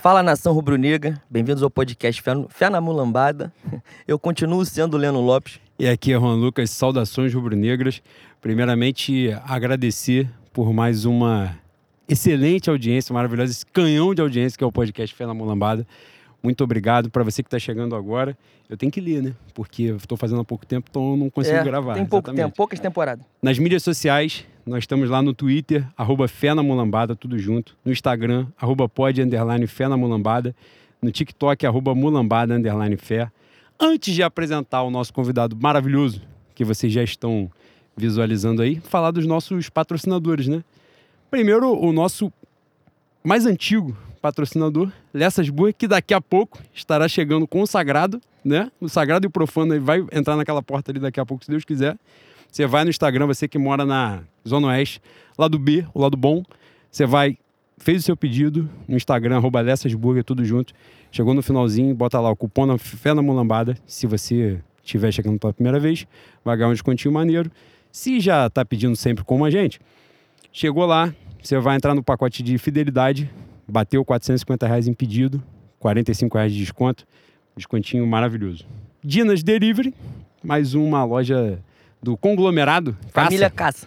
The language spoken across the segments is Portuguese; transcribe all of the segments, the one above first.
Fala, nação rubro-negra, bem-vindos ao podcast Fé na Mulambada. Eu continuo sendo o Leno Lopes. E aqui é Juan Lucas, saudações rubro-negras. Primeiramente, agradecer por mais uma excelente audiência, maravilhosa, esse canhão de audiência que é o podcast Fé na Mulambada. Muito obrigado. Para você que está chegando agora, eu tenho que ler, né? Porque eu estou fazendo há pouco tempo, então eu não consigo gravar. Tem pouco tempo, poucas temporadas. Nas mídias sociais, nós estamos lá no Twitter, @Fé na Mulambada, tudo junto. No Instagram, @pod_Fé na Mulambada. No TikTok, @Mulambada_Fé. Antes de apresentar o nosso convidado maravilhoso, que vocês já estão visualizando aí, falar dos nossos patrocinadores, né? Primeiro, o nosso mais antigo patrocinador, Lessas Burger, que daqui a pouco estará chegando com o Sagrado, né? O Sagrado e o Profano aí vai entrar naquela porta ali daqui a pouco, se Deus quiser. Você vai no Instagram, você que mora na Zona Oeste, lado B, o lado bom, você vai, fez o seu pedido no Instagram, @Lessas Burger, tudo junto. Chegou no finalzinho, bota lá o cupom na Fé na Mulambada. Se você estiver chegando pela primeira vez, vai ganhar um descontinho maneiro. Se já está pedindo sempre como a gente, chegou lá, você vai entrar no pacote de fidelidade, bateu R$450 em pedido, R$45 de desconto, descontinho maravilhoso. Dinas Delivery, mais uma loja do conglomerado Família Caça.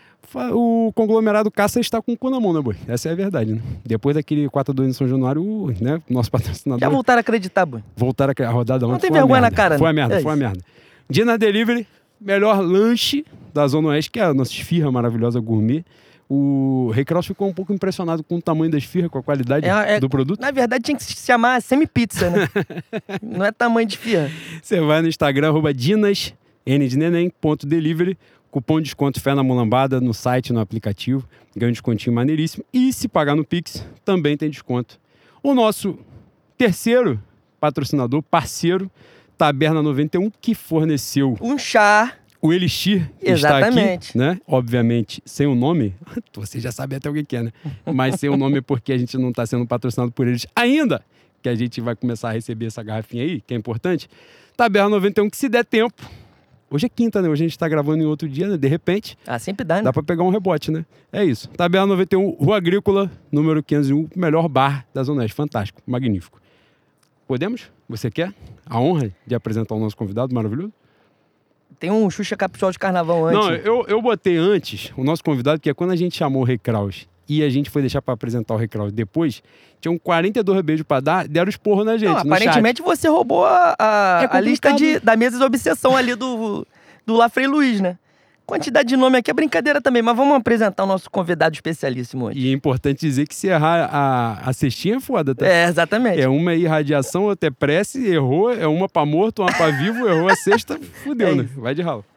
O conglomerado Caça está com o cu na mão, né, boi? Essa é a verdade, né? Depois daquele 4x2 em São Januário, né, nosso patrocinador... Já voltaram a acreditar, boi? Voltaram a rodada ontem. Não tem vergonha na cara, né? Foi a merda. Dinas Delivery, melhor lanche da Zona Oeste, que é a nossa esfirra maravilhosa gourmet. O Rei Kraus ficou um pouco impressionado com o tamanho da esfirra, com a qualidade do produto. Na verdade, tinha que se chamar semi-pizza, né? Não é tamanho de esfirra. Você vai no Instagram, @Dinas, N de neném, .delivery, cupom de desconto Fé na Mulambada no site, no aplicativo, ganha um descontinho maneiríssimo. E se pagar no Pix, também tem desconto. O nosso terceiro patrocinador, parceiro, Taberna 91, que forneceu um chá. O Elixir. Exatamente. Está aqui, né? Obviamente, sem o nome, você já sabe até o que é, né? Mas sem o nome porque a gente não está sendo patrocinado por eles ainda, que a gente vai começar a receber essa garrafinha aí, que é importante. Taberna 91, que se der tempo... Hoje é quinta, né? Hoje a gente tá gravando em outro dia, né? De repente... sempre dá, né? Dá pra pegar um rebote, né? É isso. Taberna 91, Rua Agrícola, número 501, melhor bar da Zona Oeste. Fantástico, magnífico. Podemos? Você quer? A honra de apresentar o nosso convidado maravilhoso? Tem um Xuxa Caprichosa de Carnaval antes. Não, eu botei antes o nosso convidado, que é quando a gente chamou o Rei Kraus e a gente foi deixar pra apresentar o Rei Kraus depois, tinham 42 beijos pra dar, deram esporro na gente. Não, aparentemente chat. Você roubou a lista da mesa de obsessão ali do Lafrei Luiz, né? Quantidade de nome aqui é brincadeira também, mas vamos apresentar o nosso convidado especialíssimo hoje. E é importante dizer que se errar a cestinha é foda, tá? É, exatamente. É uma irradiação, outra é prece, errou, é uma pra morto, uma pra vivo, errou a sexta, fudeu, né? Vai de ralo.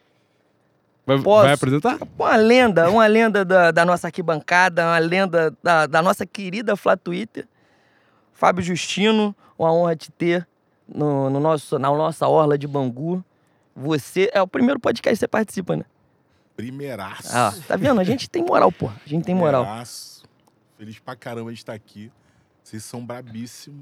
Vai apresentar? Uma lenda da nossa arquibancada, uma lenda da nossa querida Flá Twitter. Fábio Justino, uma honra te ter na nossa orla de Bangu. Você é o primeiro podcast que você participa, né? Primeiraço. Tá vendo? A gente tem moral, pô. A gente tem moral. Primeiraço. Feliz pra caramba de estar aqui. Vocês são brabíssimos.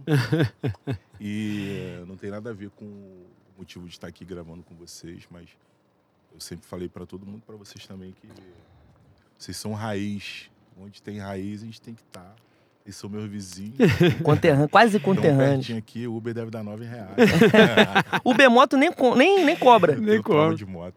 E não tem nada a ver com o motivo de estar aqui gravando com vocês, mas eu sempre falei pra todo mundo, pra vocês também, que vocês são raiz. Onde tem raiz, a gente tem que estar. Eles são meus vizinhos. Quase conterrâneos. Pertinho aqui, o Uber deve dar R$9. Uber moto nem cobra. Nem cobra. De moto.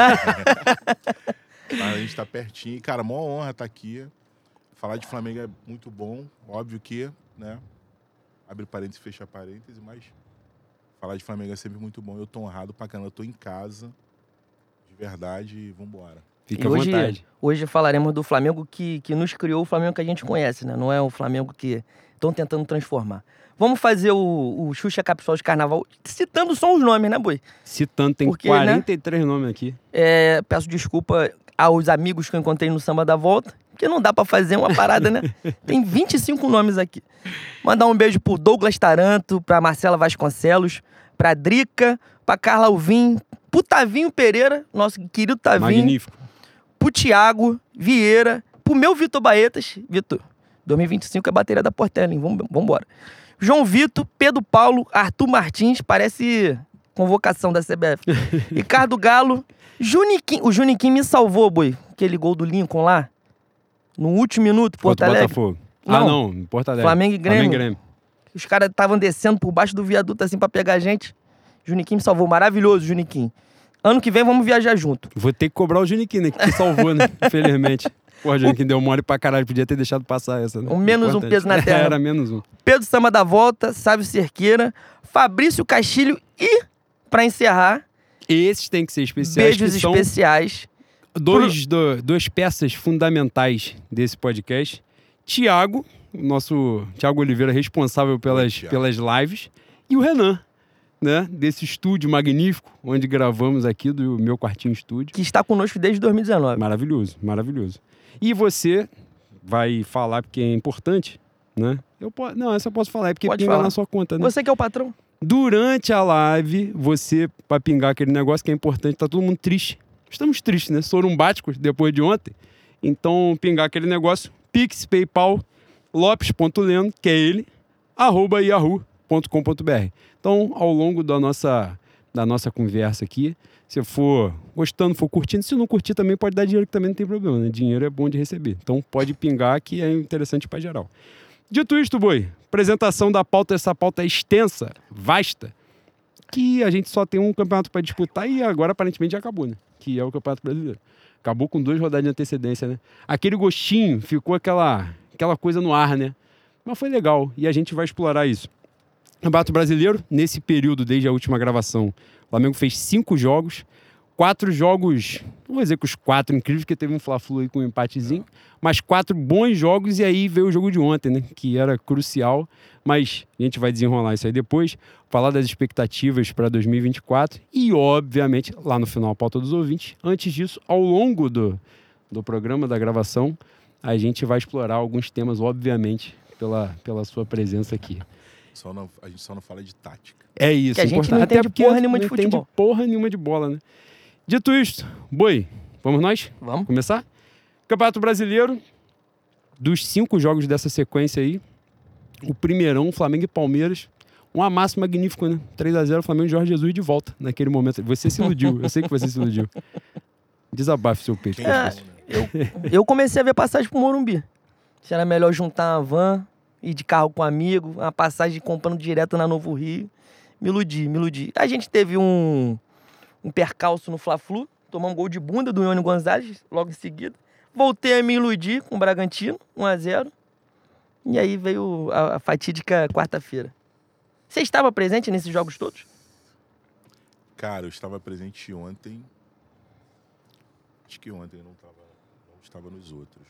Mas a gente tá pertinho. E, cara, maior honra estar aqui. Falar de Flamengo é muito bom. Óbvio que, né? Abre parênteses e fecha parênteses, mas falar de Flamengo é sempre muito bom. Eu tô honrado pra caramba. Eu tô em casa, de verdade, e vambora. Fica à vontade. Hoje falaremos do Flamengo que nos criou, o Flamengo que a gente conhece, né? Não é o Flamengo que estão tentando transformar. Vamos fazer o Xuxa Caprichosa de Carnaval, citando só os nomes, né, boi? Citando, tem 43 nomes aqui. Peço desculpa aos amigos que eu encontrei no Samba da Volta, porque não dá pra fazer uma parada, né? Tem 25 nomes aqui. Mandar um beijo pro Douglas Taranto, pra Marcela Vasconcelos, pra Drica, pra Carla Alvim, pro Tavinho Pereira, nosso querido Tavinho. Magnífico. Pro Thiago Vieira, pro meu Vitor Baetas. Vitor, 2025 é a bateria da Portela, hein? Vambora. João Vitor, Pedro Paulo, Arthur Martins, parece convocação da CBF. Ricardo Galo, Juniquim. O Juniquim me salvou, boi. Aquele gol do Lincoln lá, no último minuto, Porto Alegre. Botafogo. Não. Não, Porto Alegre. Flamengo e Grêmio. os caras estavam descendo por baixo do viaduto assim pra pegar a gente. Juniquinho me salvou, maravilhoso, Juniquinho. Ano que vem vamos viajar junto. Vou ter que cobrar o Juniquinho, né? Que te salvou, né? Infelizmente. Pô, Juniquinho deu mole pra caralho. Podia ter deixado passar essa, né? Menos Importante. um peso na terra. Era menos um. Pedro Samba da Volta, Sávio Cerqueira, Fabrício Castilho e, pra encerrar, Esses têm que ser especiais. beijos que são especiais. duas peças fundamentais desse podcast. Tiago, nosso Tiago Oliveira, responsável pelas lives. E o Renan, né? Desse estúdio magnífico, onde gravamos aqui, do meu quartinho estúdio. Que está conosco desde 2019. Maravilhoso, maravilhoso. E você vai falar porque é importante, né? Não, essa eu posso falar, é porque Pode pinga falar. na sua conta, né? Você que é o patrão. Durante a live, você vai pingar aquele negócio que é importante, tá todo mundo triste. Estamos tristes, né? Sorumbáticos depois de ontem. Então, pingar aquele negócio, Pix, PayPal, lopes.leno, que é ele, @yahoo.com.br. Então, ao longo da nossa conversa aqui, se for gostando, for curtindo, se não curtir também pode dar dinheiro, que também não tem problema, né? Dinheiro é bom de receber. Então, pode pingar, que é interessante para geral. Dito isto, Boi, apresentação da pauta, essa pauta é extensa, vasta, que a gente só tem um campeonato para disputar e agora aparentemente já acabou, né? Que é o Campeonato Brasileiro. Acabou com 2 rodadas de antecedência, né? Aquele gostinho, ficou aquela coisa no ar, né? Mas foi legal e a gente vai explorar isso. Campeonato Brasileiro, nesse período, desde a última gravação, o Flamengo fez 5 jogos, 4 jogos, não vou dizer que os 4 incríveis, porque teve um Fla-Flu aí com um empatezinho, mas 4 bons jogos e aí veio o jogo de ontem, né? Que era crucial, mas a gente vai desenrolar isso aí depois, falar das expectativas para 2024 e, obviamente, lá no final a pauta dos ouvintes. Antes disso, ao longo do programa, da gravação, a gente vai explorar alguns temas, obviamente, pela sua presença aqui. A gente só não fala de tática. É isso, Que a gente importante. não entende Até porque porra nenhuma de não entende futebol. porra nenhuma de bola, né? Dito isto, Boi, vamos nós? Vamos. Começar? Campeonato Brasileiro, dos 5 jogos dessa sequência aí, o primeirão, Flamengo e Palmeiras, um amasso magnífico, né? 3-0, Flamengo e Jorge Jesus de volta naquele momento. Você se iludiu, eu sei que você se iludiu. Desabafe seu peito. Quem é bom, né? Eu comecei a ver passagem pro Morumbi. Se era melhor juntar uma van, ir de carro com um amigo, uma passagem comprando direto na Novo Rio. Me iludi. A gente teve um percalço no Fla-Flu, tomou um gol de bunda do Ione Gonzalez logo em seguida. Voltei a me iludir com o Bragantino, 1-0. E aí veio a fatídica quarta-feira. Você estava presente nesses jogos todos? Cara, eu estava presente ontem. Acho que ontem eu não estava nos outros.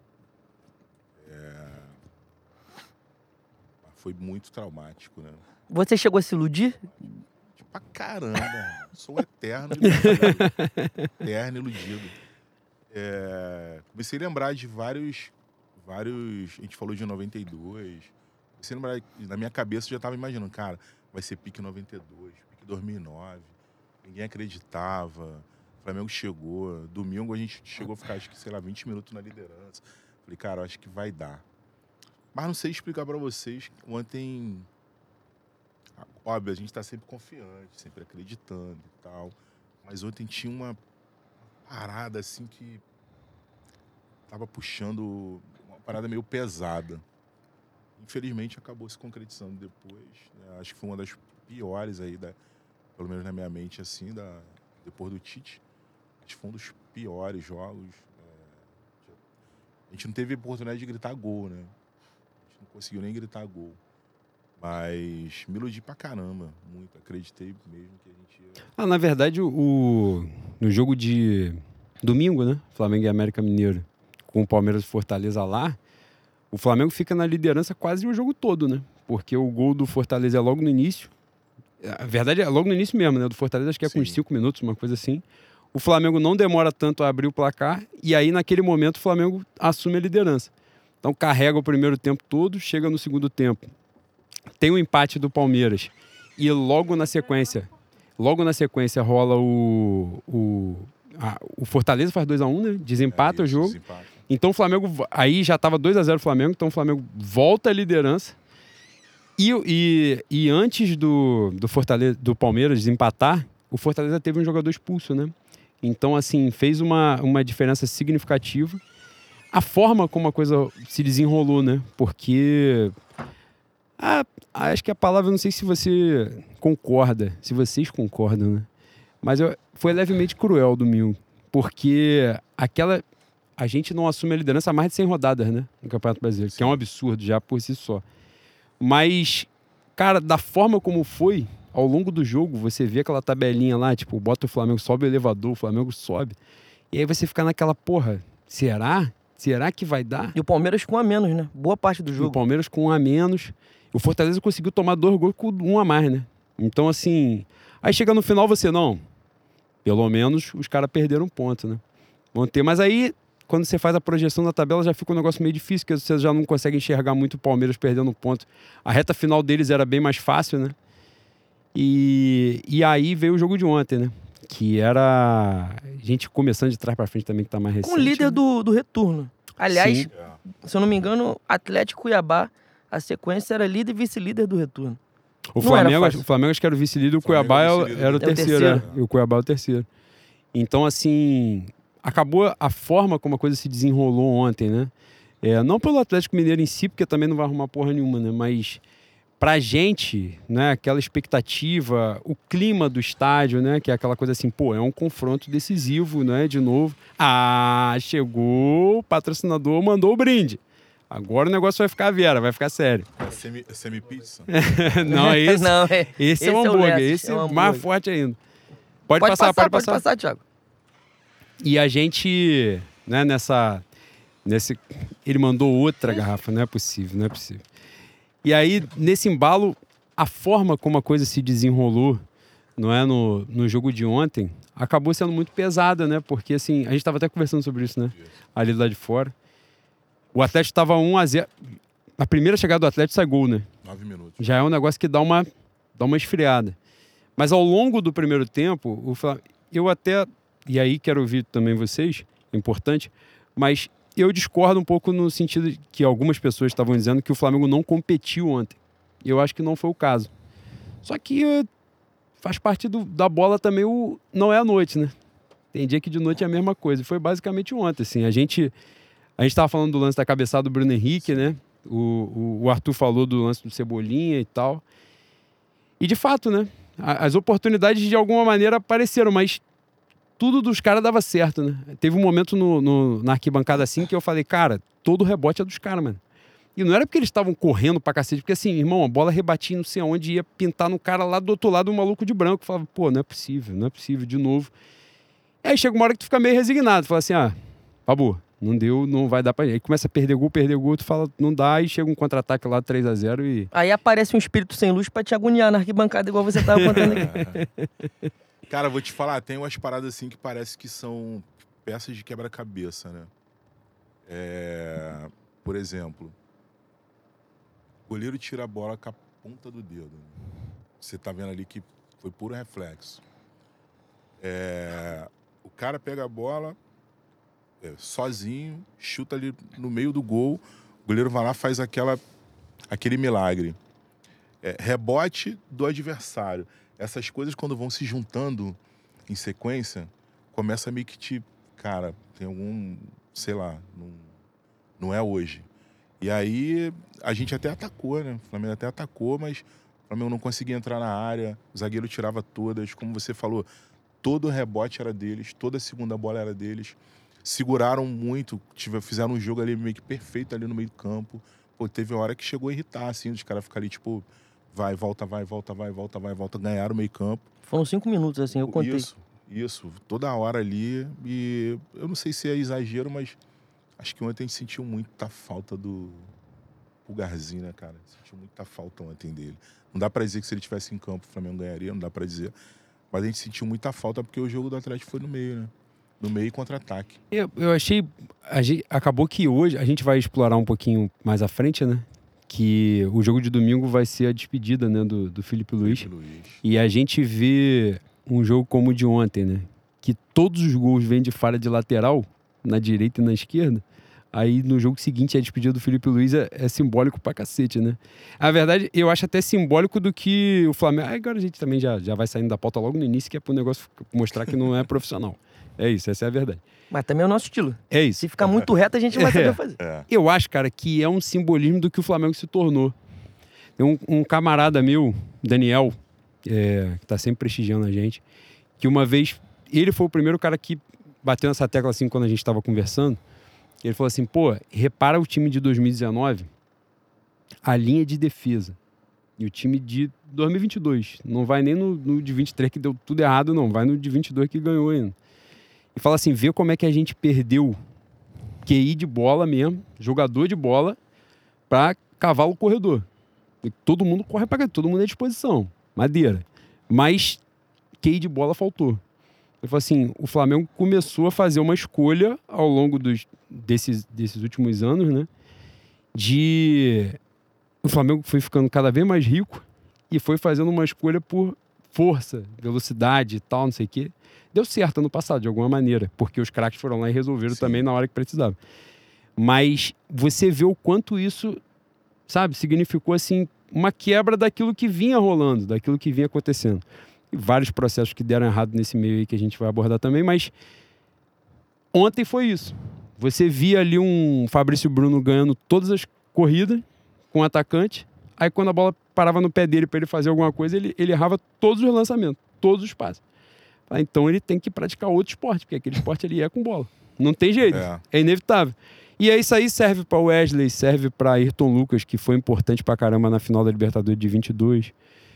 Foi muito traumático, né? Você chegou a se iludir? Pra caramba. Sou um eterno iludido. Comecei a lembrar de vários... A gente falou de 92. Comecei a lembrar... Na minha cabeça eu já estava imaginando, cara, vai ser pique 92, pique 2009. Ninguém acreditava. O Flamengo chegou. Domingo a gente chegou a ficar, acho que, 20 minutos na liderança. Falei, cara, eu acho que vai dar. Mas não sei explicar pra vocês. Ontem... Óbvio, a gente tá sempre confiante, sempre acreditando e tal. Mas ontem tinha uma parada, assim, que tava puxando uma parada meio pesada. Infelizmente, acabou se concretizando depois. Né? Acho que foi uma das piores aí, pelo menos na minha mente, assim, depois do Tite. Acho que foi um dos piores jogos. A gente não teve oportunidade de gritar gol, né? A gente não conseguiu nem gritar gol. Mas me iludi pra caramba, muito. Acreditei mesmo que a gente ia... Na verdade, no jogo de domingo, né? Flamengo e América Mineiro, com o Palmeiras e Fortaleza lá, o Flamengo fica na liderança quase o jogo todo, né? Porque o gol do Fortaleza é logo no início. A verdade é logo no início mesmo, né? Do Fortaleza acho que é com uns 5 minutos, uma coisa assim. O Flamengo não demora tanto a abrir o placar e aí, naquele momento, o Flamengo assume a liderança. Então, carrega o primeiro tempo todo, chega no segundo tempo. Tem o empate do Palmeiras e logo na sequência rola o Fortaleza faz 2-1, né? Desempata o jogo. Desempata. Então o Flamengo, aí já estava 2-0 o Flamengo, então o Flamengo volta à liderança. E antes do Fortaleza, do Palmeiras desempatar, o Fortaleza teve um jogador expulso, né? Então, assim, fez uma diferença significativa. A forma como a coisa se desenrolou, né? Porque... Acho que a palavra, eu não sei se você concorda, se vocês concordam, né? Mas foi levemente cruel domingo, porque a gente não assume a liderança há mais de 100 rodadas, né? No Campeonato Brasileiro, que é um absurdo já por si só. Mas, cara, da forma como foi, ao longo do jogo, você vê aquela tabelinha lá, tipo, bota o Flamengo, sobe o elevador, o Flamengo sobe. E aí você fica naquela, porra, será? Será que vai dar? E o Palmeiras com um a menos, né? Boa parte do jogo. O Palmeiras com um a menos. O Fortaleza conseguiu tomar 2 gols com 1 a mais, né? Então, assim... Aí chega no final você, não... Pelo menos os caras perderam um ponto, né? Vão ter. Mas aí, quando você faz a projeção da tabela, já fica um negócio meio difícil, porque você já não consegue enxergar muito o Palmeiras perdendo ponto. A reta final deles era bem mais fácil, né? E aí veio o jogo de ontem, né? Que era... A gente começando de trás pra frente também, que tá mais recente. Com o líder né? do retorno. Aliás, Sim. se eu não me engano, Atlético e Cuiabá, a sequência era líder e vice-líder do retorno. O Não era Flamengo fácil. acho que era o vice-líder, o Flamengo Cuiabá é o vice-líder. era o É o terceiro. terceiro. E o Cuiabá é o terceiro. Então, assim, acabou a forma como a coisa se desenrolou ontem, né? Não pelo Atlético Mineiro em si, porque também não vai arrumar porra nenhuma, né? Mas pra gente, né? Aquela expectativa, o clima do estádio, né? Que é aquela coisa assim, pô, é um confronto decisivo, né? De novo. Chegou, o patrocinador mandou o brinde. Agora o negócio vai ficar Vera, vai ficar sério. É semi-pizza? Não, esse, Não, esse é o hambúrguer, Leste, esse é o é hambúrguer. mais forte ainda. Pode passar. Pode passar, Thiago. E a gente, né, ele mandou outra garrafa, não é possível. E aí, nesse embalo, a forma como a coisa se desenrolou, não é, no jogo de ontem, acabou sendo muito pesada, né? Porque, assim, a gente estava até conversando sobre isso, né? Ali lá de fora. O Atlético estava 1-0. A primeira chegada do Atlético sai gol, né? 9 minutos. Já é um negócio que dá uma esfriada. Mas ao longo do primeiro tempo, eu até... E aí quero ouvir também vocês, importante, mas eu discordo um pouco no sentido de que algumas pessoas estavam dizendo que o Flamengo não competiu ontem. Eu acho que não foi o caso. Só que faz parte da bola também não é à noite, né? Tem dia que de noite é a mesma coisa. Foi basicamente ontem, assim. A gente estava falando do lance da cabeçada do Bruno Henrique, né? O Arthur falou do lance do Cebolinha e tal. E de fato, né? As oportunidades de alguma maneira apareceram, mas tudo dos caras dava certo, né? Teve um momento na arquibancada assim que eu falei, cara, todo rebote é dos caras, mano. E não era porque eles estavam correndo pra cacete, porque assim, irmão, a bola rebatia não sei aonde, ia pintar no cara lá do outro lado, um maluco de branco. Falava, pô, não é possível, de novo. E aí chega uma hora que tu fica meio resignado, fala assim, Babu, não deu, não vai dar pra... Aí começa a perder gol, tu fala, não dá, e chega um contra-ataque lá 3-0 e... Aí aparece um espírito sem luz pra te agoniar na arquibancada, igual você tava contando aqui. Cara, vou te falar, tem umas paradas assim que parece que são peças de quebra-cabeça, né? Por exemplo, o goleiro tira a bola com a ponta do dedo. Você tá vendo ali que foi puro reflexo. O cara pega a bola sozinho, chuta ali no meio do gol, o goleiro vai lá e faz aquele milagre. Rebote do adversário. Essas coisas, quando vão se juntando em sequência, começa meio que cara, tem algum, sei lá, não é hoje. E aí, a gente até atacou, né? O Flamengo até atacou, mas o Flamengo não conseguia entrar na área, o zagueiro tirava todas, como você falou, todo o rebote era deles, toda a segunda bola era deles. Seguraram muito, fizeram um jogo ali meio que perfeito ali no meio do campo. Pô, teve uma hora que chegou a irritar, assim, os caras ficarem ali, tipo... Vai, volta. Ganharam o meio campo. Foram 5 minutos, assim, eu contei. Isso. Toda hora ali. E eu não sei se é exagero, mas acho que ontem a gente sentiu muita falta do Pulgarzinho, né, cara? Sentiu muita falta ontem dele. Não dá pra dizer que se ele tivesse em campo o Flamengo ganharia, não dá pra dizer. Mas a gente sentiu muita falta porque o jogo do Atlético foi no meio, né? No meio e contra-ataque. Eu achei... acabou que hoje a gente vai explorar um pouquinho mais à frente, né? Que o jogo de domingo vai ser a despedida, né, do Felipe Luiz. E a gente vê um jogo como o de ontem, né? Que todos os gols vêm de falha de lateral, na direita e na esquerda. Aí no jogo seguinte a despedida do Felipe Luiz é simbólico pra cacete, né? A verdade, eu acho até simbólico do que o Flamengo... Agora a gente também já vai saindo da pauta logo no início, que é pro negócio mostrar que não é profissional. É isso, essa é a verdade. Mas também é o nosso estilo. É isso. Se ficar muito reto, a gente não vai saber fazer. Eu acho, cara, que é um simbolismo do que o Flamengo se tornou. Tem um camarada meu, Daniel, que tá sempre prestigiando a gente, que uma vez, ele foi o primeiro cara que bateu nessa tecla assim quando a gente tava conversando. Ele falou assim, pô, repara o time de 2019, a linha de defesa. E o time de 2022. Não vai nem no de 23 que deu tudo errado, não. Vai no de 22 que ganhou ainda. E fala assim, vê como é que a gente perdeu QI de bola mesmo, jogador de bola, pra cavalo corredor. E todo mundo corre pra cá, todo mundo é à disposição. Madeira. Mas QI de bola faltou. Ele falou assim, o Flamengo começou a fazer uma escolha ao longo desses últimos anos, né? O Flamengo foi ficando cada vez mais rico e foi fazendo uma escolha por força, velocidade e tal, não sei o quê. Deu certo ano passado, de alguma maneira, porque os craques foram lá e resolveram também na hora que precisava. Mas você vê o quanto isso, sabe, significou, assim, uma quebra daquilo que vinha rolando, daquilo que vinha acontecendo. E vários processos que deram errado nesse meio aí que a gente vai abordar também, mas ontem foi isso. Você via ali um Fabrício Bruno ganhando todas as corridas com o atacante, aí quando a bola parava no pé dele para ele fazer alguma coisa, ele errava todos os lançamentos, todos os passes. Então ele tem que praticar outro esporte, porque aquele esporte ali é com bola. Não tem jeito, é inevitável. E aí isso aí serve para Wesley, serve para Ayrton Lucas, que foi importante pra caramba na final da Libertadores de 22.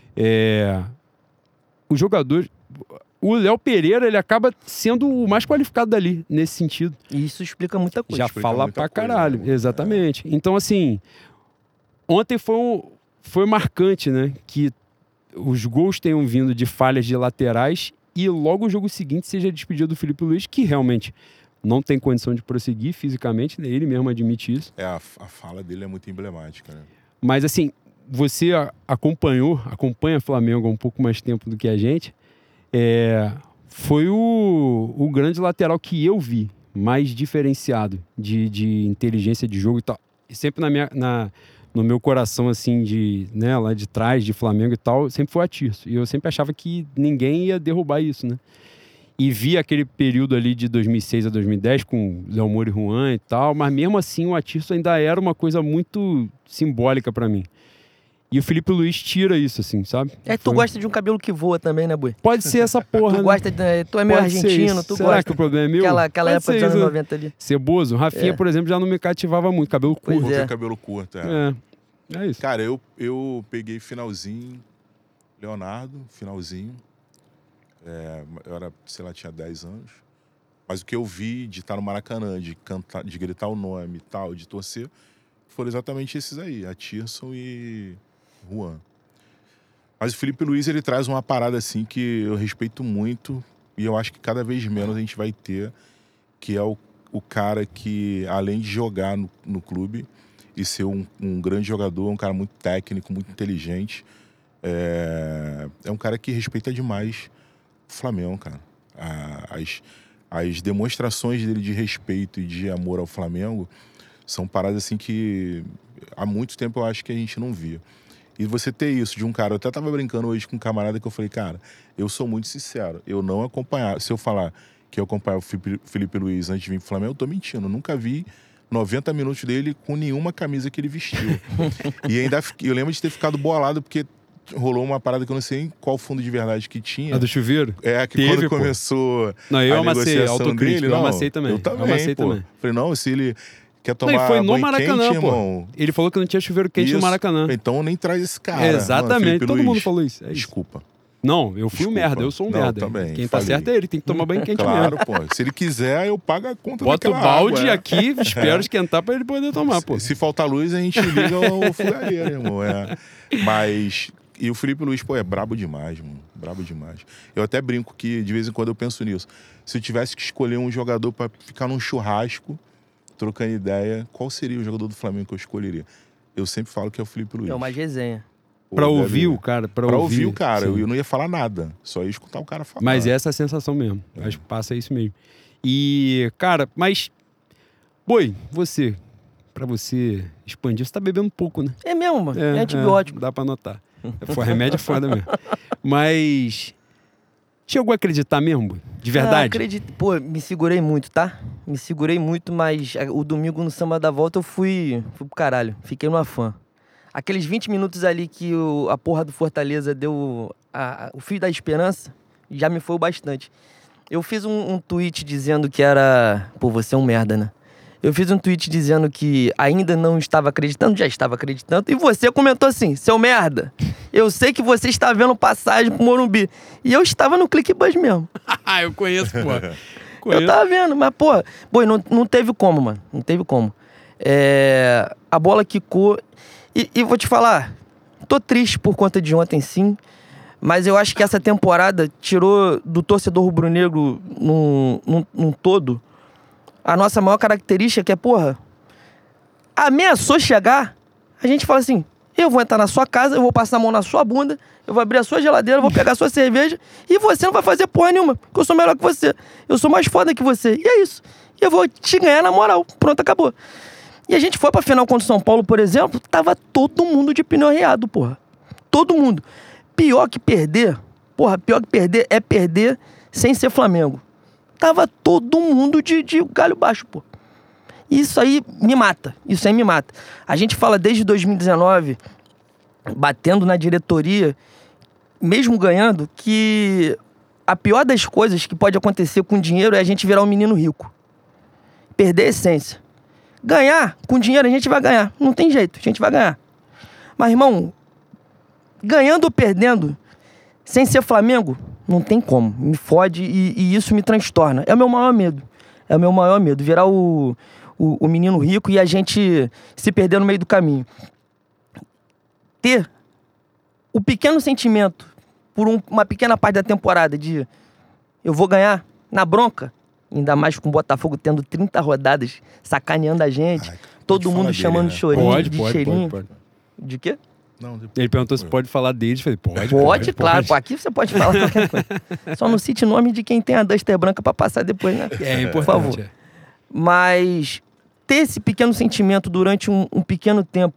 O jogador... O Léo Pereira, ele acaba sendo o mais qualificado dali, nesse sentido. E isso explica muita coisa. Já fala pra caralho, exatamente. Então, assim, ontem foi marcante, né? Que os gols tenham vindo de falhas de laterais e logo o jogo seguinte seja despedido do Felipe Luiz, que realmente não tem condição de prosseguir fisicamente, né? Ele mesmo admite isso. A fala dele é muito emblemática, né? Mas, assim, você acompanha Flamengo há um pouco mais tempo do que a gente, foi o grande lateral que eu vi, mais diferenciado de inteligência de jogo e tal. E sempre no meu coração, assim, lá de trás, de Flamengo e tal, sempre foi o Atirso. E eu sempre achava que ninguém ia derrubar isso, né? E vi aquele período ali de 2006 a 2010 com Léo Moura e Juan e tal, mas mesmo assim o Atirso ainda era uma coisa muito simbólica pra mim. E o Felipe Luiz tira isso, assim, sabe? Tu gosta de um cabelo que voa também, né, Bui? Pode ser essa porra, né? Tu é meio argentino, tu Será gosta. que o problema é meu? Aquela época dos anos 90 ali. Ceboso. Rafinha, por exemplo, já não me cativava muito. Cabelo curto. Não tem cabelo curto, É isso. Cara, eu peguei finalzinho, Leonardo, finalzinho. Eu era, sei lá, tinha 10 anos. Mas o que eu vi de estar no Maracanã, de cantar, de gritar o nome e tal, de torcer, foram exatamente esses aí, Atirson e Juan. Mas o Felipe Luiz, ele traz uma parada assim que eu respeito muito e eu acho que cada vez menos a gente vai ter, que é o cara que, além de jogar no clube e ser um grande jogador, um cara muito técnico, muito inteligente, é um cara que respeita demais o Flamengo, cara. As demonstrações dele de respeito e de amor ao Flamengo são paradas assim que há muito tempo eu acho que a gente não via. E você ter isso de um cara... Eu até tava brincando hoje com um camarada que eu falei, cara, eu sou muito sincero. Eu não acompanhar... Se eu falar que eu acompanhava o Felipe Luiz antes de vir pro Flamengo, eu tô mentindo. Eu nunca vi 90 minutos dele com nenhuma camisa que ele vestiu. E ainda eu lembro de ter ficado bolado porque rolou uma parada que eu não sei nem qual fundo de verdade que tinha. A do chuveiro? Que quando começou eu a amassei, negociação dele... Eu amassei também. Eu também, pô. Falei, não, se ele... Quer tomar e foi no Maracanã, quente, pô. Irmão. Ele falou que não tinha chuveiro quente no Maracanã. Então nem traz esse cara. Exatamente, mano, todo mundo falou isso. Desculpa. Não, eu fui um merda, eu sou um merda. Também, quem tá certo é ele, tem que tomar banho quente claro, mesmo. Pô. Se ele quiser, eu pago a conta Bota daquela o balde água, aqui, espero esquentar pra ele poder tomar, pô. Se faltar luz, a gente liga o fogareiro, irmão. Mas... E o Felipe Luiz, pô, é brabo demais, mano. Brabo demais. Eu até brinco que, de vez em quando, eu penso nisso. Se eu tivesse que escolher um jogador pra ficar num churrasco, trocando ideia, qual seria o jogador do Flamengo que eu escolheria? Eu sempre falo que é o Felipe Luiz. É uma resenha. Pra ouvir o cara, pra ouvir o cara, eu não ia falar nada. Só ia escutar o cara falar. Mas essa é a sensação mesmo. Acho que passa isso mesmo. E, cara, mas... Boi, pra você expandir, você tá bebendo pouco, né? É mesmo, mano. É antibiótico. Dá pra notar. Remédio é foda mesmo. Mas... Chegou a acreditar mesmo, Boi? De verdade? Acredito. Pô, me segurei muito, tá? Me segurei muito, mas o domingo no Samba da Volta eu fui pro caralho. Fiquei numa fã. aqueles 20 minutos ali que a porra do Fortaleza deu o fio da esperança, já me foi o bastante. Eu fiz um tweet dizendo que era... Pô, você é um merda, né? Eu fiz um tweet dizendo que ainda não estava acreditando, já estava acreditando, e você comentou assim, seu merda, eu sei que você está vendo passagem pro Morumbi. E eu estava no ClickBus mesmo. Eu conheço, pô. Eu tava vendo, mas, pô, não teve como, mano. Não teve como. A bola quicou. E vou te falar, tô triste por conta de ontem, sim. Mas eu acho que essa temporada tirou do torcedor rubro-negro num todo a nossa maior característica, que é, porra, ameaçou chegar, a gente fala assim, eu vou entrar na sua casa, eu vou passar a mão na sua bunda, eu vou abrir a sua geladeira, eu vou pegar a sua cerveja e você não vai fazer porra nenhuma, porque eu sou melhor que você, eu sou mais foda que você, e é isso. E eu vou te ganhar na moral, pronto, acabou. E a gente foi pra final contra o São Paulo, por exemplo, tava todo mundo de pneu arreado, porra. Todo mundo. Pior que perder é perder sem ser Flamengo. Tava todo mundo de galho baixo, pô. Isso aí me mata. A gente fala desde 2019, batendo na diretoria, mesmo ganhando, que a pior das coisas que pode acontecer com dinheiro é a gente virar um menino rico. Perder a essência. Ganhar, com dinheiro a gente vai ganhar. Não tem jeito, a gente vai ganhar. Mas, irmão, ganhando ou perdendo, sem ser Flamengo, não tem como. Me fode e isso me transtorna. É o meu maior medo. Virar o menino rico e a gente se perder no meio do caminho. Ter o pequeno sentimento, por uma pequena parte da temporada, de eu vou ganhar na bronca, ainda mais com o Botafogo tendo 30 rodadas, sacaneando a gente, todo mundo chamando de chorinho, de cheirinho. Pode. De quê? Não, depois... Ele perguntou se pode falar deles. Eu falei, pode, claro. Pô, aqui você pode falar qualquer coisa. Só não cite nome de quem tem a Duster branca pra passar depois, né? É importante. Por favor. Mas ter esse pequeno sentimento durante um pequeno tempo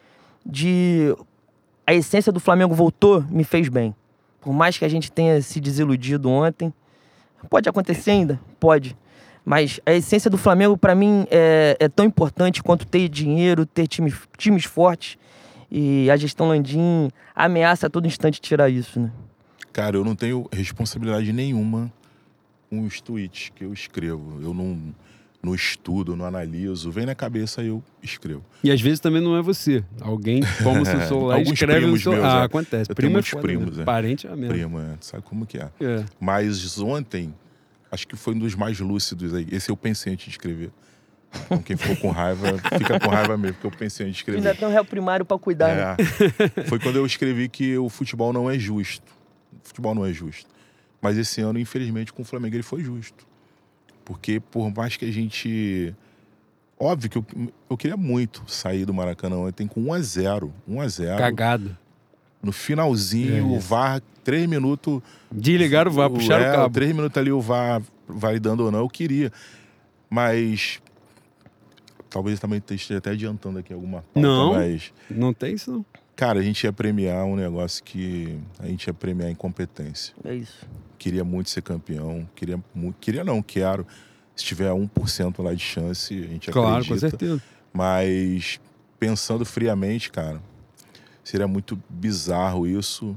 de a essência do Flamengo voltou, me fez bem. Por mais que a gente tenha se desiludido ontem, pode acontecer ainda? Pode. Mas a essência do Flamengo, pra mim, é tão importante quanto ter dinheiro, ter times fortes. E a gestão Landim ameaça a todo instante tirar isso, né? Cara, eu não tenho responsabilidade nenhuma com os tweets que eu escrevo. Eu não estudo, não analiso. Vem na cabeça e eu escrevo. E às vezes também não é você. Alguém toma o seu celular e escreve no seu... Meus, acontece. Eu Primo tenho muitos foda, primos. né? Parente é mesmo. Primo, sabe como que é. Mas ontem, acho que foi um dos mais lúcidos aí. Esse eu pensei antes de escrever. Então quem ficou com raiva, fica com raiva mesmo, porque eu pensei em escrever. Ainda tem um réu primário pra cuidar, né? Foi quando eu escrevi que o futebol não é justo. O futebol não é justo. Mas esse ano, infelizmente, com o Flamengo ele foi justo. Porque por mais que a gente... Óbvio que eu queria muito sair do Maracanã ontem com 1-0. 1-0. Cagado. No finalzinho, o VAR, 3 minutos... Desligaram o VAR, puxaram o cabo. 3 minutos ali o VAR validando ou não, eu queria. Mas... Talvez também esteja até adiantando aqui alguma pauta, não, mas... Não tem isso, não. Cara, a gente ia premiar um negócio que... A gente ia premiar a incompetência. É isso. Queria muito ser campeão. Quero. Se tiver 1% lá de chance, a gente acredita. Claro, com certeza. Mas, pensando friamente, cara, seria muito bizarro isso.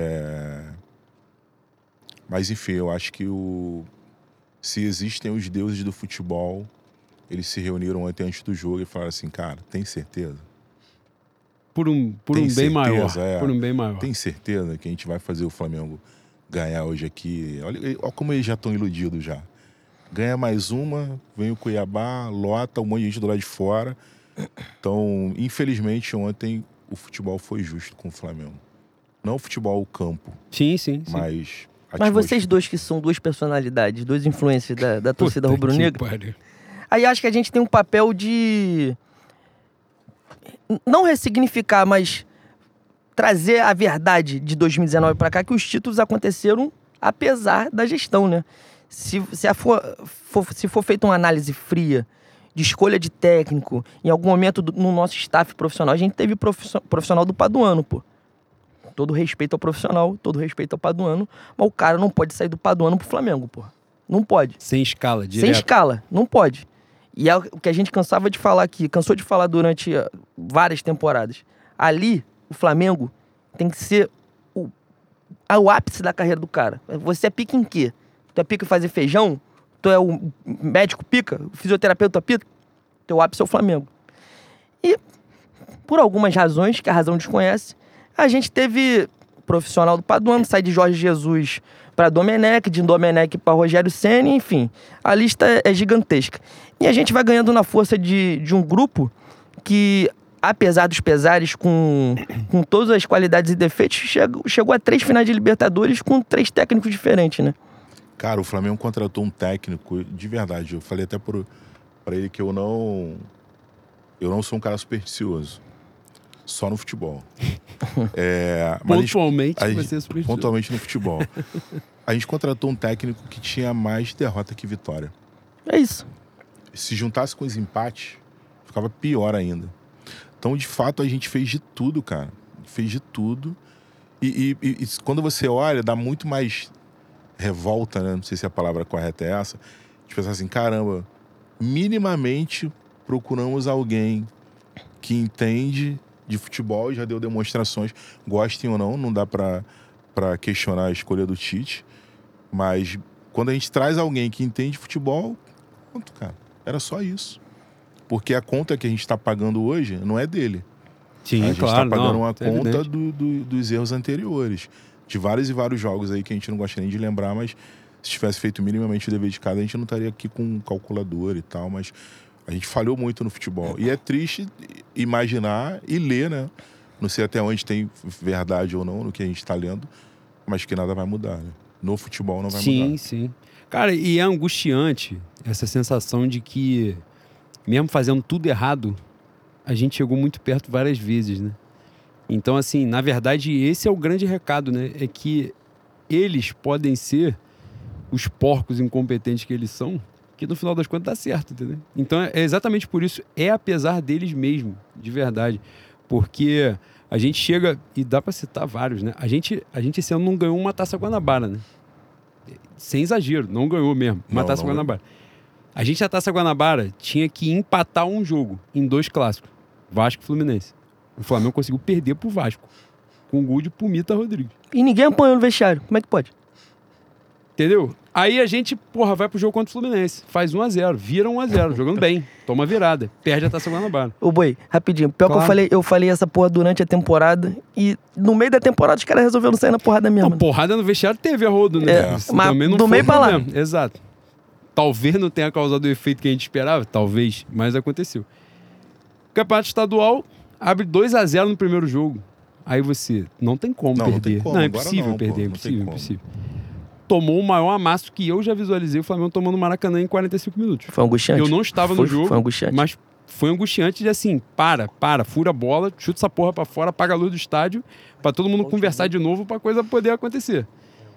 Mas, enfim, eu acho que se existem os deuses do futebol... Eles se reuniram ontem antes do jogo e falaram assim, cara, tem certeza? Por um bem maior. Por um bem maior. Tem certeza que a gente vai fazer o Flamengo ganhar hoje aqui? Olha como eles já estão iludidos já. Ganha mais uma, vem o Cuiabá, lota, um monte de gente do lado de fora. Então, infelizmente, ontem o futebol foi justo com o Flamengo. Não o futebol, o campo. Sim. Mas vocês dois que são duas personalidades, dois influencers da torcida rubro-negra... Aí acho que a gente tem um papel de não ressignificar, mas trazer a verdade de 2019 para cá, que os títulos aconteceram apesar da gestão, né? Se for feita uma análise fria de escolha de técnico, em algum momento no nosso staff profissional, a gente teve profissional do Paduano, pô. Todo respeito ao profissional, todo respeito ao Paduano, mas o cara não pode sair do Paduano pro Flamengo, pô. Não pode. Sem escala, direto. Sem escala, não pode. E é o que a gente cansou de falar durante várias temporadas. Ali, o Flamengo tem que ser o ápice da carreira do cara. Você é pica em quê? Tu é pica em fazer feijão? Tu é o médico pica? O fisioterapeuta pica? Teu ápice é o Flamengo. E, por algumas razões, que a razão desconhece, a gente teve profissional do Paduano, sai de Jorge Jesus para Domenech, de Domenech para Rogério Ceni, enfim. A lista é gigantesca. E a gente vai ganhando na força de um grupo que, apesar dos pesares, com todas as qualidades e defeitos, chegou a 3 finais de Libertadores com 3 técnicos diferentes, né? Cara, o Flamengo contratou um técnico de verdade. Eu falei até pra ele que eu não sou um cara supersticioso. Só no futebol. Pontualmente, você é supersticioso. Pontualmente no futebol. A gente contratou um técnico que tinha mais derrota que vitória. É isso. Se juntasse com os empates, ficava pior ainda. Então, de fato, a gente fez de tudo, cara. Fez de tudo. E quando você olha, dá muito mais revolta, né? Não sei se a palavra correta é essa. De pensar assim, caramba, minimamente procuramos alguém que entende de futebol, já deu demonstrações, gostem ou não dá pra questionar a escolha do Tite. Mas quando a gente traz alguém que entende de futebol, pronto, cara. Era só isso. Porque a conta que a gente está pagando hoje não é dele. Sim, a gente claro. Está pagando não, uma é conta dos erros anteriores. De vários e vários jogos aí que a gente não gosta nem de lembrar, mas se tivesse feito minimamente o dever de casa, a gente não estaria aqui com um calculador e tal, mas a gente falhou muito no futebol. E é triste imaginar e ler, né? Não sei até onde tem verdade ou não no que a gente está lendo, mas que nada vai mudar, né? No futebol não vai mudar. Sim. Cara, e é angustiante essa sensação de que, mesmo fazendo tudo errado, a gente chegou muito perto várias vezes, né? Então, assim, na verdade, esse é o grande recado, né? É que eles podem ser os porcos incompetentes que eles são, que no final das contas dá certo, entendeu? Então, é exatamente por isso, é apesar deles mesmo, de verdade. Porque a gente chega, e dá pra citar vários, né? A gente esse ano não ganhou uma Taça Guanabara, né? Sem exagero, não ganhou mesmo, uma Taça Guanabara. A gente, a Taça Guanabara, tinha que empatar um jogo em 2 clássicos, Vasco e Fluminense. O Flamengo conseguiu perder pro Vasco, com o gol de Pumita Rodrigues. E ninguém apanhou no vestiário. Como é que pode? Entendeu? Aí a gente, vai pro jogo contra o Fluminense. Faz 1-0, vira 1-0, jogando bem. Toma virada, perde a Taça Guanabara. Ô, Boi, rapidinho. Pior Claro. que eu falei essa porra durante a temporada e no meio da temporada os caras resolveram sair na porrada mesmo. Não, porrada no vestiário teve a rodo, né? Isso mas também não do foi meio pra lá. problema. Exato. Talvez não tenha causado o efeito que a gente esperava, talvez, mas aconteceu. Campeonato estadual abre 2-0 no primeiro jogo. Aí você, não tem como perder. Não tem como, Não, é agora impossível não, perder, pô, não impossível, tem como. impossível. Tomou o maior amasso que eu já visualizei o Flamengo tomando o Maracanã em 45 minutos. Foi angustiante. Eu não estava no jogo, Foi angustiante. mas foi angustiante de assim, fura a bola, chuta essa porra pra fora, apaga a luz do estádio, pra todo mundo conversar de novo pra coisa poder acontecer.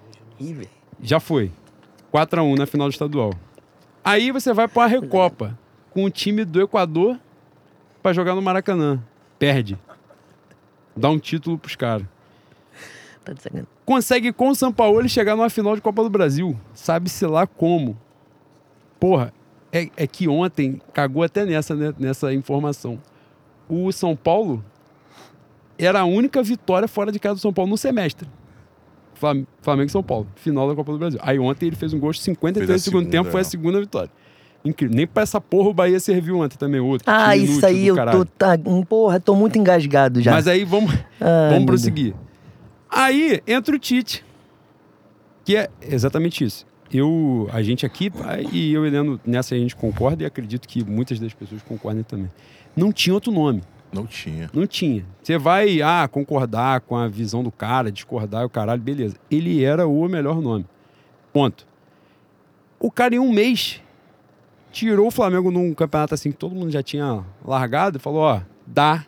Já foi. 4-1 na final do estadual. Aí você vai pra uma Recopa com o time do Equador pra jogar no Maracanã. Perde. Dá um título pros caras. Tá de sacanagem. Consegue com o Sampaoli chegar numa final de Copa do Brasil. Sabe-se lá como. Porra, é que ontem cagou até nessa informação. O São Paulo era a única vitória fora de casa do São Paulo no semestre. Flamengo e São Paulo, final da Copa do Brasil. Aí ontem ele fez um gol de 53 no segundo tempo, foi a segunda vitória. Incrível. Nem pra essa porra o Bahia serviu ontem também, outro. Ah, time isso inútil aí do eu caralho. tô muito engasgado já. Mas aí vamos meu prosseguir. Aí entra o Tite, que é exatamente isso. A gente aqui, e eu e Heleno, nessa a gente concorda e acredito que muitas das pessoas concordem também. Não tinha outro nome. Não tinha. Não tinha. Você vai concordar com a visão do cara, discordar o caralho, beleza. Ele era o melhor nome. Ponto. O cara em um mês tirou o Flamengo num campeonato assim que todo mundo já tinha largado e falou, dá.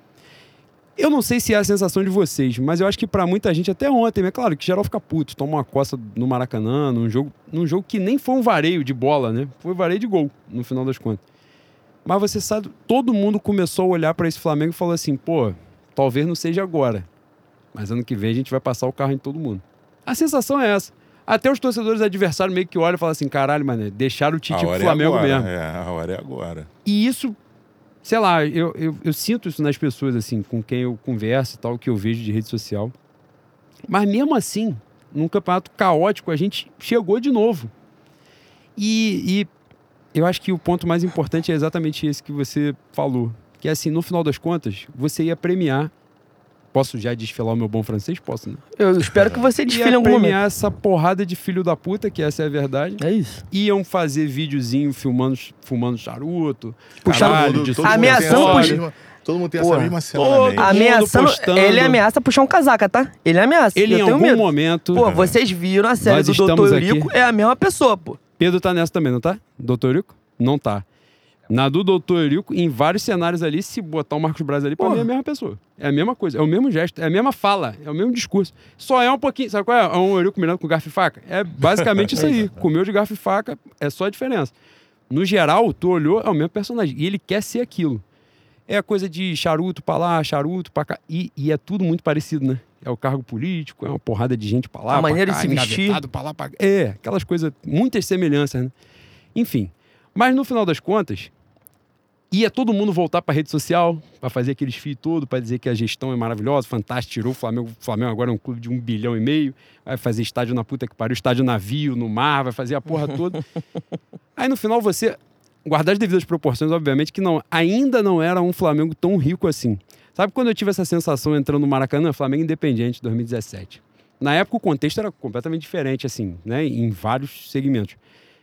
Eu não sei se é a sensação de vocês, mas eu acho que pra muita gente, até ontem, é claro que geral fica puto, toma uma coça no Maracanã, num jogo que nem foi um vareio de bola, né? Foi vareio de gol, no final das contas. Mas você sabe, todo mundo começou a olhar pra esse Flamengo e falou assim, talvez não seja agora, mas ano que vem a gente vai passar o carro em todo mundo. A sensação é essa. Até os torcedores adversários meio que olham e falam assim, caralho, mané, deixaram o Tite pro Flamengo mesmo. A hora é agora. E isso sei lá, eu sinto isso nas pessoas, assim, com quem eu converso e tal, que eu vejo de rede social. Mas mesmo assim, num campeonato caótico, a gente chegou de novo. E eu acho que o ponto mais importante é exatamente esse que você falou. Que é assim, no final das contas, você ia premiar. Posso já desfilar o meu bom francês? Posso, né? Eu espero que você desfile em Ia algum momento. premiar essa porrada de filho da puta, que essa é a verdade. É isso. Iam fazer videozinho fumando charuto. Puxando caralho, de ameaçando puxar. Todo mundo tem Porra. essa mesma cena Todo na mente. Ameaçando. postando. Ele ameaça puxar um casaca, tá? Ele ameaça. Ele eu em tenho algum medo. momento... Pô, vocês viram a série Nós do estamos Dr. aqui. Eurico, é a mesma pessoa, pô. Pedro tá nessa também, não tá? Doutor Eurico? Não tá. Na do Doutor Eurico, em vários cenários ali, se botar o Marcos Braz ali, pra mim é a mesma pessoa. É a mesma coisa, é o mesmo gesto, é a mesma fala, é o mesmo discurso. Só é um pouquinho, sabe qual é? É um Eurico mirando com garfo e faca. É basicamente isso aí. Comeu de garfo e faca, é só a diferença. No geral, tu olhou, é o mesmo personagem. E ele quer ser aquilo. É a coisa de charuto pra lá, charuto pra cá. E é tudo muito parecido, né? É o cargo político, é uma porrada de gente pra lá, A maneira pra cá, de se vestir. engavetado pra lá, pra cá. É, aquelas coisas, muitas semelhanças, né? Enfim. Mas no final das contas, ia todo mundo voltar pra rede social, pra fazer aqueles feed todo, pra dizer que a gestão é maravilhosa, fantástica, tirou o Flamengo. O Flamengo agora é um clube de 1,5 bilhão, vai fazer estádio na puta que pariu, estádio navio, no mar, vai fazer a porra toda. Aí no final você, guardar as devidas proporções, obviamente, que ainda não era um Flamengo tão rico assim. Sabe quando eu tive essa sensação entrando no Maracanã? Flamengo Independiente, 2017. Na época o contexto era completamente diferente, assim, né? Em vários segmentos.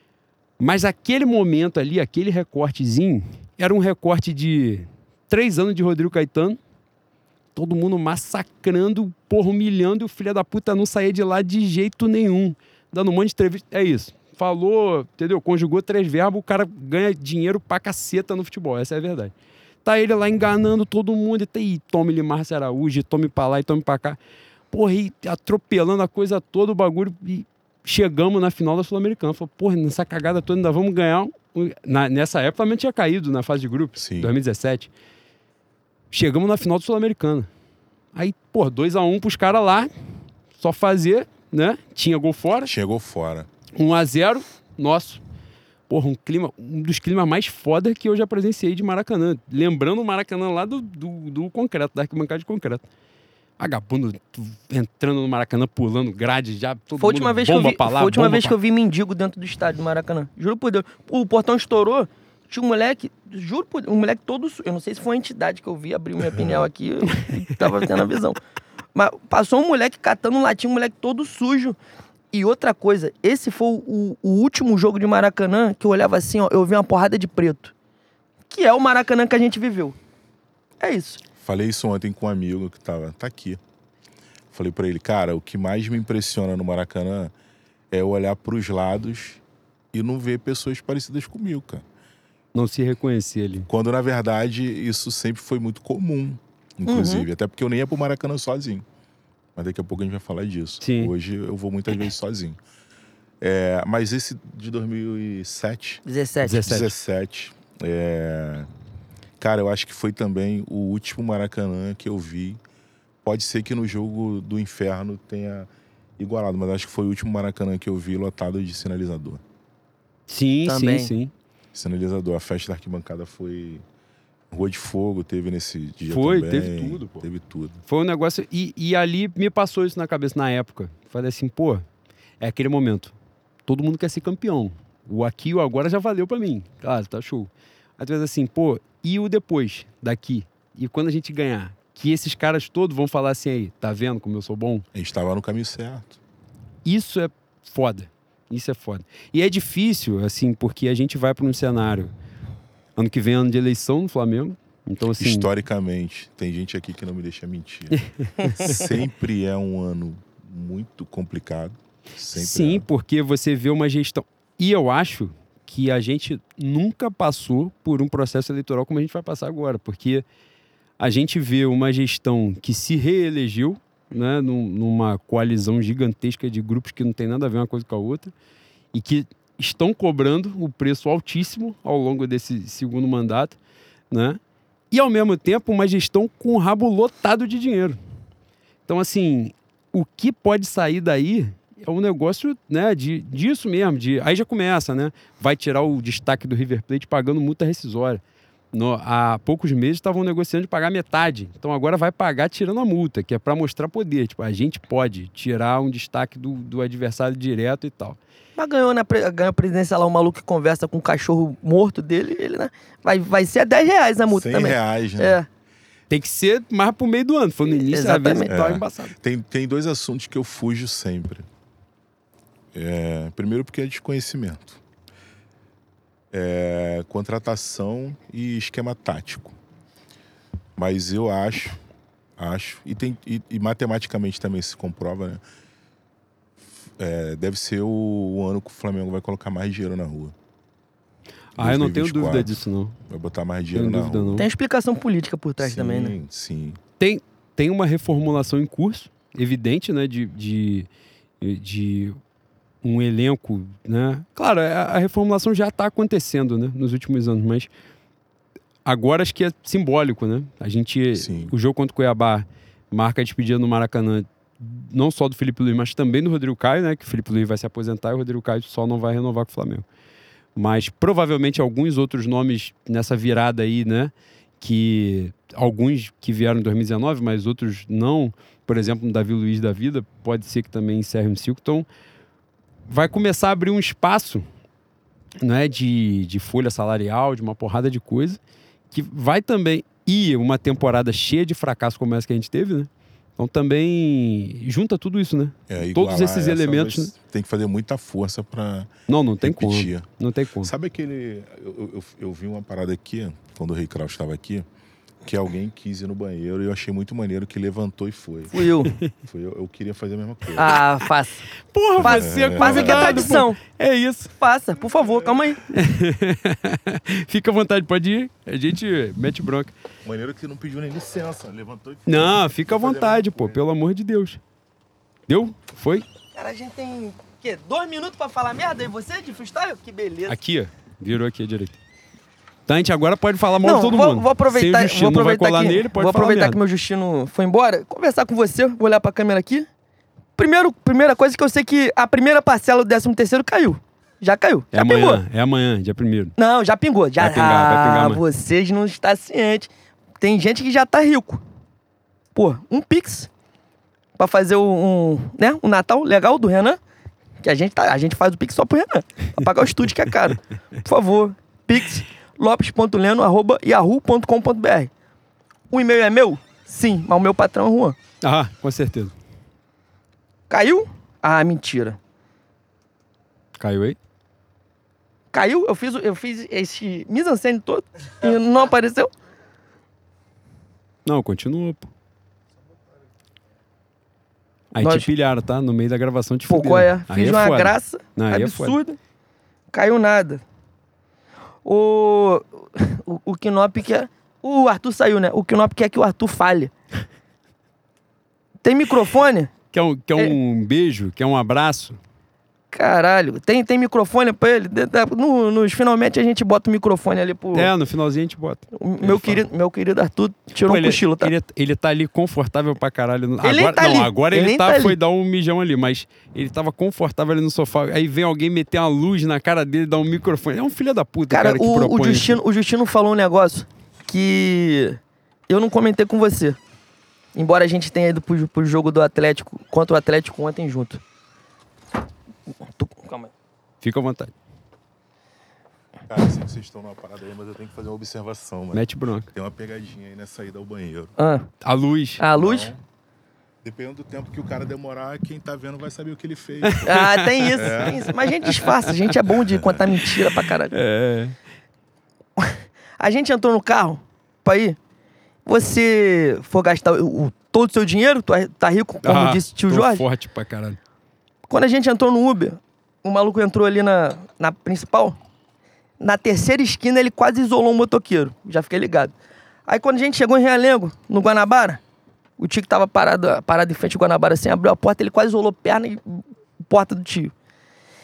Mas aquele momento ali, aquele recortezinho, era um recorte de 3 anos de Rodrigo Caetano, todo mundo massacrando, porra, humilhando, e o filho da puta não saía de lá de jeito nenhum. Dando um monte de entrevista. É isso. Falou, entendeu? Conjugou 3 verbos, o cara ganha dinheiro pra caceta no futebol. Essa é a verdade. Tá ele lá enganando todo mundo. E tome-lhe Márcio Araújo, tome pra lá e tome pra cá. Porra, e atropelando a coisa toda, o bagulho. E chegamos na final da Sul-Americana. Falou, porra, nessa cagada toda ainda vamos ganhar. Nessa época, o Flamengo tinha caído na fase de grupos, 2017. Chegamos na final da Sul-Americana. Aí, porra, 2-1 pros caras lá. Só fazer, né? Tinha gol fora. Chegou fora. 1-0, nosso. Porra, um dos climas mais foda que eu já presenciei de Maracanã. Lembrando o Maracanã lá do concreto, da arquibancada de concreto. Vagabundo entrando no Maracanã, pulando grade, já todo Foi a última mundo vez que eu vi, pra lá, foi a última bomba vez pra... que eu vi mendigo dentro do estádio do Maracanã. Juro por Deus. O portão estourou, tinha um moleque, juro por Deus, um moleque todo sujo. Eu não sei se foi a entidade que eu vi, abriu minha pneu aqui, eu tava tendo a visão. Mas passou um moleque catando um latinho, um moleque todo sujo. E outra coisa, esse foi o último jogo de Maracanã que eu olhava assim, ó, eu vi uma porrada de preto. Que é o Maracanã que a gente viveu. É isso. Falei isso ontem com um amigo que tá aqui. Falei pra ele, cara, o que mais me impressiona no Maracanã é eu olhar pros lados e não ver pessoas parecidas comigo, cara. Não se reconhecer ali. Quando, na verdade, isso sempre foi muito comum, inclusive. Até porque eu nem ia pro Maracanã sozinho. Mas daqui a pouco a gente vai falar disso. Sim. Hoje eu vou muitas vezes sozinho. Mas esse de 2017... 17. Cara, eu acho que foi também o último Maracanã que eu vi. Pode ser que no jogo do Inferno tenha igualado, mas acho que foi o último Maracanã que eu vi lotado de sinalizador. Sim, Também. sim. Sinalizador. A festa da arquibancada foi... Rua de Fogo teve nesse dia Foi, também. teve tudo, pô. Teve tudo. Foi um negócio... E ali me passou isso na cabeça na época. Falei assim, pô, é aquele momento. Todo mundo quer ser campeão. O aqui e o agora já valeu pra mim. Claro, tá show. Às vezes assim, pô, e o depois daqui? E quando a gente ganhar? Que esses caras todos vão falar assim aí, tá vendo como eu sou bom? A gente tava no caminho certo. Isso é foda. Isso é foda. E é difícil, assim, porque a gente vai pra um cenário... Ano que vem é ano de eleição no Flamengo. Então, assim... Historicamente, tem gente aqui que não me deixa mentir. Sempre é um ano muito complicado. Sempre Sim, porque você vê uma gestão... E eu acho que a gente nunca passou por um processo eleitoral como a gente vai passar agora. Porque a gente vê uma gestão que se reelegeu, né, numa coalizão gigantesca de grupos que não tem nada a ver uma coisa com a outra. E que... estão cobrando o preço altíssimo ao longo desse segundo mandato, né? E, ao mesmo tempo, uma gestão com o rabo lotado de dinheiro. Então, assim, o que pode sair daí é um negócio, né, disso mesmo. Aí já começa, né? Vai tirar o destaque do River Plate pagando multa rescisória. há poucos meses estavam negociando de pagar metade. Então agora vai pagar tirando a multa, que é para mostrar poder. Tipo, a gente pode tirar um destaque do adversário direto e tal. Mas ganhou a presidência lá, um maluco que conversa com o cachorro morto dele, ele, né? Vai ser R$10 a multa também. R$100, né? É. Tem que ser mais pro meio do ano. Foi no início, às vezes tá embaçado. Tem dois assuntos que eu fujo sempre. Primeiro porque é desconhecimento. Contratação e esquema tático. Mas eu acho e matematicamente também se comprova, né? Deve ser o ano que o Flamengo vai colocar mais dinheiro na rua. Eu não tenho dúvida disso, não. Vai botar mais dinheiro na rua. Não. Tem explicação política por trás também, né? Sim. Tem uma reformulação em curso, evidente, né? De um elenco, né? Claro, a reformulação já está acontecendo, né? Nos últimos anos, mas agora acho que é simbólico, né? O jogo contra o Cuiabá marca a despedida no Maracanã, não só do Felipe Luiz, mas também do Rodrigo Caio, né? Que o Felipe Luiz vai se aposentar e o Rodrigo Caio só não vai renovar com o Flamengo. Mas provavelmente alguns outros nomes nessa virada aí, né? Que alguns que vieram em 2019, mas outros não. Por exemplo, no Davi Luiz da vida, pode ser que também encerre um ciclo. Então, vai começar a abrir um espaço, né, de folha salarial, de uma porrada de coisa, que vai também ir uma temporada cheia de fracasso como essa que a gente teve, né? Então também junta tudo isso, né? Todos esses elementos. Né? Tem que fazer muita força para Não tem repetir. Como. Não tem como. Sabe aquele... Eu vi uma parada aqui, quando o Rei Kraus estava aqui, que alguém quis ir no banheiro e eu achei muito maneiro que levantou e foi. Fui eu. Eu queria fazer a mesma coisa. Faça. Porra, você Faça que é tradição. É isso. Faça, por favor, calma aí. Fica à vontade, pode ir. A gente mete bronca. Maneiro que não pediu nem licença, levantou e foi. Não, fica à vontade, pô, pelo amor de Deus. Deu? Foi? Cara, a gente tem, o quê? 2 minutos pra falar merda? E você, de freestyle? Que beleza. Aqui, ó. Virou aqui à direita. Então a gente agora pode falar mal de todo mundo. Vou aproveitar, Sem o Justino, não vai colar nele, pode vou aproveitar falar que meu Justino foi embora, conversar com você, vou olhar pra câmera aqui. Primeira coisa que eu sei que a primeira parcela do 13º caiu. Já caiu. Já pingou. É amanhã, dia 1º. Não, já pingou. Já, vai pingar amanhã. Vocês não estão cientes. Tem gente que já tá rico. Pô, um Pix pra fazer um Natal legal do Renan. Que a gente faz o Pix só pro Renan. Pra pagar o estúdio que é caro. Por favor, Pix lopes.leno@yahoo.com.br. O e-mail é meu? Sim, mas o meu patrão é o Juan. Com certeza. Caiu? Mentira. Caiu aí? Caiu? Eu fiz esse mise-en-scène todo e não apareceu? Não, continua, pô. Aí te pilharam, tá? No meio da gravação te fuderam. Qual é? Fiz uma foda. graça absurda. Caiu nada. O Knop quer... O Arthur saiu, né? O Knop quer que o Arthur fale. Tem microfone? Quer um beijo? Quer um abraço? Caralho. Tem microfone pra ele? Nos finalmente a gente bota o microfone ali pro... No finalzinho a gente bota. Meu querido Arthur tirou um cochilo, tá? Ele tá ali confortável pra caralho. Agora ele foi dar um mijão ali, mas ele tava confortável ali no sofá. Aí vem alguém meter uma luz na cara dele, dar um microfone. É um filho da puta, cara, que propõe o Justino falou um negócio que eu não comentei com você. Embora a gente tenha ido pro jogo do Atlético, contra o Atlético ontem junto. Calma aí. Fica à vontade. Cara, eu sei que vocês estão numa parada aí, mas eu tenho que fazer uma observação, mano. Mete bronca. Tem uma pegadinha aí nessa ida ao banheiro. A luz. A luz? Não. Dependendo do tempo que o cara demorar, quem tá vendo vai saber o que ele fez. Tem isso. Mas a gente disfarça, a gente é bom de contar mentira pra caralho. A gente entrou no carro pra ir. Você for gastar todo o seu dinheiro, tu tá rico, como disse o tio Jorge? Forte pra caralho. Quando a gente entrou no Uber, o maluco entrou ali na principal. Na terceira esquina, ele quase isolou um motoqueiro. Já fiquei ligado. Aí, quando a gente chegou em Realengo, no Guanabara, o tio que tava parado em frente ao Guanabara, assim, abriu a porta, ele quase isolou perna e porta do tio.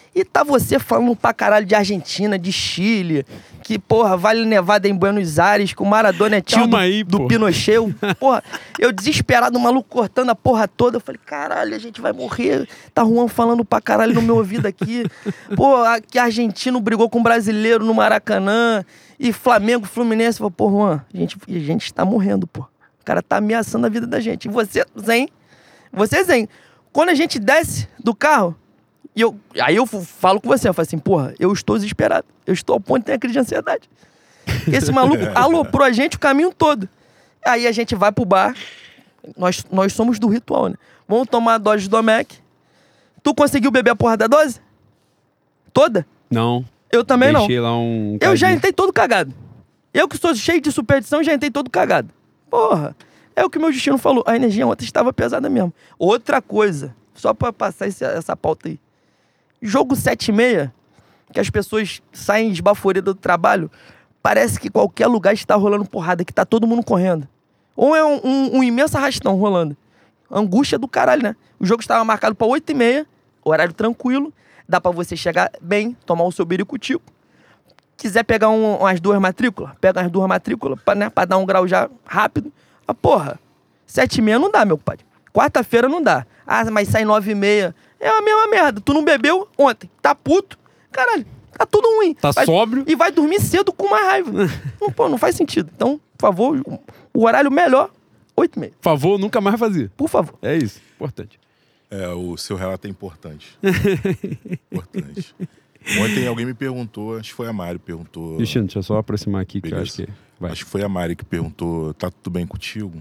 E tá você falando pra caralho de Argentina, de Chile, que, porra, Vale Nevada em Buenos Aires, que o Maradona é tio Calma aí, do pô. Pinochet. Porra, eu desesperado, o maluco cortando a porra toda. Eu falei, caralho, a gente vai morrer. Tá Juan falando pra caralho no meu ouvido aqui. Pô, que argentino brigou com um brasileiro no Maracanã. E Flamengo, Fluminense. Eu falei, pô, Juan, a gente tá morrendo, pô. O cara tá ameaçando a vida da gente. E você, zen. Você, zen. Quando a gente desce do carro, aí eu falo com você, eu falo assim, porra, eu estou desesperado. Eu estou ao ponto de ter uma crise de ansiedade. Esse maluco aloprou a gente o caminho todo. Aí a gente vai pro bar. Nós somos do ritual, né? Vamos tomar a dose de Domec. Tu conseguiu beber a porra da dose? Toda? Não. Eu também não. Deixei lá um... Eu já cadinho. entrei todo cagado. Eu que sou cheio de superstição, já entrei todo cagado. Porra, é o que o meu destino falou. A energia ontem estava pesada mesmo. Outra coisa, só pra passar essa pauta aí. Jogo 7h30, que as pessoas saem esbaforidas do trabalho, parece que qualquer lugar está rolando porrada, que tá todo mundo correndo. Ou é um imenso arrastão rolando. Angústia do caralho, né? O jogo estava marcado pra 8h30, horário tranquilo, dá pra você chegar bem, tomar o seu biricutico. Quiser pegar umas 2 matrículas, pega as 2 matrículas pra dar um grau já rápido. Ah, porra, 7h30 não dá, meu pai. Quarta-feira não dá. Ah, mas sai 9h30. É a mesma merda. Tu não bebeu ontem. Tá puto. Caralho, tá tudo ruim. Tá sóbrio. E vai dormir cedo com mais raiva. Não, pô, não faz sentido. Então, por favor, o horário melhor, 8h30. Por favor, nunca mais fazer. Por favor. É isso, importante. O seu relato é importante. Importante. Ontem alguém me perguntou, acho que foi a Mari que perguntou. Cristiano, deixa eu só aproximar aqui, que eu acho que vai. Acho que foi a Mari que perguntou, tá tudo bem contigo?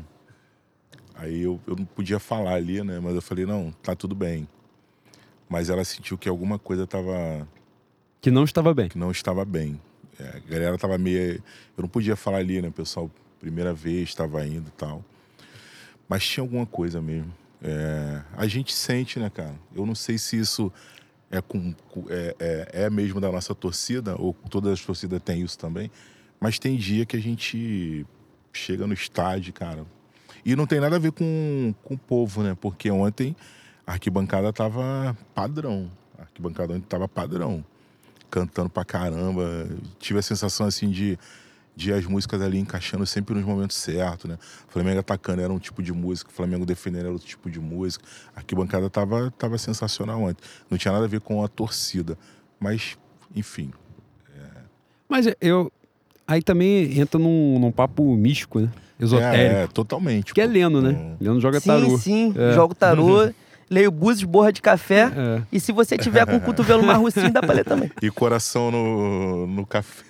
Aí eu não podia falar ali, né? Mas eu falei, não, tá tudo bem. Mas ela sentiu que alguma coisa Que não estava bem. que não estava bem. A galera tava meio... Eu não podia falar ali, né? O pessoal, primeira vez, estava indo e tal. Mas tinha alguma coisa mesmo. A gente sente, né, cara? Eu não sei se isso é mesmo da nossa torcida, ou todas as torcidas têm isso também. Mas tem dia que a gente chega no estádio, cara. E não tem nada a ver com o povo, né? Porque ontem a arquibancada tava padrão. A arquibancada ontem tava padrão. Cantando pra caramba. Tive a sensação, assim, de as músicas ali encaixando sempre nos momentos certos, né? O Flamengo atacando era um tipo de música, o Flamengo defendendo era outro tipo de música. A arquibancada tava sensacional ontem. Não tinha nada a ver com a torcida. Mas, enfim. Mas aí também entra num papo místico, né? Esotérico. Totalmente. Que é Leno, né? Leno joga tarô. Sim, jogo tarô. Leio Búzios, borra de café. E se você tiver com o cotovelo marrocinho, dá pra ler também. E coração no café.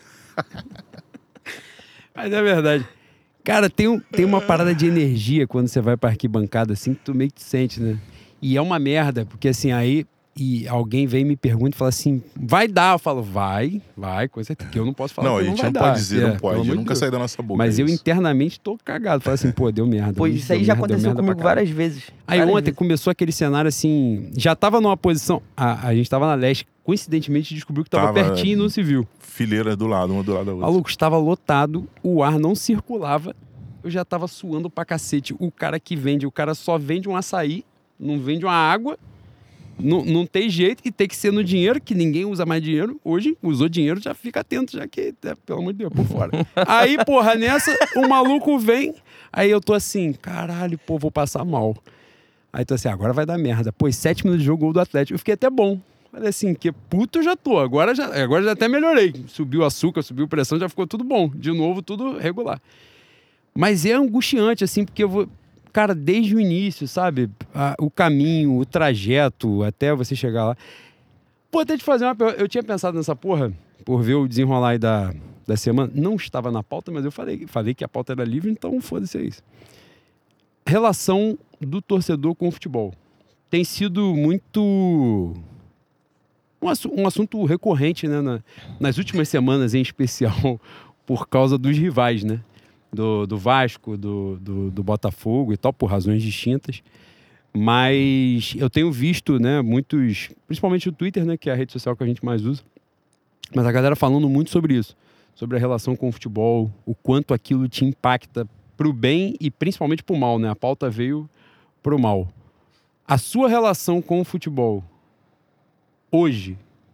Mas é verdade. Cara, tem uma parada de energia quando você vai pra arquibancada, assim, que tu meio que sente, né? E é uma merda, porque assim, aí alguém vem e me pergunta e fala assim, vai dar? Eu falo, vai, com certeza, que eu não posso falar. Não, que a gente vai não dar. pode dizer, não pelo pode. amor de Nunca Deus. sai da nossa boca. Mas eu isso. internamente tô cagado. Falo assim, pô, deu merda. Pois isso aí já aconteceu comigo várias vezes. Aí Várias ontem vezes. começou aquele cenário assim, já tava numa posição, a gente tava na leste, coincidentemente descobriu que tava pertinho e não se viu. Fileira do lado, uma do lado da outra. Maluco, estava lotado, o ar não circulava, eu já tava suando pra cacete. O cara só vende um açaí, não vende uma água, não tem jeito, e tem que ser no dinheiro, que ninguém usa mais dinheiro. Hoje, usou dinheiro, já fica atento, já que, pelo amor de Deus, por fora. Aí, porra, nessa, o maluco vem, aí eu tô assim, caralho, pô, vou passar mal. Aí tô assim, agora vai dar merda. Pô, 7 minutos de jogo, gol do Atlético. Eu fiquei até bom. Falei assim, que puto eu já tô. Agora já até melhorei. Subiu açúcar, subiu pressão, já ficou tudo bom. De novo, tudo regular. Mas é angustiante, assim, porque eu vou... Cara, desde o início, sabe? O caminho, o trajeto, até você chegar lá. Pô, até te fazer uma pergunta. Eu tinha pensado nessa porra, por ver o desenrolar aí da semana. Não estava na pauta, mas eu falei que a pauta era livre, então foda-se, é isso. Relação do torcedor com o futebol. Tem sido muito... Um assunto recorrente, né? Nas últimas semanas, em especial, por causa dos rivais, né? Do Vasco, do Botafogo e tal, por razões distintas. Mas eu tenho visto, né, muitos, principalmente o Twitter, né, que é a rede social que a gente mais usa, mas a galera falando muito sobre isso, sobre a relação com o futebol, o quanto aquilo te impacta pro bem e principalmente pro mal, né? A pauta veio pro mal. A sua relação com o futebol hoje,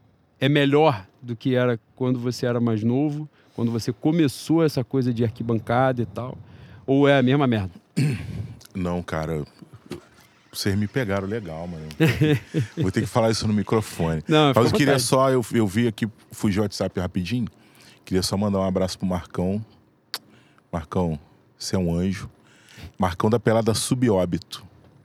é melhor do que era quando você era mais novo, quando você começou essa coisa de arquibancada e tal? Ou é a mesma merda? Não, cara, vocês me pegaram legal, mano. Vou ter que falar isso no microfone. Não, mas eu fica à queria vontade. só, eu vi aqui, fugiu o WhatsApp rapidinho. Queria só mandar um abraço pro Marcão. Marcão, você é um anjo. Marcão da pelada Subóbito.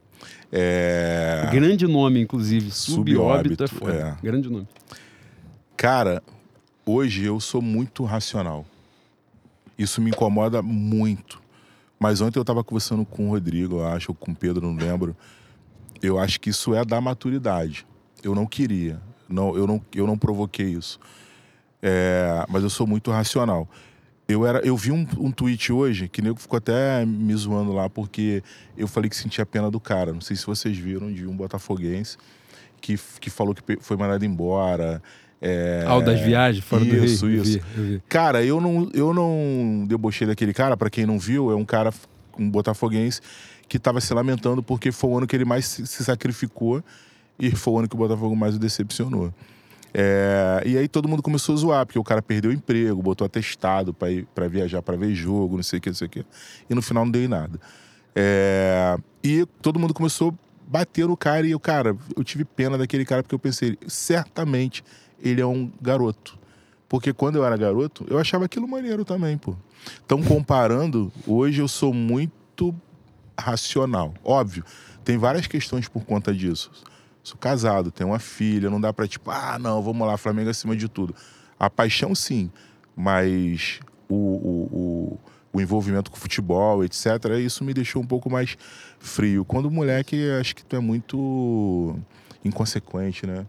Grande nome, inclusive. Subóbito, Subóbito é foda. Grande nome. Cara, hoje eu sou muito racional. Isso me incomoda muito. Mas ontem eu tava conversando com o Rodrigo, eu acho, ou com o Pedro, não lembro. Eu acho que isso é da maturidade. Eu não queria. Eu não provoquei isso. Mas eu sou muito racional. Eu vi um tweet hoje, que o nego ficou até me zoando lá, porque eu falei que sentia pena do cara. Não sei se vocês viram, de um botafoguense que falou que foi mandado embora. O das viagens fora do Rio. Isso. Eu vi. Cara, eu não debochei daquele cara. Pra quem não viu, é um cara, um botafoguense, que tava se lamentando porque foi o ano que ele mais se sacrificou e foi o ano que o Botafogo mais o decepcionou. E aí todo mundo começou a zoar, porque o cara perdeu o emprego, botou atestado pra viajar, pra ver jogo, não sei o que. E no final não deu em nada. E todo mundo começou a bater no cara. E eu tive pena daquele cara, porque eu pensei, certamente ele é um garoto. Porque quando eu era garoto, eu achava aquilo maneiro também, pô. Então, comparando, hoje eu sou muito racional. Óbvio, tem várias questões por conta disso. Sou casado, tenho uma filha, não dá pra não, vamos lá, Flamengo acima de tudo. A paixão, sim, mas o envolvimento com o futebol, etc., isso me deixou um pouco mais frio. Quando moleque, acho que tu é muito inconsequente, né?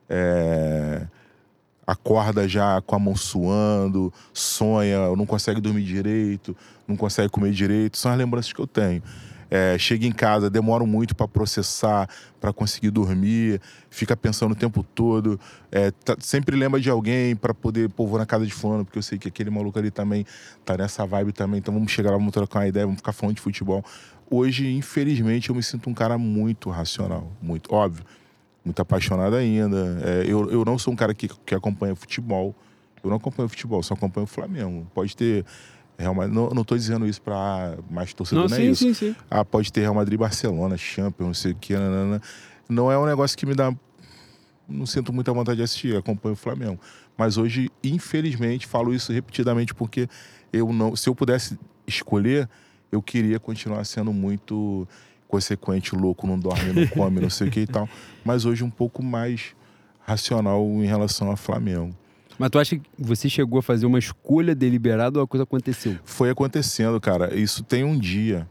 Acorda já com a mão suando, sonha, não consegue dormir direito, não consegue comer direito. São as lembranças que eu tenho. Chega em casa, demoro muito para processar, para conseguir dormir, fica pensando o tempo todo. Sempre lembra de alguém para poder, vou na casa de fulano, porque eu sei que aquele maluco ali também tá nessa vibe também, então vamos chegar lá, vamos trocar uma ideia, vamos ficar falando de futebol. Hoje, infelizmente, eu me sinto um cara muito racional, muito, óbvio, muito apaixonado ainda. Eu não sou um cara que acompanha futebol, eu não acompanho futebol, só acompanho o Flamengo. Pode ter Real Madrid, não estou dizendo isso para mais torcedor, não é isso. Sim. Pode ter Real Madrid, Barcelona, Champions, não sei o que. Não é um negócio que me dá... Não sinto muita vontade de assistir, acompanho o Flamengo. Mas hoje, infelizmente, falo isso repetidamente porque se eu pudesse escolher, eu queria continuar sendo muito consequente, louco, não dorme, não come, não sei o que e tal. Mas hoje um pouco mais racional em relação ao Flamengo. Mas tu acha que você chegou a fazer uma escolha deliberada ou a coisa aconteceu? Foi acontecendo, cara. Isso teve um dia.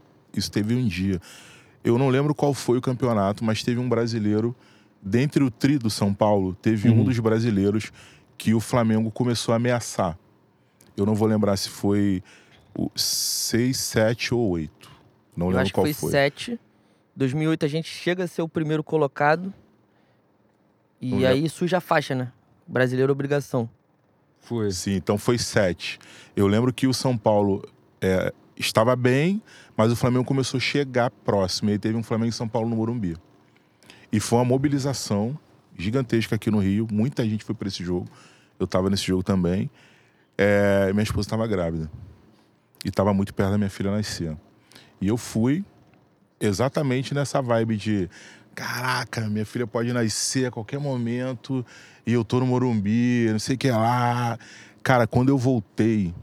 Eu não lembro qual foi o campeonato, mas teve um brasileiro, dentre o tri do São Paulo, teve um dos brasileiros que o Flamengo começou a ameaçar. Eu não vou lembrar se foi o 6, 7 ou 8. Não lembro qual foi. Eu acho que foi 7. 2008 a gente chega a ser o primeiro colocado. E aí suja a faixa, né? Brasileiro obrigação. Foi. Sim, então foi 7. Eu lembro que o São Paulo estava bem, mas o Flamengo começou a chegar próximo. E aí teve um Flamengo e São Paulo no Morumbi. E foi uma mobilização gigantesca aqui no Rio. Muita gente foi para esse jogo. Eu estava nesse jogo também. Minha esposa estava grávida. E estava muito perto da minha filha nascer. E eu fui exatamente nessa vibe de... Caraca, minha filha pode nascer a qualquer momento e eu tô no Morumbi, não sei o que lá. Cara, quando eu voltei,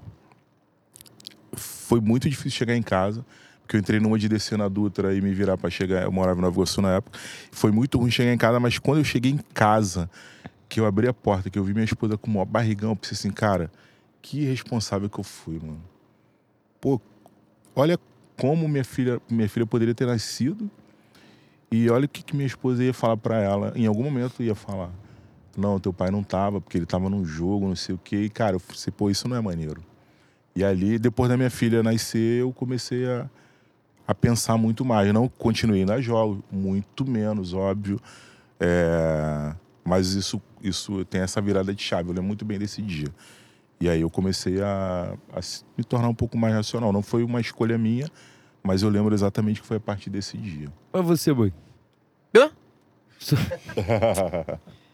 foi muito difícil chegar em casa, porque eu entrei numa de descer na Dutra e me virar pra chegar. Eu morava em Nova Iguaçu na época. Foi muito ruim chegar em casa, mas quando eu cheguei em casa, que eu abri a porta, que eu vi minha esposa com o maior barrigão, eu pensei assim, cara, que irresponsável que eu fui, mano. Pô, olha como minha filha poderia ter nascido. E olha o que minha esposa ia falar pra ela. Em algum momento ia falar. Não, teu pai não tava, porque ele tava num jogo, não sei o quê. E, cara, eu pensei, pô, isso não é maneiro. E ali, depois da minha filha nascer, eu comecei a pensar muito mais. Eu não continuei indo a jogos, muito menos, óbvio. Mas isso tem essa virada de chave. Eu lembro muito bem desse dia. E aí eu comecei a me tornar um pouco mais racional. Não foi uma escolha minha, mas eu lembro exatamente que foi a partir desse dia. Pra você, Boi. Hã?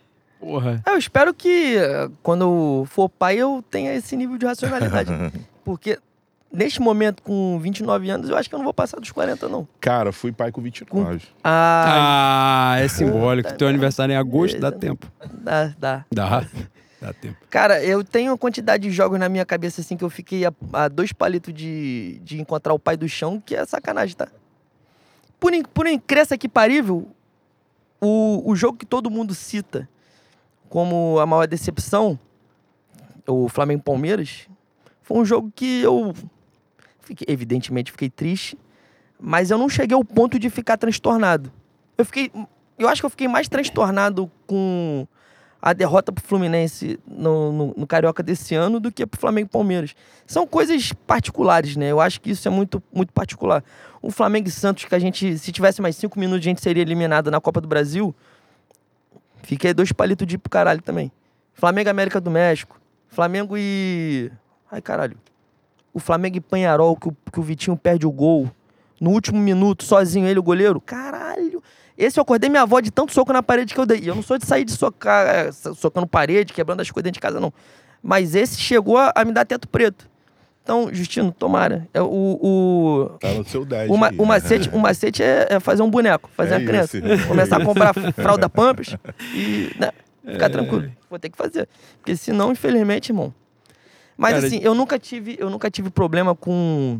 Porra. Eu espero que quando for pai eu tenha esse nível de racionalidade. Porque neste momento, com 29 anos, eu acho que eu não vou passar dos 40, não. Cara, fui pai com 29. É simbólico. Teu aniversário é em agosto, dá tempo. Dá. Dá tempo. Cara, eu tenho uma quantidade de jogos na minha cabeça, assim, que eu fiquei a 2 palitos de encontrar o pai do chão, que é sacanagem, tá? Por incrível que parível, o jogo que todo mundo cita como a maior decepção, o Flamengo e Palmeiras, foi um jogo que eu, evidentemente, fiquei triste, mas eu não cheguei ao ponto de ficar transtornado. Eu acho que eu fiquei mais transtornado com a derrota pro Fluminense no Carioca desse ano do que pro Flamengo e Palmeiras. São coisas particulares, né? Eu acho que isso é muito, muito particular. O Flamengo e Santos, que a gente, se tivesse mais 5 minutos, a gente seria eliminado na Copa do Brasil. Fiquei 2 palitos de ir pro caralho também. Flamengo e América do México. Flamengo e... Ai, caralho. O Flamengo e Penharol, que o Vitinho perde o gol. No último minuto, sozinho ele, o goleiro. Caralho. Esse eu acordei minha avó de tanto soco na parede que eu dei. E eu não sou de sair de socando parede, quebrando as coisas dentro de casa, não. Mas esse chegou a me dar teto preto. Então, Justino, tomara. Tá no seu 10. O macete é fazer um boneco, fazer uma criança. Começar a comprar fralda Pampers e ficar tranquilo. Vou ter que fazer. Porque senão, infelizmente, irmão. Mas cara, assim, eu nunca tive problema com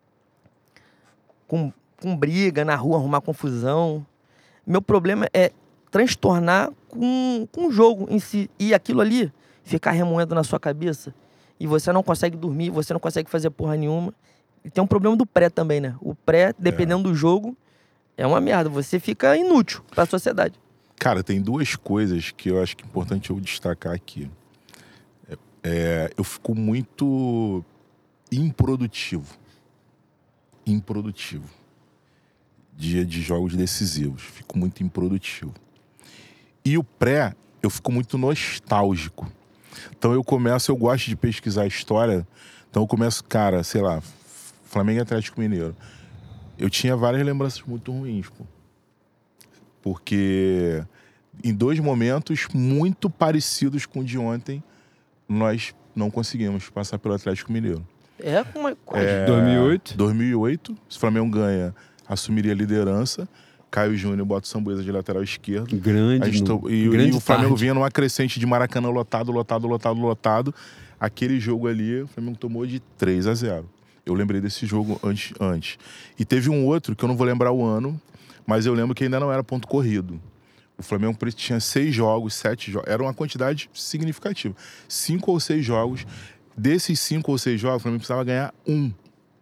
briga na rua, arrumar confusão. Meu problema é transtornar com o jogo em si. E aquilo ali ficar remoendo na sua cabeça. E você não consegue dormir, você não consegue fazer porra nenhuma. E tem um problema do pré também, né? O pré, dependendo do jogo, é uma merda. Você fica inútil pra sociedade. Cara, tem 2 coisas que eu acho que é importante eu destacar aqui. Eu fico muito improdutivo. Dia de jogos decisivos. Fico muito improdutivo. E o pré, eu fico muito nostálgico. Então eu gosto de pesquisar a história. Então eu começo, cara, sei lá, Flamengo e Atlético Mineiro. Eu tinha várias lembranças muito ruins, pô. Porque em 2 momentos muito parecidos com o de ontem, nós não conseguimos passar pelo Atlético Mineiro. 2008? 2008, se o Flamengo ganha, assumiria a liderança. Caio Júnior bota o Sambueza de lateral esquerdo. Grande o Flamengo vinha numa crescente de Maracanã lotado. Aquele jogo ali, o Flamengo tomou de 3-0. Eu lembrei desse jogo antes. E teve um outro, que eu não vou lembrar o ano, mas eu lembro que ainda não era ponto corrido. O Flamengo tinha 6 jogos, 7 jogos. Era uma quantidade significativa. 5 ou 6 jogos. Desses 5 ou 6 jogos, o Flamengo precisava ganhar 1.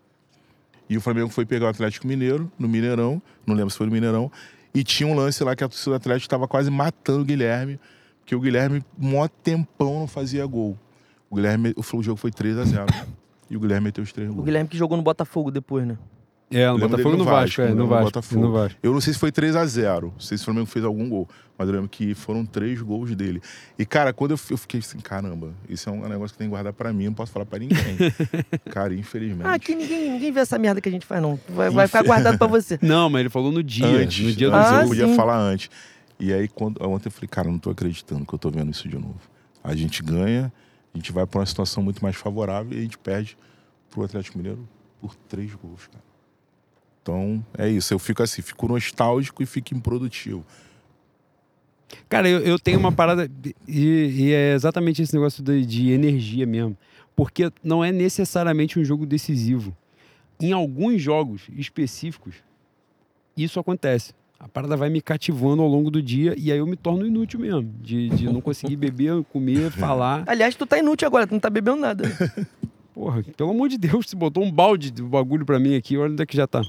E o Flamengo foi pegar o Atlético Mineiro, no Mineirão, não lembro se foi no Mineirão, e tinha um lance lá que a torcida do Atlético estava quase matando o Guilherme, porque o Guilherme, mó tempão, não fazia gol. O jogo foi 3-0. E o Guilherme meteu os 3 gols. O Guilherme que jogou no Botafogo depois, né? No Botafogo e no Vasco. No Vasco. Eu não sei se foi 3-0, não sei se o Flamengo fez algum gol, mas eu lembro que foram 3 gols dele. E, cara, quando eu fiquei assim, caramba, isso é um negócio que tem que guardar pra mim, não posso falar pra ninguém. Cara, infelizmente. Aqui ninguém vê essa merda que a gente faz, não. Vai ficar guardado pra você. Não, mas ele falou no dia. Antes, no dia do eu jogo. podia falar antes. E aí, ontem eu falei, cara, não tô acreditando que eu tô vendo isso de novo. A gente ganha, a gente vai pra uma situação muito mais favorável e a gente perde pro Atlético Mineiro por 3 gols, cara. Então, é isso. Eu fico assim, fico nostálgico e fico improdutivo. Cara, eu tenho uma parada e é exatamente esse negócio de energia mesmo. Porque não é necessariamente um jogo decisivo. Em alguns jogos específicos, isso acontece. A parada vai me cativando ao longo do dia e aí eu me torno inútil mesmo. De não conseguir beber, comer, falar. Aliás, tu tá inútil agora, tu não tá bebendo nada. Porra, pelo amor de Deus, você botou um balde de bagulho pra mim aqui, olha onde é que já tá.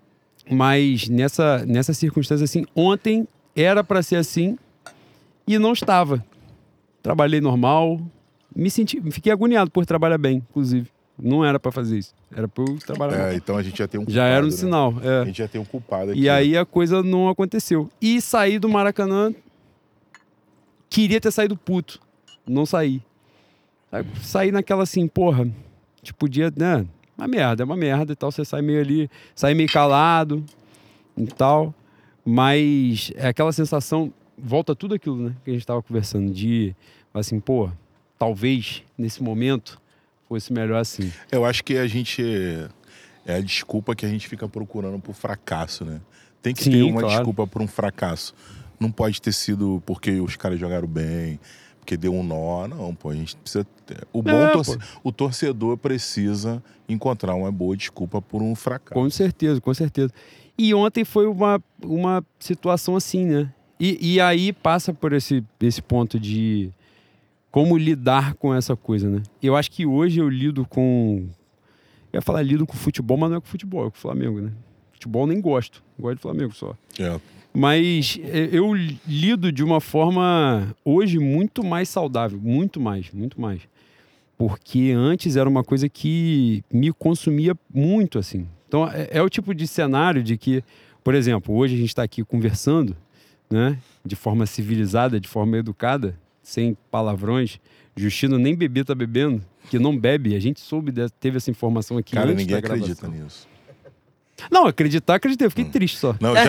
Mas nessa circunstância, assim, ontem era pra ser assim e não estava. Trabalhei normal, fiquei agoniado por trabalhar bem, inclusive. Não era pra fazer isso, era pra eu trabalhar mal. Então a gente já tem um culpado. Já era um né? sinal. A gente já tem um culpado aqui. E aí a coisa não aconteceu. E saí do Maracanã, queria ter saído puto, não saí. Saí naquela assim, porra, tipo, podia, né? É uma merda e tal, você sai meio calado e tal, mas é aquela sensação volta tudo aquilo, né, que a gente estava conversando, de, assim, pô, talvez, nesse momento, fosse melhor assim. Eu acho que a gente... É a desculpa que a gente fica procurando por fracasso, né? Tem que ter uma desculpa por um fracasso. Não pode ter sido porque os caras jogaram bem, porque deu um nó. Não, pô, a gente precisa... O torcedor precisa encontrar uma boa desculpa por um fracasso. Com certeza, com certeza. E ontem foi uma situação assim, né? E aí passa por esse ponto de como lidar com essa coisa, né? Eu acho que hoje eu lido com... Eu ia falar lido com futebol, mas não é com futebol, é com o Flamengo, né? Futebol nem gosto. Gosto de Flamengo só. É. Mas eu lido de uma forma hoje muito mais saudável. Muito mais, muito mais. Porque antes era uma coisa que me consumia muito, assim. Então é o tipo de cenário de que, por exemplo, hoje a gente está aqui conversando, né? De forma civilizada, de forma educada, sem palavrões. Justino nem bebê tá bebendo, que não bebe. A gente teve essa informação aqui. Cara, antes ninguém da gravação. acredita nisso. Não, acreditei. Eu fiquei triste só. Não,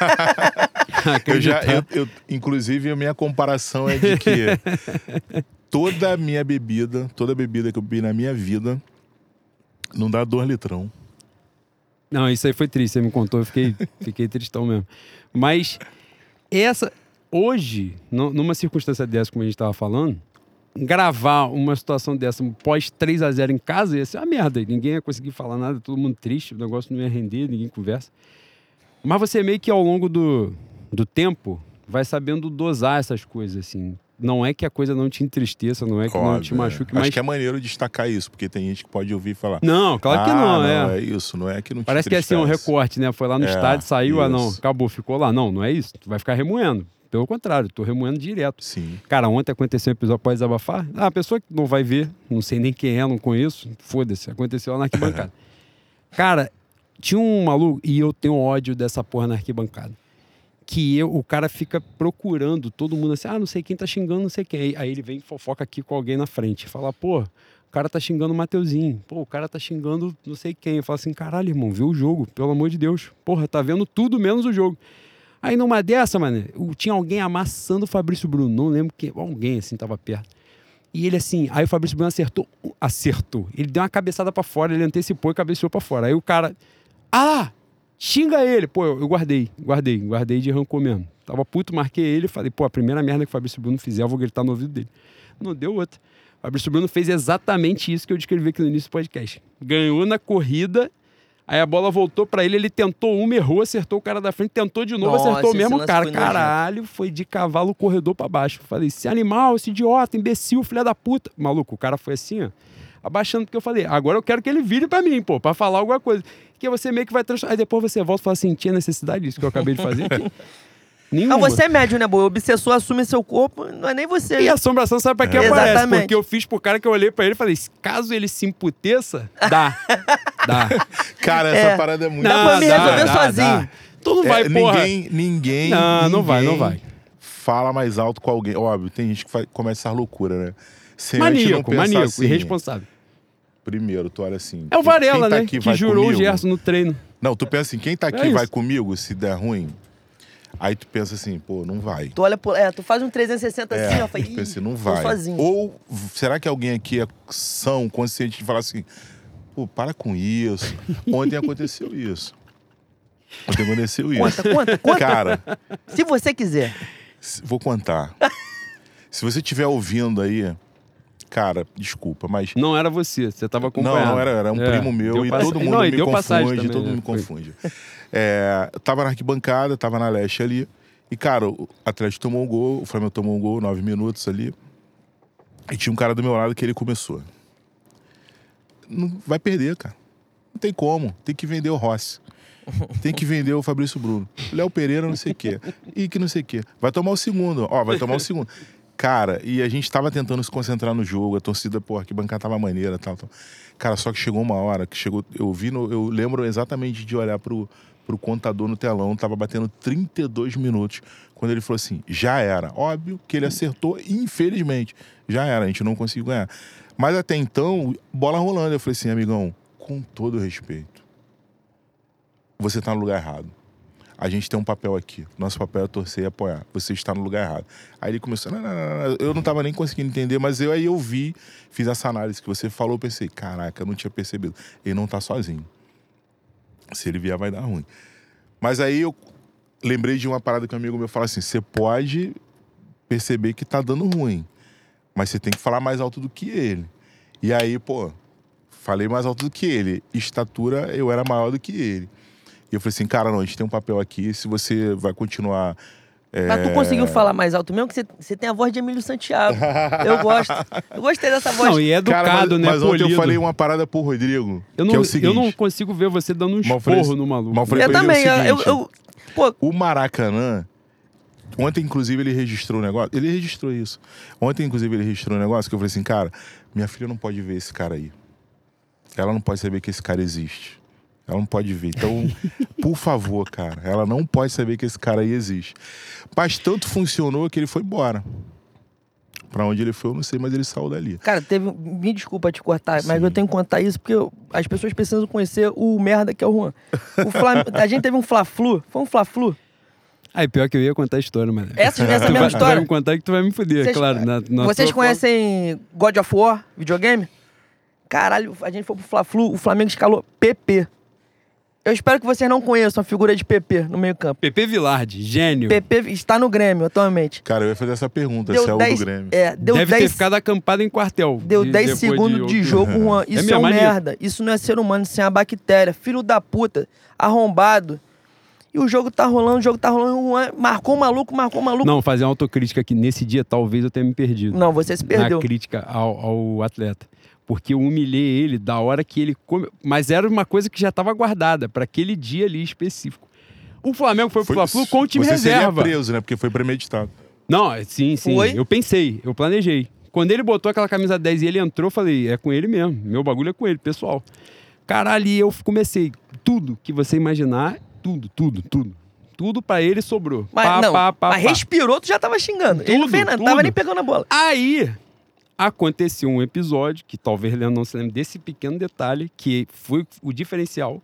inclusive, a minha comparação é de que toda bebida que eu bebi na minha vida não dá 2 litrão. Não, isso aí foi triste. Você me contou, eu fiquei tristão mesmo. Mas hoje, numa circunstância dessa, como a gente estava falando, gravar uma situação dessa pós 3-0 em casa ia ser uma merda. Ninguém ia conseguir falar nada, todo mundo triste, o negócio não ia render, ninguém conversa. Mas você meio que ao longo do tempo vai sabendo dosar essas coisas, assim. Não é que a coisa não te entristeça, não é que não te machuque. Acho que é maneiro destacar isso, porque tem gente que pode ouvir e falar... Não, claro que não, é isso, não é que não te Parece que é assim, um recorte, né? Foi lá no estádio, saiu, não, acabou, ficou lá. Não é isso. Tu vai ficar remoendo. Pelo contrário, tô remoendo direto. Sim. Cara, ontem aconteceu um episódio, pode desabafar? A pessoa que não vai ver, não sei nem quem é, não conheço, foda-se, aconteceu lá na arquibancada. Cara, tinha um maluco, e eu tenho ódio dessa porra na arquibancada, que o cara fica procurando todo mundo assim, não sei quem tá xingando, não sei quem. Aí ele vem e fofoca aqui com alguém na frente, fala, pô, o cara tá xingando o Mateuzinho, pô, o cara tá xingando não sei quem. Eu falo assim, caralho, irmão, vê o jogo, pelo amor de Deus. Porra, tá vendo tudo menos o jogo. Aí numa dessa, mano, tinha alguém amassando o Fabrício Bruno, não lembro que alguém assim tava perto. E ele assim, aí o Fabrício Bruno acertou. Ele deu uma cabeçada pra fora, ele antecipou e cabeceou pra fora. Aí o cara, xinga ele. Pô, eu guardei de rancor mesmo. Tava puto, marquei ele, falei, pô, a primeira merda que o Fabrício Bruno fizer, eu vou gritar no ouvido dele. Não deu outra. O Fabrício Bruno fez exatamente isso que eu descrevi aqui no início do podcast. Ganhou na corrida. Aí a bola voltou pra ele, ele tentou uma, errou, acertou o cara da frente, tentou de novo, acertou o mesmo cara. Caralho, foi de cavalo corredor pra baixo. Falei, esse animal, esse idiota, imbecil, filha da puta. Maluco, o cara foi assim, ó, abaixando, porque eu falei, agora eu quero que ele vire pra mim, pô, pra falar alguma coisa. Que você meio que vai transformar. Aí depois você volta e fala assim, tinha necessidade disso que eu acabei de fazer aqui? Nenhuma. Você é médio, né, boa? O obsessor assume seu corpo, não é nem você. E a assombração sabe pra que aparece? Exatamente. Porque eu fiz pro cara que eu olhei pra ele e falei, caso ele se emputeça, dá. Cara, essa parada é muito... Dá pra me resolver sozinho. Tu não vai, porra. Ninguém não vai. Fala mais alto com alguém. Óbvio, tem gente que começa essa loucura, né? Maníaco, assim, irresponsável. Primeiro, tu olha assim... É o Varela, tá né? Aqui, que jurou comigo? O Gerson no treino. Não, tu pensa assim, quem tá aqui vai comigo se der ruim? Aí tu pensa assim, pô, não vai. Tu olha tu faz um 360 assim, ó, fala, tu pensa assim, não vai. Sozinho. Ou será que alguém aqui é são, consciente de falar assim, pô, para com isso. Ontem aconteceu isso. Conta. Cara, se você quiser. Vou contar. Se você estiver ouvindo aí, cara, desculpa, mas... Não era você tava acompanhando. Não era um primo meu e todo mundo me confunde, todo mundo me confunde. Eu tava na arquibancada, tava na leste ali, e, cara, o Atlético tomou um gol, o Flamengo tomou um gol, 9 minutos ali, e tinha um cara do meu lado que ele começou. Não vai perder, cara. Não tem como, tem que vender o Rossi. Tem que vender o Fabrício Bruno. Léo Pereira, não sei o quê. E que não sei o quê. Vai tomar o segundo. Cara, e a gente tava tentando se concentrar no jogo, a torcida, pô, que bancada tava maneira e tal. Cara, só que chegou uma hora que eu lembro exatamente de olhar pro contador no telão, tava batendo 32 minutos, quando ele falou assim, já era. Óbvio que ele acertou, infelizmente. Já era, a gente não conseguiu ganhar. Mas até então, bola rolando. Eu falei assim, amigão, com todo respeito, você tá no lugar errado. A gente tem um papel aqui. Nosso papel é torcer e apoiar. Você está no lugar errado. Aí ele começou, não. Eu não tava nem conseguindo entender, mas eu vi, fiz essa análise que você falou, eu pensei, caraca, eu não tinha percebido. Ele não tá sozinho. Se ele vier, vai dar ruim. Mas aí eu lembrei de uma parada que um amigo meu fala assim, você pode perceber que tá dando ruim, mas você tem que falar mais alto do que ele. E aí, pô, falei mais alto do que ele. Estatura, eu era maior do que ele. E eu falei assim, cara, não, a gente tem um papel aqui, se você vai continuar... Mas tu conseguiu falar mais alto mesmo? Que você tem a voz de Emílio Santiago. Eu gosto. Eu gostei dessa voz. Não, e é educado, cara, né? Mas ontem polido. eu falei uma parada pro Rodrigo, Eu não, que é o seguinte... eu não consigo ver você dando um esporro no maluco. Mas eu falei Eu pra ele também. o seguinte, Pô, o Maracanã... Ontem, inclusive, ele registrou um negócio. Ele registrou isso. Ontem, inclusive, ele registrou um negócio que eu falei assim, cara, minha filha não pode ver esse cara aí. Ela não pode saber que esse cara existe. Ela não pode ver. Então, por favor, cara, ela não pode saber que esse cara aí existe. Mas tanto funcionou que ele foi embora. Pra onde ele foi, eu não sei, mas ele saiu dali. cara, me desculpa te cortar, mas Sim. eu tenho que contar isso porque as pessoas precisam conhecer o merda que é o Juan. A gente teve um Fla-Flu. Foi um Fla-Flu. Aí, pior que eu ia contar a história, mano. Essa mesma Tu vai história. me contar que tu vai me fuder, claro. Vocês conhecem God of War, videogame? Caralho, a gente foi pro Fla-Flu, o Flamengo escalou PP. Eu espero que vocês não conheçam a figura de PP no meio-campo. PP Vilardi, gênio. PP está no Grêmio atualmente. Cara, eu ia fazer essa pergunta, Deu se é o 10 do Grêmio. Deu Deve 10 ter ficado acampado em quartel. Deu 10 depois segundos de outro- jogo, Juan. Isso é minha um mania. merda. Isso não é ser humano, isso é uma bactéria. Filho da puta, arrombado. E o jogo tá rolando, o Juan marcou o maluco. Não, fazer uma autocrítica aqui. Nesse dia, talvez eu tenha me perdido. Não, você se perdeu. Na crítica ao atleta. Porque eu humilhei ele da hora que ele... Mas era uma coisa que já estava guardada para aquele dia ali específico. O Flamengo foi pro Fla-Flu com o time você reserva. Seria preso, né? Porque foi premeditado. Não, sim. Foi? Eu pensei, eu planejei. Quando ele botou aquela camisa 10 e ele entrou, eu falei, é com ele mesmo. Meu bagulho é com ele, pessoal. Caralho, e eu comecei. Tudo que você imaginar, tudo. Tudo pra ele sobrou. Mas respirou, tu já tava xingando. Ele não fez nada, tava nem pegando a bola. Aí, aconteceu um episódio, que talvez Leandro não se lembre desse pequeno detalhe, que foi o diferencial.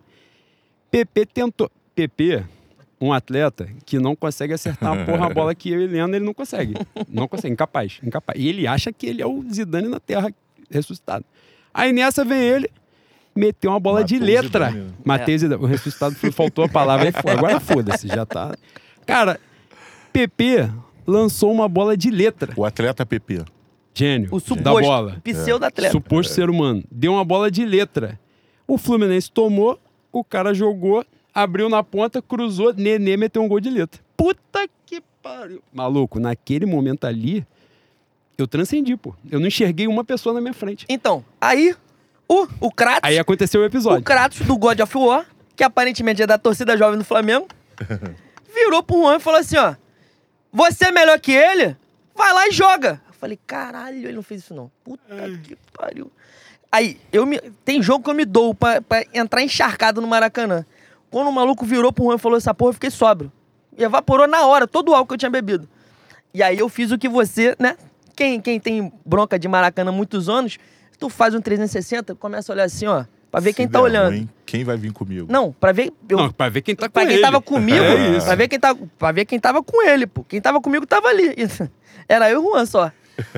PP, um atleta que não consegue acertar a bola que eu e Leandro, ele não consegue. Não consegue, incapaz. E ele acha que ele é o Zidane na Terra ressuscitado. Aí nessa vem ele, meteu uma bola de letra. Matei Zidane. O ressuscitado faltou a palavra. Agora foda-se, já tá. Cara, PP lançou uma bola de letra. O atleta PP. Gênio O suposto, da bola. pseudo-atleta. Suposto ser humano. Deu uma bola de letra. O Fluminense tomou, o cara jogou, abriu na ponta, cruzou, Nenê meteu um gol de letra. Puta que pariu. Maluco, naquele momento ali, eu transcendi, pô. Eu não enxerguei uma pessoa na minha frente. Então, aí, o Kratos... Aí aconteceu o episódio. O Kratos do God of War, que aparentemente é da torcida jovem do Flamengo, virou pro Juan e falou assim, ó, você é melhor que ele? Vai lá e joga. Eu falei, caralho, ele não fez isso não. Puta que pariu. Aí, tem jogo que eu me dou pra entrar encharcado no Maracanã. Quando o maluco virou pro Juan e falou essa porra, eu fiquei sóbrio. E evaporou na hora, todo o álcool que eu tinha bebido. E aí eu fiz o que você, né? Quem tem bronca de Maracanã há muitos anos, tu faz um 360, começa a olhar assim, ó, pra ver quem tá olhando. Ruim, quem vai vir comigo? Não, pra ver... Não, pra ver quem tá com pra ele. quem tava comigo, É isso. pra ver quem tava com ele, pô. Quem tava comigo tava ali. Era eu e o Juan só.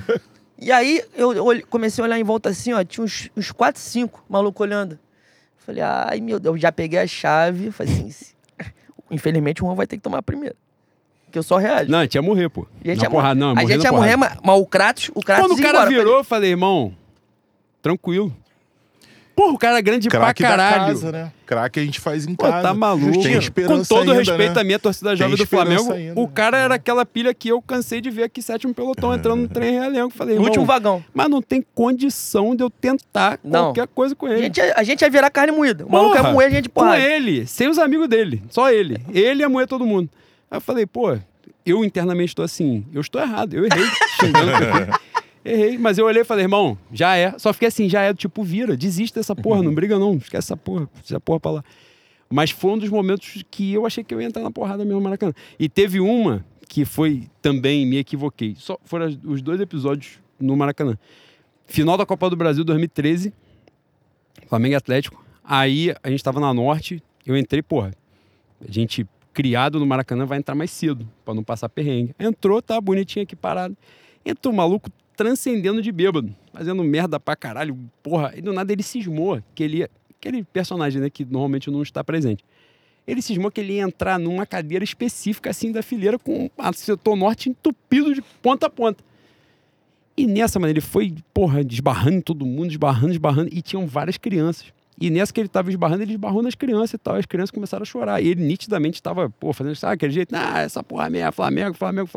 E aí, eu comecei a olhar em volta assim, ó, tinha uns 4, 5 malucos olhando. Falei, ai, meu Deus, eu já peguei a chave, falei assim, infelizmente o Juan vai ter que tomar primeiro. Que eu só reajo. Não, a gente ia morrer, pô. A gente Na porrada, não, a gente ia morrer, mas o Kratos Quando o ia cara embora. virou, eu falei, irmão, tranquilo. Porra, o cara é grande Craque pra da caralho. casa, né? Craque a gente faz em Pô, casa. tá maluco. Tem Com esperança todo ainda, respeito né? à minha torcida jovem do esperança Flamengo, ainda. o cara era aquela pilha que eu cansei de ver aqui, 7º pelotão entrando no trem Realengo. Falei, No irmão, último vagão. mas não tem condição de eu tentar Não. qualquer coisa com ele. A gente ia virar carne moída. O maluco ia Porra, moer a gente com porra. ele, sem os amigos dele, só ele. Ele ia moer todo mundo. Aí eu falei, pô, eu internamente estou assim, eu estou errado, eu errei, xingando. Errei, mas eu olhei e falei, irmão, já é. Só fiquei assim, já é, tipo, vira, desiste dessa porra, não briga não, esquece essa porra pra lá. Mas foi um dos momentos que eu achei que eu ia entrar na porrada mesmo no Maracanã. E teve uma que foi também, me equivoquei. Só foram os 2 episódios no Maracanã. Final da Copa do Brasil 2013, Flamengo e Atlético. Aí a gente tava na Norte, eu entrei, porra, a gente criado no Maracanã vai entrar mais cedo, pra não passar perrengue. Entrou, tá bonitinho aqui parado. Entrou o maluco transcendendo de bêbado, fazendo merda pra caralho, porra. E do nada ele cismou que ele ia... Aquele personagem, né, que normalmente não está presente. Ele cismou que ele ia entrar numa cadeira específica, assim, da fileira, com o setor norte entupido de ponta a ponta. E nessa, mano, ele foi, porra, desbarrando em todo mundo, desbarrando, e tinham várias crianças. E nessa que ele tava esbarrando, ele esbarrou nas crianças e tal. As crianças começaram a chorar. E ele nitidamente tava, pô, fazendo, sabe, aquele jeito, essa porra é minha, Flamengo.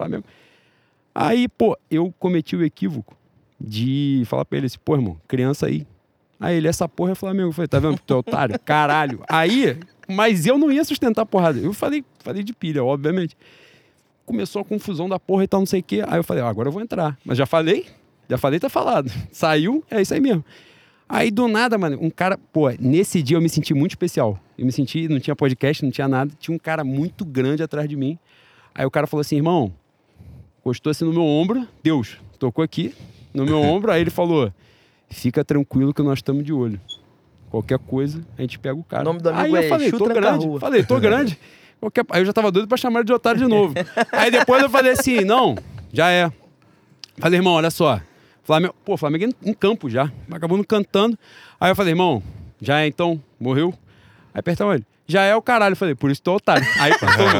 Aí, pô, eu cometi o equívoco de falar pra ele assim, pô, irmão, criança aí. Aí ele, essa porra é Flamengo. Eu falei, tá vendo, tu é otário? Caralho. Aí, mas eu não ia sustentar a porrada. Eu falei de pilha, obviamente. Começou a confusão da porra e tal, não sei o quê. Aí eu falei, agora eu vou entrar. Mas já falei, tá falado. Saiu, é isso aí mesmo. Aí do nada, mano, um cara... Pô, nesse dia eu me senti muito especial. Eu me senti, não tinha podcast, não tinha nada. Tinha um cara muito grande atrás de mim. Aí o cara falou assim, irmão, encostou assim no meu ombro. Deus, tocou aqui no meu ombro. Aí ele falou, fica tranquilo que nós estamos de olho. Qualquer coisa, a gente pega o cara. O nome do amigo aí eu falei, tô grande. Falei, tô grande. Aí eu já tava doido pra chamar ele de otário de novo. Aí depois eu falei assim, não, já é. Falei, irmão, olha só. Flamengo em campo já. Acabou cantando. Aí eu falei, irmão, já é então? Morreu? Aí apertamos ele. Já é o caralho. Eu falei, por isso tô otário. Aí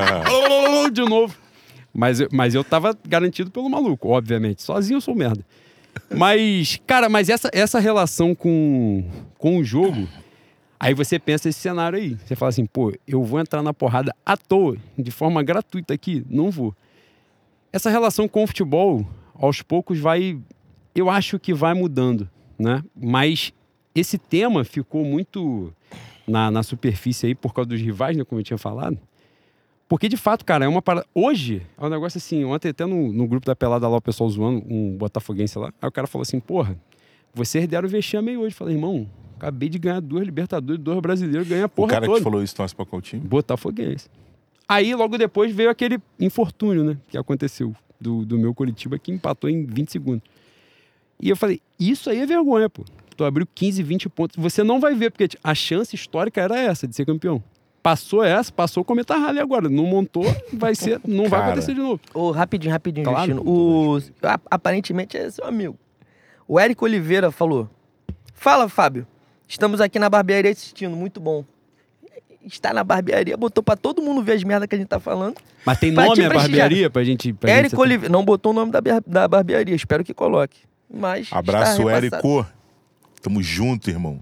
de novo. Mas eu tava garantido pelo maluco, obviamente. Sozinho eu sou merda. Mas, cara, essa relação com o jogo, aí você pensa esse cenário aí. Você fala assim, pô, eu vou entrar na porrada à toa, de forma gratuita aqui? Não vou. Essa relação com o futebol, aos poucos, eu acho que vai mudando, né? Mas esse tema ficou muito na superfície aí por causa dos rivais, né, como eu tinha falado. Porque, de fato, cara, é uma parada... Hoje, é um negócio assim... Ontem, até no grupo da Pelada lá, o pessoal zoando, um botafoguense lá. Aí o cara falou assim, porra, vocês deram vexame aí hoje. Eu falei, irmão, acabei de ganhar 2 Libertadores, 2 brasileiros, ganhei a porra toda. O cara que falou isso, torce pra qual time? Botafoguense. Aí, logo depois, veio aquele infortúnio, né? Que aconteceu do meu Coritiba, que empatou em 20 segundos. E eu falei, isso aí é vergonha, pô. Tu abriu 15, 20 pontos. Você não vai ver, porque a chance histórica era essa, de ser campeão. Passou o Cometa Halley agora. Não montou, não vai acontecer de novo. Rapidinho, Claro. Justino. Aparentemente é seu amigo. O Érico Oliveira falou, fala, Fábio, estamos aqui na barbearia assistindo, muito bom. Está na barbearia, botou pra todo mundo ver as merdas que a gente tá falando. Mas tem nome a barbearia pra gente... Érico Oliveira, não botou o nome da barbearia, espero que coloque. Mas abraço, Érico. Tamo junto, irmão.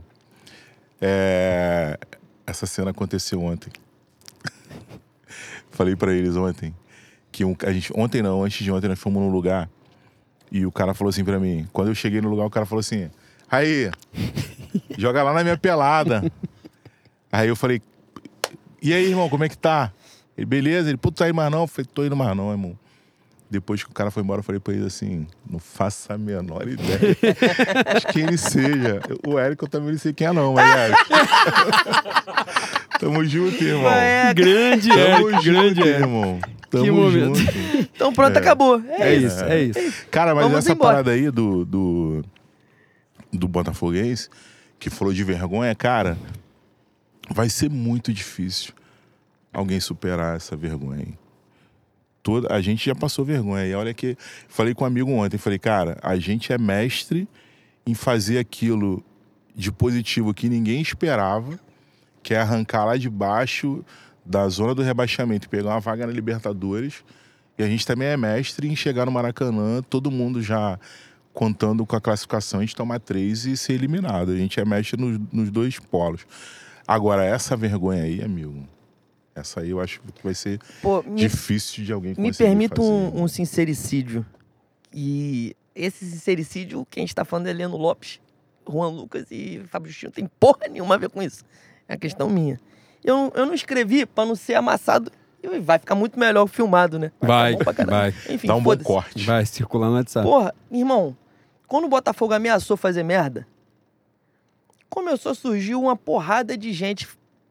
Essa cena aconteceu ontem. Falei pra eles ontem que antes de ontem nós fomos num lugar e o cara falou assim pra mim, quando eu cheguei no lugar o cara falou assim, aí, joga lá na minha pelada. Aí eu falei, e aí, irmão, como é que tá? Ele, beleza? Ele, pô, tu tá indo mais não? Eu falei, tô indo mais não, irmão. Depois que o cara foi embora, eu falei pra ele assim, não faço a menor ideia de quem ele seja. O Érico eu também não sei quem é não, mas Érico. Tamo junto, irmão. Grande Érico, irmão. Tamo que momento. junto. Então pronto, acabou. É isso. Cara, mas Vamos essa embora. parada aí do Botafoguense, que falou de vergonha, cara, vai ser muito difícil alguém superar essa vergonha aí. A gente já passou vergonha. E olha que... Falei com um amigo ontem, falei, cara, a gente é mestre em fazer aquilo de positivo que ninguém esperava, que é arrancar lá de baixo da zona do rebaixamento e pegar uma vaga na Libertadores. E a gente também é mestre em chegar no Maracanã, todo mundo já contando com a classificação, a gente tomar 3 e ser eliminado. A gente é mestre nos 2 polos. Agora, essa vergonha aí, amigo... Essa aí eu acho que vai ser difícil de alguém conseguir Me permita fazer. um sincericídio. E esse sincericídio, quem está falando é Leno Lopes, Juan Lucas e Fábio Justino. Tem porra nenhuma a ver com isso. É a questão minha. Eu não escrevi pra não ser amassado. E vai ficar muito melhor filmado, né? Vai. Enfim, dá um bom corte. Vai circular no WhatsApp. Porra, irmão, quando o Botafogo ameaçou fazer merda, começou a surgir uma porrada de gente...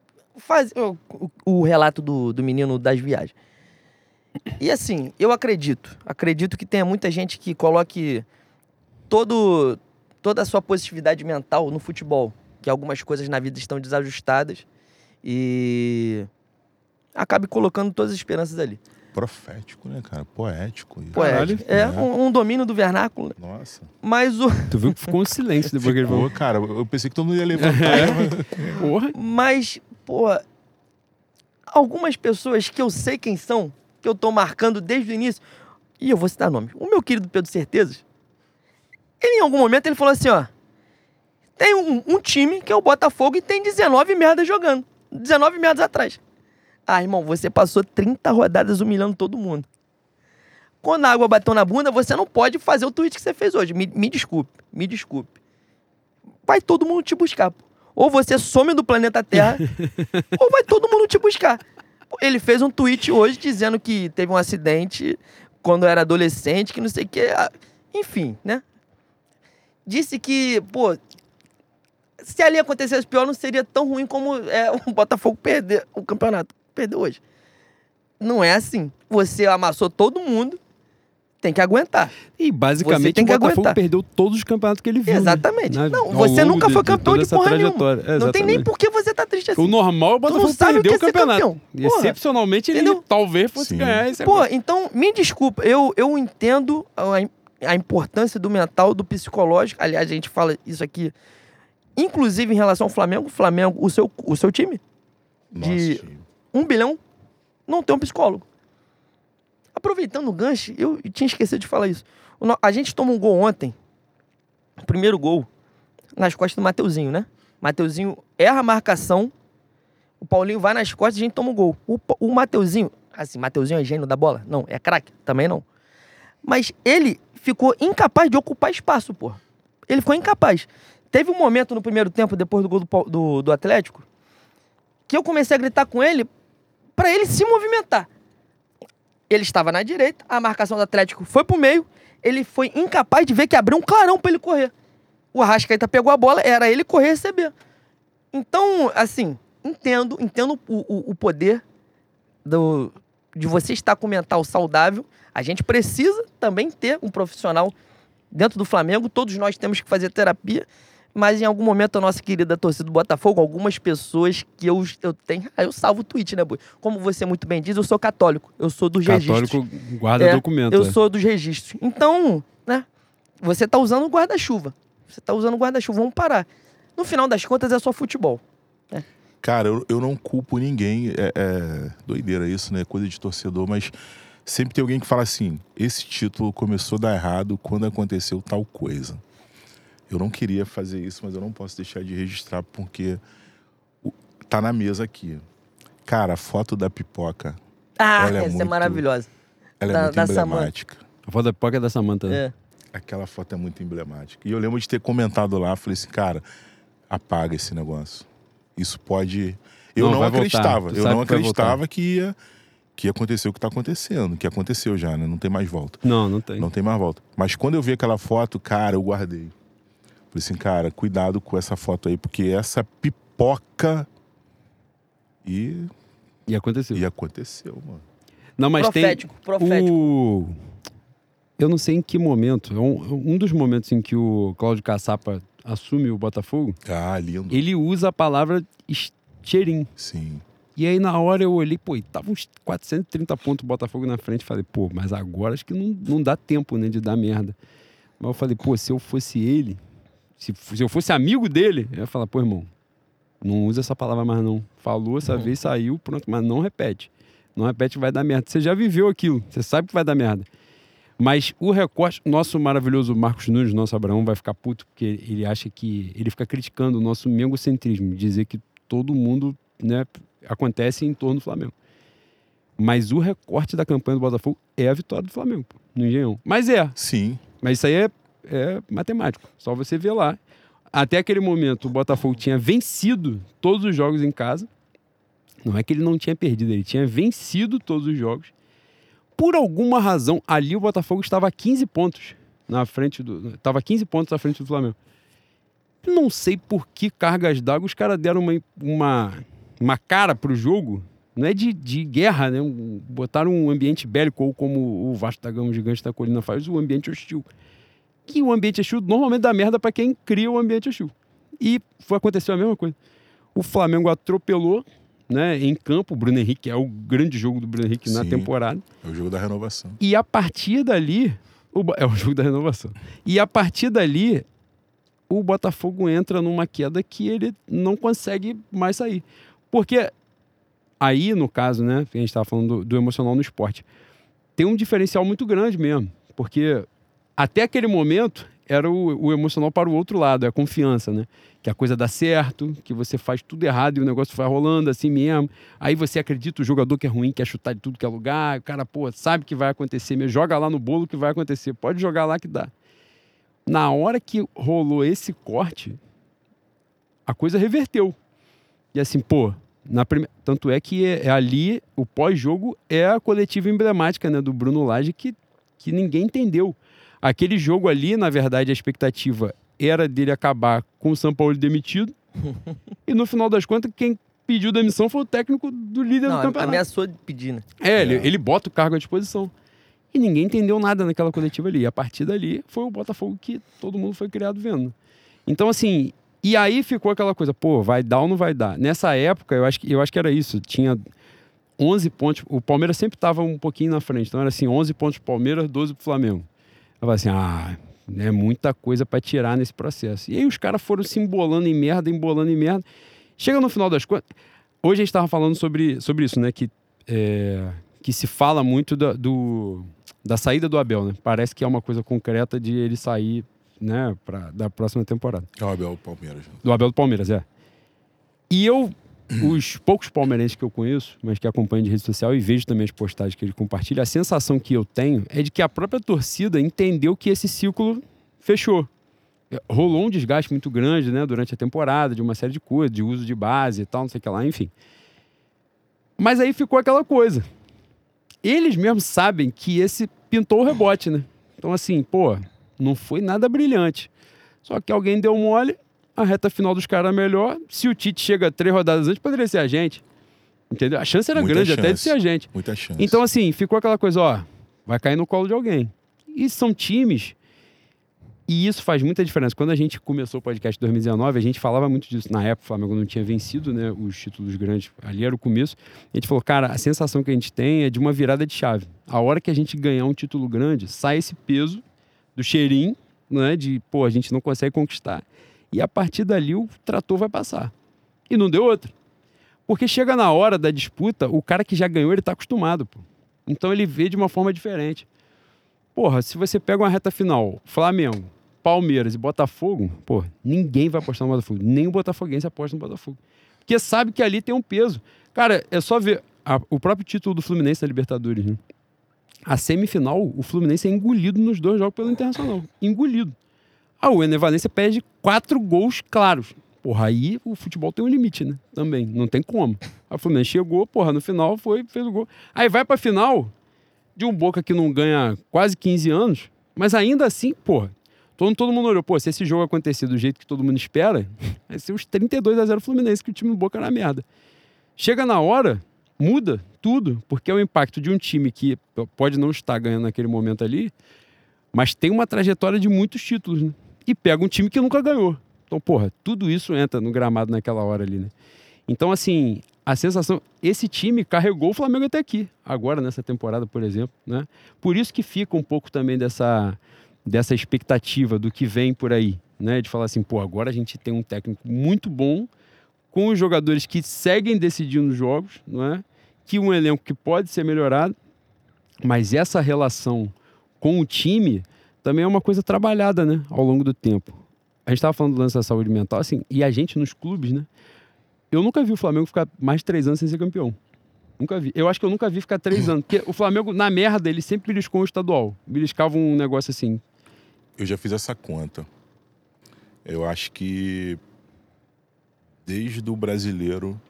O relato do menino das viagens. E assim, eu acredito que tenha muita gente que coloque toda a sua positividade mental no futebol, que algumas coisas na vida estão desajustadas e acabe colocando todas as esperanças ali. Profético, né, cara? Poético. Poético. Um domínio do vernáculo. Nossa. Mas o... Tu viu que ficou um silêncio depois que ele falou. Cara, eu pensei que todo mundo ia levantar. Porra. Mas, pô, algumas pessoas que eu sei quem são, que eu tô marcando desde o início, e eu vou citar nome. O meu querido Pedro Certezas, ele em algum momento ele falou assim, ó, tem um time que é o Botafogo e tem 19 merdas jogando. 19 merdas atrás. Ah, irmão, você passou 30 rodadas humilhando todo mundo. Quando a água bateu na bunda, você não pode fazer o tweet que você fez hoje. Me desculpe, me desculpe. Vai todo mundo te buscar, pô. Ou você some do planeta Terra, ou vai todo mundo te buscar. Ele fez um tweet hoje dizendo que teve um acidente quando era adolescente, que não sei o que. Enfim, né? Disse que, pô, se ali acontecesse pior, não seria tão ruim como o Botafogo perder o campeonato. Perdeu hoje. Não é assim. Você amassou todo mundo, tem que aguentar. E basicamente o Botafogo perdeu todos os campeonatos que ele viu. Exatamente. Né? Não, você nunca foi campeão de porra nenhuma. Não tem nem por que você tá triste assim. O normal é o Botafogo perder o campeonato. E excepcionalmente ele talvez fosse ganhar esse. Pô, então, me desculpa, eu entendo a importância do mental, do psicológico. Aliás, a gente fala isso aqui, inclusive em relação ao Flamengo. O Flamengo, o seu time, de 1 bilhão, não tem um psicólogo. Aproveitando o gancho, eu tinha esquecido de falar isso. A gente toma um gol ontem, o primeiro gol, nas costas do Mateuzinho, né? Mateuzinho erra a marcação, o Paulinho vai nas costas e a gente toma um gol. O Mateuzinho, assim, Mateuzinho é gênio da bola? Não. É craque? Também não. Mas ele ficou incapaz de ocupar espaço, pô. Ele ficou incapaz. Teve um momento no primeiro tempo, depois do gol do Atlético, que eu comecei a gritar com ele para ele se movimentar. Ele estava na direita, a marcação do Atlético foi pro meio, ele foi incapaz de ver que abriu um clarão para ele correr. O Arrascaeta pegou a bola, era ele correr e receber. Então, assim, entendo o poder de você estar com o mental saudável. A gente precisa também ter um profissional dentro do Flamengo, todos nós temos que fazer terapia, mas em algum momento a nossa querida torcida do Botafogo, algumas pessoas que eu tenho... eu salvo o tweet, né, Bui? Como você muito bem diz, eu sou católico. Eu sou dos registros. Católico guarda documento. Eu sou dos registros. Então, né, você tá usando o guarda-chuva. Vamos parar. No final das contas, é só futebol. Né? Cara, eu não culpo ninguém. É doideira isso, né? Coisa de torcedor, mas sempre tem alguém que fala assim, esse título começou a dar errado quando aconteceu tal coisa. Eu não queria fazer isso, mas eu não posso deixar de registrar porque tá na mesa aqui. Cara, a foto da pipoca. Essa é maravilhosa. Ela é muito emblemática. A foto da pipoca é da Samantha. É. Aquela foto é muito emblemática. E eu lembro de ter comentado lá, falei assim, cara, apaga esse negócio. Isso pode... Eu não acreditava. Eu não acreditava que ia acontecer o que tá acontecendo. Que aconteceu já, né? Não tem mais volta. Não tem. Não tem mais volta. Mas quando eu vi aquela foto, cara, eu guardei. Falei assim, cara, cuidado com essa foto aí, porque essa pipoca... E aconteceu. E aconteceu, mano. Não, mas profético. Eu não sei em que momento, um dos momentos em que o Cláudio Caçapa assume o Botafogo, lindo. Ele usa a palavra cheirinho. Sim. E aí na hora eu olhei, pô, tava uns 430 pontos o Botafogo na frente, falei, pô, mas agora acho que não dá tempo, né, de dar merda. Mas eu falei, pô, se eu fosse ele, se eu fosse amigo dele, eu ia falar, pô, irmão, não usa essa palavra mais não. Falou essa vez, saiu, pronto, mas não repete. Não repete que vai dar merda. Você já viveu aquilo, você sabe que vai dar merda. Mas o recorte, nosso maravilhoso Marcos Nunes, nosso Abraão, vai ficar puto, porque ele acha que... Ele fica criticando o nosso mengocentrismo, dizer que todo mundo, né, acontece em torno do Flamengo. Mas o recorte da campanha do Botafogo é a vitória do Flamengo, pô, no Engenhão. Mas Sim. Mas isso aí é matemático, só você ver lá. Até aquele momento, o Botafogo tinha vencido todos os jogos em casa. Não é que ele não tinha perdido, ele tinha vencido todos os jogos. Por alguma razão, ali o Botafogo estava a 15 pontos na frente estava 15 pontos à frente do Flamengo. Não sei por que cargas d'água os caras deram uma cara pro jogo. Não é de guerra, né? Botaram um ambiente bélico, ou como o Vasco da Gama, o Gigante da Colina faz, o ambiente hostil. Que o ambiente hostil normalmente dá merda para quem cria o ambiente hostil. E aconteceu a mesma coisa. O Flamengo atropelou, né, em campo. O Bruno Henrique é o grande jogo do Bruno Henrique na Sim. temporada. É o jogo da renovação. E a partir dali... É o jogo da renovação. E a partir dali, o Botafogo entra numa queda que ele não consegue mais sair. Porque aí, no caso, né, a gente estava falando do emocional no esporte, tem um diferencial muito grande mesmo. Porque até aquele momento era o emocional para o outro lado, é a confiança, né? Que a coisa dá certo, que você faz tudo errado e o negócio vai rolando assim mesmo. Aí você acredita o jogador que é ruim, quer chutar de tudo que é lugar, o cara, pô, sabe que vai acontecer mesmo, joga lá no bolo que vai acontecer, pode jogar lá que dá. Na hora que rolou esse corte, a coisa reverteu. E assim, pô, tanto é que ali, o pós-jogo é a coletiva emblemática, né, do Bruno Lage que ninguém entendeu. Aquele jogo ali, na verdade, a expectativa era dele acabar com o São Paulo demitido. E no final das contas, quem pediu demissão foi o técnico do líder do campeonato. Ameaçou de pedir, né? Ele bota o cargo à disposição. E ninguém entendeu nada naquela coletiva ali. E a partir dali, foi o Botafogo que todo mundo foi criado vendo. Então, assim, e aí ficou aquela coisa, pô, vai dar ou não vai dar? Nessa época, eu acho que era isso. Tinha 11 pontos. O Palmeiras sempre estava um pouquinho na frente. Então era assim, 11 pontos pro Palmeiras, 12 pro Flamengo. Eu falei assim, é muita coisa para tirar nesse processo. E aí os caras foram se embolando em merda. Chega no final das contas... Hoje a gente estava falando sobre isso, né? Que se fala muito da saída do Abel, né? Parece que é uma coisa concreta de ele sair, né? Da próxima temporada. É o Abel do Palmeiras. Né? Do Abel do Palmeiras, é. E os poucos palmeirenses que eu conheço, mas que acompanham de rede social e vejo também as postagens que ele compartilha, a sensação que eu tenho é de que a própria torcida entendeu que esse ciclo fechou. Rolou um desgaste muito grande, né, durante a temporada, de uma série de coisas, de uso de base e tal, não sei o que lá, enfim. Mas aí ficou aquela coisa. Eles mesmos sabem que esse pintou o rebote, né? Então assim, pô, não foi nada brilhante. Só que alguém deu mole, a reta final dos caras é melhor. Se o Tite chega 3 rodadas antes, poderia ser a gente. Entendeu? A chance era grande até de ser a gente. Muita chance. Então, assim, ficou aquela coisa, ó, vai cair no colo de alguém. E são times, e isso faz muita diferença. Quando a gente começou o podcast em 2019, a gente falava muito disso. Na época, o Flamengo não tinha vencido, né, os títulos grandes. Ali era o começo. A gente falou, cara, a sensação que a gente tem é de uma virada de chave. A hora que a gente ganhar um título grande, sai esse peso do cheirinho, né, de, pô, a gente não consegue conquistar. E a partir dali o trator vai passar. E não deu outra. Porque chega na hora da disputa, o cara que já ganhou, ele tá acostumado, pô. Então ele vê de uma forma diferente. Porra, se você pega uma reta final, Flamengo, Palmeiras e Botafogo, pô, ninguém vai apostar no Botafogo. Nem o botafoguense aposta no Botafogo. Porque sabe que ali tem um peso. Cara, é só ver o próprio título do Fluminense na Libertadores, né? A semifinal, o Fluminense é engolido nos 2 jogos pelo Internacional. Engolido. O Ener Valencia perde 4 gols claros. Porra, aí o futebol tem um limite, né? Também, não tem como. A Fluminense chegou, porra, no final fez o gol. Aí vai pra final de um Boca que não ganha quase 15 anos, mas ainda assim, porra, todo mundo olhou, pô, se esse jogo acontecer do jeito que todo mundo espera, vai ser os 32-0 Fluminense, que o time do Boca era merda. Chega na hora, muda tudo, porque é o impacto de um time que pode não estar ganhando naquele momento ali, mas tem uma trajetória de muitos títulos, né? E pega um time que nunca ganhou. Então, porra, tudo isso entra no gramado naquela hora ali, né? Então, assim, a sensação... Esse time carregou o Flamengo até aqui. Agora, nessa temporada, por exemplo, né? Por isso que fica um pouco também dessa expectativa do que vem por aí, né? De falar assim, pô, agora a gente tem um técnico muito bom, com os jogadores que seguem decidindo os jogos, não é? Que um elenco que pode ser melhorado, mas essa relação com o time também é uma coisa trabalhada, né, ao longo do tempo. A gente estava falando do lance da saúde mental, assim, e a gente nos clubes, né? Eu nunca vi o Flamengo ficar mais de 3 anos sem ser campeão. Nunca vi. Eu acho que eu nunca vi ficar 3 anos. Porque o Flamengo, na merda, ele sempre beliscou o estadual. Beliscava um negócio assim. Eu já fiz essa conta. Eu acho que desde o brasileiro,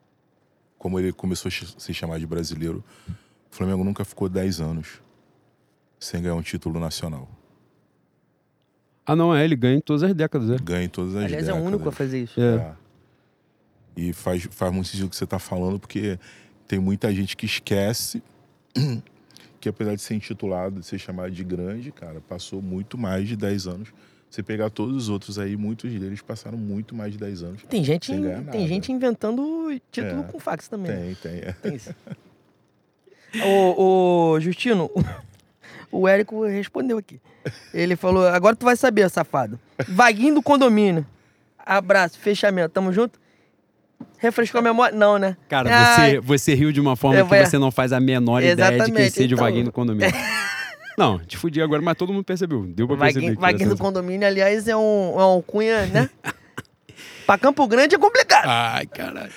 como ele começou a se chamar de brasileiro, o Flamengo nunca ficou 10 anos sem ganhar um título nacional. Não, ele ganha em todas as décadas, Ganha em todas as décadas. Aliás, é o único a fazer isso. E faz muito sentido o que você está falando, porque tem muita gente que esquece que, apesar de ser intitulado, de ser chamado de grande, cara, passou muito mais de 10 anos Você pegar todos os outros aí, muitos deles passaram muito mais de 10 anos. Tem gente, sem ganhar nada. tem gente inventando título com fax também. Tem. Tem isso. Ô, Justino, o Érico respondeu aqui. Ele falou, agora tu vai saber, safado. Vaguinho do condomínio. Abraço, fechamento, tamo junto? Refrescou a memória? Não, né? Cara, Ai, você riu de uma forma Eu que vou- você não faz a menor ideia de quem Exatamente, seja o então- Vaguinho do condomínio. Não, te fudi agora, mas todo mundo percebeu. Deu pra perceber. Vaguinho do condomínio, aliás, é um alcunha, né? Pra Campo Grande é complicado. Ai, caralho.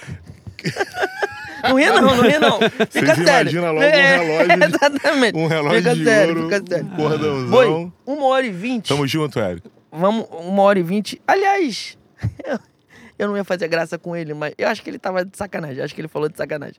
Não ri não. Fica Vocês sério. imaginam logo um relógio de- Exatamente. Um relógio fica de sério, ouro, fica sério. um cordãozão. Boi, 1h20. Tamo junto, Érico. Vamos, 1h20. Aliás, eu não ia fazer graça com ele, mas eu acho que ele tava de sacanagem. Acho que ele falou de sacanagem.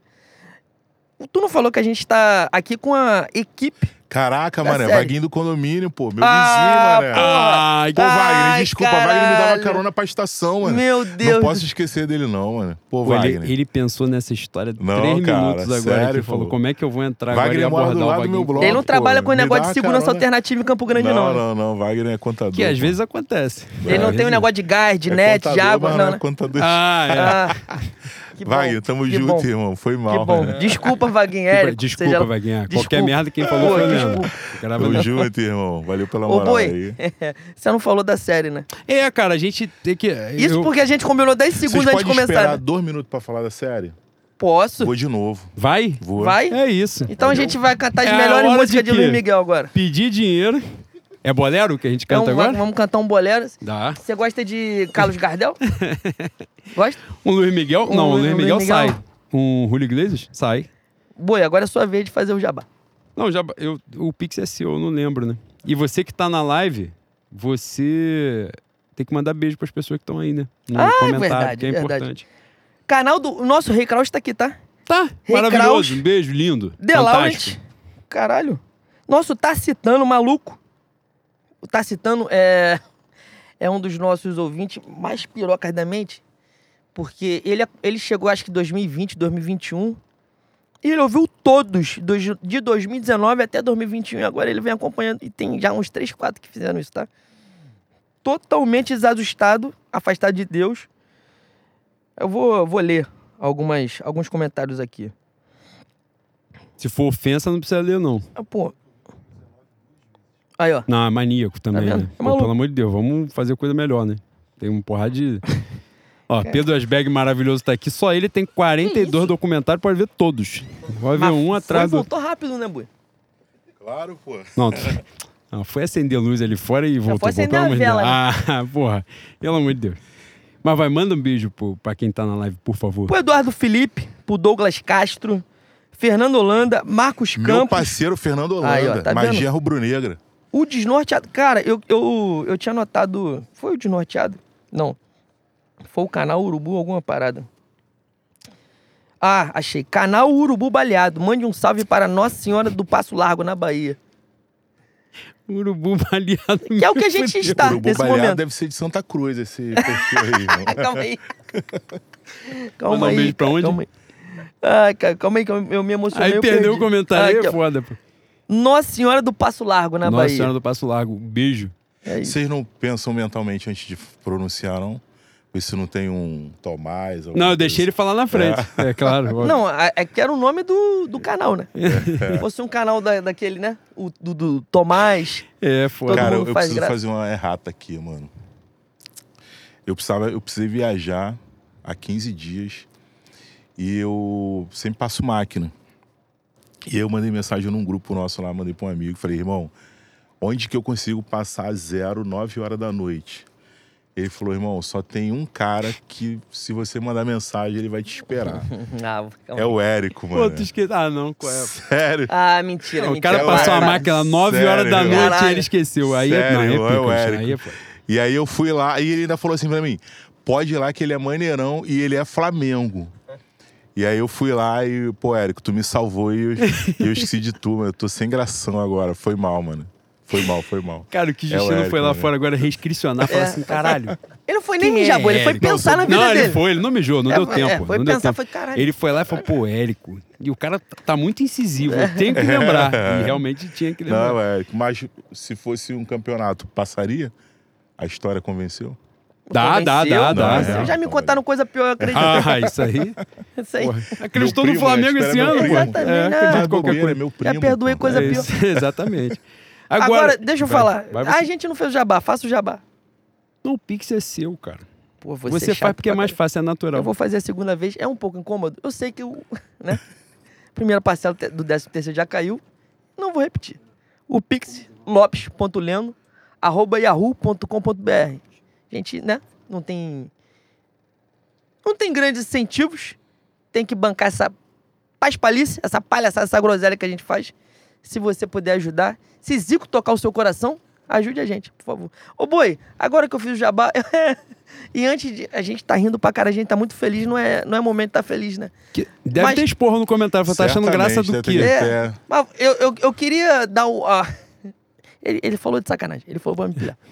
Tu não falou que a gente tá aqui com a equipe? Caraca, Da mané, série. Vaguinho do condomínio, pô. Meu Ah, vizinho, mané. Ai, Pô, Wagner, Ai, desculpa. Wagner me dava caralho. carona pra estação, mano. Meu Deus. Não posso esquecer dele, não, mano. Pô, Pô, Wagner. ele pensou nessa história Não, 3 cara, minutos agora. sério, Que falou, pô. como é que eu vou entrar agora Wagner e mora do abordar o lado do Vaguinho? meu bloco. Ele não pô, trabalha com me negócio dá de segurança carona. alternativa em Campo Grande, não. né? Não. Wagner é contador. Que às pô. vezes acontece. Ele não tem um negócio de gás, de É net, de contador, água, mas não, é né? contador. Ah, Ah, que bom, Wagner, tamo que junto, bom, irmão. Foi mal. Que bom. né? Desculpa, Vaguinho, é. Érico. Desculpa, seja- Vaguinho. Qualquer Desculpa. merda quem falou Pô, foi o Leandro. desculpa. Caramba, Tamo junto, irmão. Valeu pela Ô, moral Boi, aí. você não falou da série, né? É, cara, a gente tem que... Isso porque a gente combinou 10 Vocês segundos antes de podem começar. esperar Né? 2 minutos pra falar da série? Posso? Vou de novo. Vai? Vou. Vai? É isso. Então a gente vai cantar as É a melhores hora músicas de de quê? Luiz Miguel agora. Pedir dinheiro. É bolero que a gente canta Então agora? vamos cantar um bolero. Dá. Você gosta de Carlos Gardel? Gosta? Um Luiz Miguel? Um Não, o Luiz Luiz Miguel Miguel. sai. Um Julio Iglesias? Sai. Boi, agora é sua vez de fazer o jabá. Não, o Pix é seu, eu não lembro, né? E você que tá na live, você tem que mandar beijo pras pessoas que estão aí, né? No comentário, verdade, que é verdade. importante. Canal do... O nosso Rei Kraus tá aqui, tá? Tá, Rei maravilhoso. Kraus. Um beijo, lindo. The Laurent. Fantástico. Caralho. Nosso Tacitano, maluco. O Tacitano é um dos nossos ouvintes mais pirocas da mente. Porque ele chegou, acho que 2020, 2021. E ele ouviu todos, de 2019 até 2021. E agora ele vem acompanhando. E tem já uns 3, 4 que fizeram isso, tá? Totalmente desajustado, afastado de Deus. Eu vou ler alguns comentários aqui. Se for ofensa, não precisa ler, não. Ah, pô. Aí, ó. Não, é maníaco também, vendo? né? É Pô, maluco. pelo amor de Deus, vamos fazer coisa melhor, né? Tem um porrada de... Ó, Pedro Asberg maravilhoso tá aqui. Só ele tem 42 documentários, pode ver todos. Pode ver um atrás do... Voltou rápido, né, Bui? Claro, pô. Não, foi acender a luz ali fora e voltou. foi acender pelo a amor de vela, Deus. Ah, porra. Pelo amor de Deus. Mas vai, manda um beijo pra quem tá na live, por favor. Pro Eduardo Felipe, pro Douglas Castro, Fernando Holanda, Marcos Meu Campos, parceiro Fernando Holanda. Aí, ó, tá Magia rubro-negra. o Desnorteado. Cara, eu tinha notado... Foi o Desnorteado? Não. Foi o canal Urubu, alguma parada. Ah, achei. Canal Urubu Baleado. Mande um salve para Nossa Senhora do Passo Largo, na Bahia. Urubu baleado. Que é o que a gente está Urubu nesse Baleado momento. deve ser de Santa Cruz, esse perfil aí, irmão. Calma aí. Mandar Calma um aí. beijo pra cara, onde? Calma aí. Ai, cara, calma aí que eu me emocionei. Aí eu perdeu perdi. o comentário, aí Aqui, é ó. foda, pô. Nossa Senhora do Passo Largo, na Nossa Bahia. Senhora do Passo Largo, beijo. É isso. Vocês não pensam mentalmente antes de pronunciar, não? Ver se não tem um Tomás? Não, eu deixei ele falar na frente. É, claro. óbvio. Não, é que era o nome do canal, né? Se fosse um canal daquele, né? Do Tomás. É, foda. Todo Cara, mundo eu faz preciso graça. fazer uma errata aqui, mano. Eu precisei viajar há 15 dias e eu sempre passo máquina. E eu mandei mensagem num grupo nosso lá, mandei pra um amigo, falei, irmão, onde que eu consigo passar 9 horas da noite? Ele falou, irmão, só tem um cara que, se você mandar mensagem, ele vai te esperar. Ah, calma É aí. o Érico, Pô, mano. tu esquece. Ah, não, qual é? Sério? Ah, mentira, O mentira. cara passou a Caralho. máquina 9 Sério, horas da irmão? noite e Caralho. ele esqueceu. Aí Sério, não, aí irmão, é o pica, Érico. aí é foda. E aí eu fui lá e ele ainda falou assim pra mim, pode ir lá que ele é maneirão e ele é Flamengo. E aí eu fui lá e, pô, Érico, tu me salvou e eu esqueci de tu, mano. Eu tô sem gração agora. Foi mal, mano. Foi mal. Cara, o que É o Justino Érico, foi lá né? fora agora reiscricionar, falar assim, caralho. Ele não foi nem Quem mijar, é boa, ele foi Érico? pensar na vida não, dele. ele não mijou, não deu tempo. Foi não deu pensar, tempo. foi caralho. Ele foi lá e falou, pô, Érico. E o cara tá muito incisivo, eu tenho que lembrar. E realmente tinha que lembrar. Não, Érico, mas se fosse um campeonato, passaria? A história convenceu? Dá. Convenceu. Já me contaram coisa pior, eu acredito. Isso aí. Isso aí. Porra. Acreditou no Meu primo, Flamengo né? esse Espera ano, meu pô. primo. Exatamente, né? Acredito Mas em qualquer bobeira, coisa. meu primo. Já perdoei pô. coisa É pior. isso, exatamente. Agora, deixa eu falar. vai A você. gente não fez o jabá, faça o jabá. Não, o Pix é seu, cara. Pô, Você é faz chato porque é pra mais caralho. fácil, é natural. Eu vou fazer a segunda vez, é um pouco incômodo. Eu sei que né? Primeira parcela do 13º já caiu. Não vou repetir. O Pix, lopes.leno@yahoo.com.br. Gente, né? Não tem grandes incentivos. Tem que bancar essa paspalice, essa palhaçada, essa groselha que a gente faz. Se você puder ajudar, se Zico tocar o seu coração, ajude a gente, por favor. Ô, Boi, agora que eu fiz o jabá... E antes de... A gente tá rindo pra cara, a gente tá muito feliz. Não é momento de tá feliz, né? Deve Mas- ter esporro no comentário. Tá achando graça do Certamente, quê? deve ter. Mas eu queria dar o... Ele falou de sacanagem. Ele falou pra me pilhar.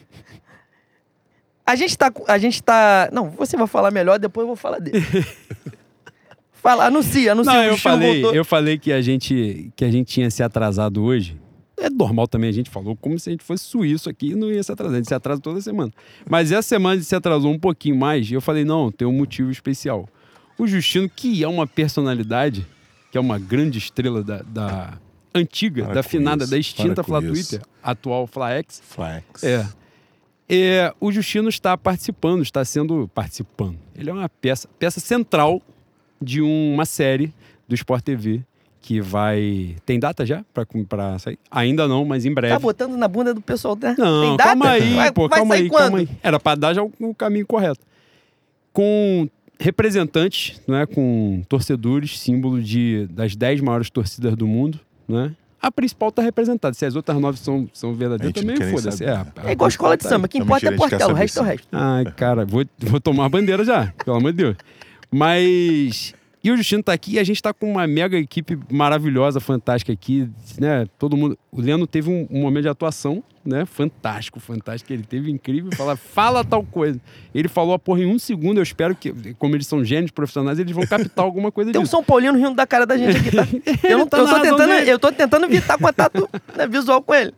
A gente tá... Não, você vai falar melhor, depois eu vou falar dele. Fala, anuncia. Não, o Chino voltou. eu falei que a gente tinha se atrasado hoje. É normal também, a gente falou como se a gente fosse suíço aqui e não ia se atrasar. A gente se atrasa toda semana. Mas essa semana a gente se atrasou um pouquinho mais e eu falei, não, tem um motivo especial. O Justino, que é uma personalidade, que é uma grande estrela da antiga, Para da com finada, isso, da extinta para com Flá isso. Twitter, atual Flaex. Flex. O Justino está participando. Ele é uma peça central de uma série do Sport TV que vai... Tem data já pra sair? Ainda não, mas em breve. Tá botando na bunda do pessoal, né? Não, Tem data? calma aí, vai calma sair aí, quando? calma aí. Era pra dar já o caminho correto. Com representantes, né, com torcedores, símbolo das 10 maiores torcidas do mundo, né? A principal tá representada. Se as outras 9 são verdadeiras, A gente não também quer nem foda-se. saber. É igual a escola de samba. Quem Não, importa é mentira, a gente Portela, o quer resto é o saber resto. Ai, cara, vou tomar a bandeira já, pelo amor de Deus. Mas... E o Justino tá aqui e a gente tá com uma mega equipe maravilhosa, fantástica aqui, né? Todo mundo... O Leno teve um momento de atuação, né? Fantástico. Ele teve incrível. Fala tal coisa. Ele falou a porra em 1 segundo. Eu espero que, como eles são gênios profissionais, eles vão captar alguma coisa Tem um disso. São Paulino rindo da cara da gente aqui, tá? Eu tô tentando evitar contato, né, visual com ele.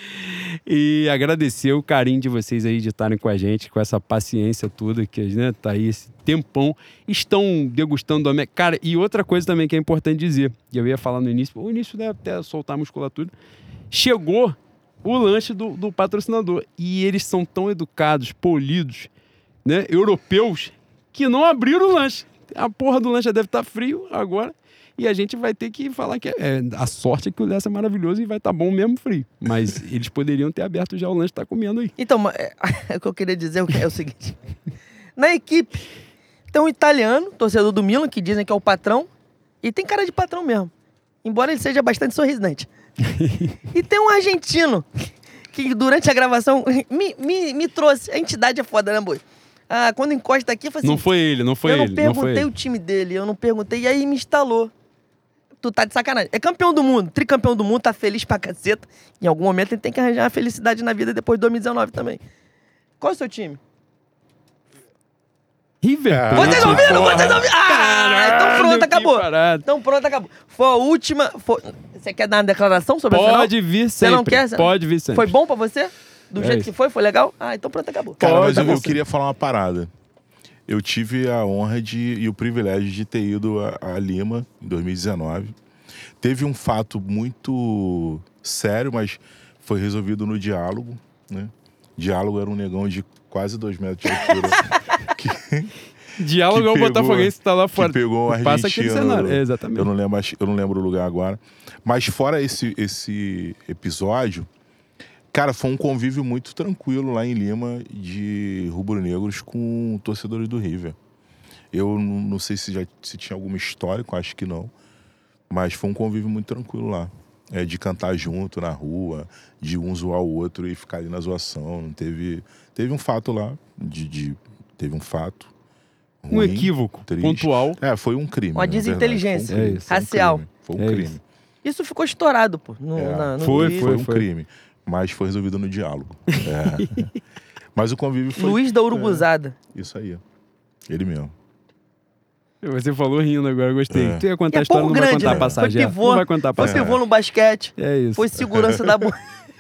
E agradecer o carinho de vocês aí de estarem com a gente, com essa paciência toda, que, né, tá aí esse tempão, estão degustando a... Cara, e outra coisa também que é importante dizer, e eu ia falar no início, o início deve até soltar a musculatura, chegou o lanche do patrocinador, e eles são tão educados, polidos, né, europeus, que não abriram o lanche. A porra do lanche já deve estar frio agora, e a gente vai ter que falar que a sorte é que o Lessa é maravilhoso e vai estar bom mesmo frio. Mas eles poderiam ter aberto já o lanche, tá comendo aí. Então, o que eu queria dizer é o seguinte. Na equipe, tem um italiano, torcedor do Milan, que dizem que é o patrão, e tem cara de patrão mesmo. Embora ele seja bastante sorrisante. E tem um argentino, que durante a gravação me trouxe. A entidade é foda, né, Boi? Quando encosta aqui, eu falei assim... Não foi ele. Eu não perguntei o time dele, eu não perguntei, e aí me instalou. Tu tá de sacanagem. É campeão do mundo, tricampeão do mundo, tá feliz pra caceta. Em algum momento ele tem que arranjar uma felicidade na vida depois de 2019 também. Qual é o seu time? River. Vocês ouviram? Vocês ouviram? Então pronto, que acabou. parada. Então pronto, acabou. Foi a última... Você quer dar uma declaração sobre a final? Pode vir Você sempre. não quer? Pode vir sempre. Foi bom pra você? Do jeito isso. que foi? Foi legal? Então pronto, acabou. Cara, mas Pode, eu queria falar uma parada. Eu tive a honra e o privilégio de ter ido a Lima em 2019. Teve um fato muito sério, mas foi resolvido no diálogo, né? Diálogo era um negão de quase 2 metros de altura. Diálogo é o botafoguense que tá lá fora. Que pegou o Passa aquele argentino. cenário. Exatamente. Eu não lembro o lugar agora. Mas fora esse episódio, cara, foi um convívio muito tranquilo lá em Lima de rubro-negros com torcedores do River. Eu não sei se tinha alguma história, eu acho que não. Mas foi um convívio muito tranquilo lá. De cantar junto na rua, de um zoar o outro e ficar ali na zoação. Não teve um fato lá, teve um fato ruim, Um equívoco triste. pontual. Foi um crime. Uma na verdade. desinteligência Foi um crime. racial. Foi um É crime. isso. Isso ficou estourado, pô. No Foi, Twitter. Foi um crime. Mas foi resolvido no diálogo. Mas o convívio foi... Luiz da Urubuzada. Isso aí. Ele mesmo. Você falou rindo agora, eu gostei. Tu ia contar E a é história, pouco não vai grande, contar né? a passagem. Foi pivô, Não vai contar a foi passagem. pivô no basquete. É isso. Foi segurança da...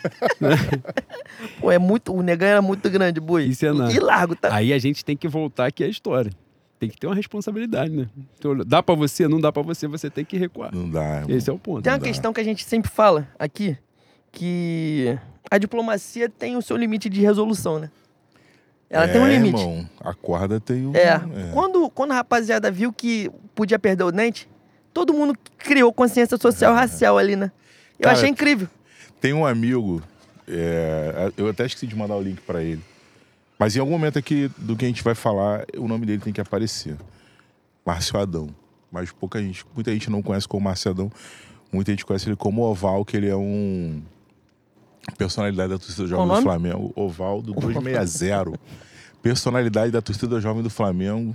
Pô, o negão era muito grande, boi. Isso é nada. E largo, tá? Aí a gente tem que voltar aqui à história. Tem que ter uma responsabilidade, né? Então, dá pra você, não dá pra você, você tem que recuar. Não dá, irmão. Esse é o ponto. Tem uma questão que a gente sempre fala aqui, que a diplomacia tem o seu limite de resolução, né? Ela tem um limite. Irmão, a corda tem um... Quando a rapaziada viu que podia perder o dente, todo mundo criou consciência social racial ali, né? Eu Cara, achei incrível. Tem um amigo, eu até esqueci de mandar o link pra ele, mas em algum momento aqui do que a gente vai falar, o nome dele tem que aparecer. Márcio Adão. Mas muita gente não conhece como Márcio Adão, muita gente conhece ele como Oval, que ele é um personalidade da torcida jovem do Flamengo. Oval do 260. Personalidade da torcida jovem do Flamengo.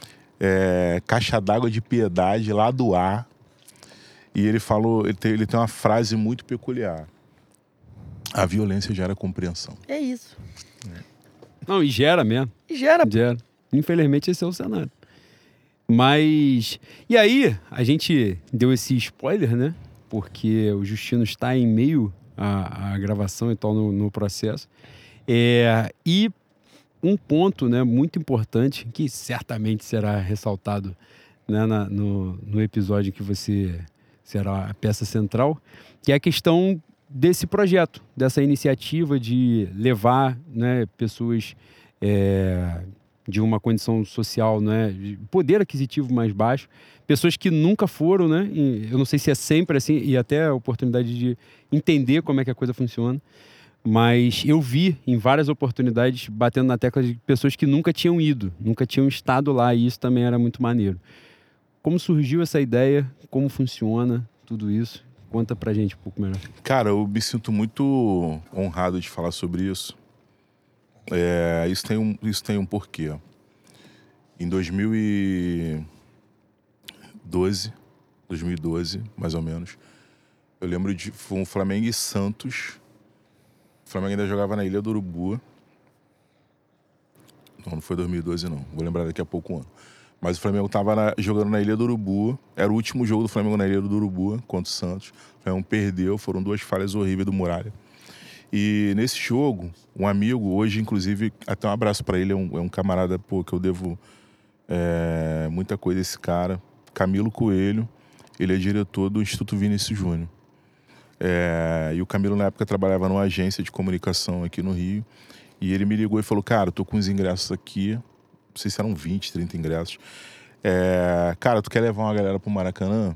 Caixa d'água de piedade lá do ar. E ele falou, ele tem uma frase muito peculiar. A violência gera compreensão. É isso. Não, e gera mesmo. Gera. Infelizmente esse é o cenário. Mas... E aí, a gente deu esse spoiler, né? Porque o Justino está em meio à gravação e tal no processo. E um ponto, né, muito importante, que certamente será ressaltado, né, no episódio que você será a peça central, que é a questão desse projeto, dessa iniciativa de levar, né, pessoas de uma condição social, né, de poder aquisitivo mais baixo, pessoas que nunca foram, né, eu não sei se é sempre assim, e até a oportunidade de entender como é que a coisa funciona, mas eu vi em várias oportunidades batendo na tecla de pessoas que nunca tinham ido, nunca tinham estado lá, e isso também era muito maneiro. Como surgiu essa ideia? Como funciona tudo isso? Conta pra gente um pouco melhor. Cara, eu me sinto muito honrado de falar sobre isso. Isso tem um porquê. Em 2012, mais ou menos, eu lembro de foi um Flamengo e Santos. O Flamengo ainda jogava na Ilha do Urubu. Não foi 2012, não. Vou lembrar daqui a pouco o ano. Mas o Flamengo estava jogando na Ilha do Urubu. Era o último jogo do Flamengo na Ilha do Urubu contra o Santos. O Flamengo perdeu, foram 2 falhas horríveis do Muralha. E nesse jogo, um amigo, hoje inclusive, até um abraço para ele, é um camarada que eu devo muita coisa a esse cara, Camilo Coelho. Ele é diretor do Instituto Vinícius Júnior. E o Camilo na época trabalhava numa agência de comunicação aqui no Rio. E ele me ligou e falou, cara, eu tô com os ingressos aqui, não sei se eram 20, 30 ingressos. Cara, tu quer levar uma galera pro Maracanã?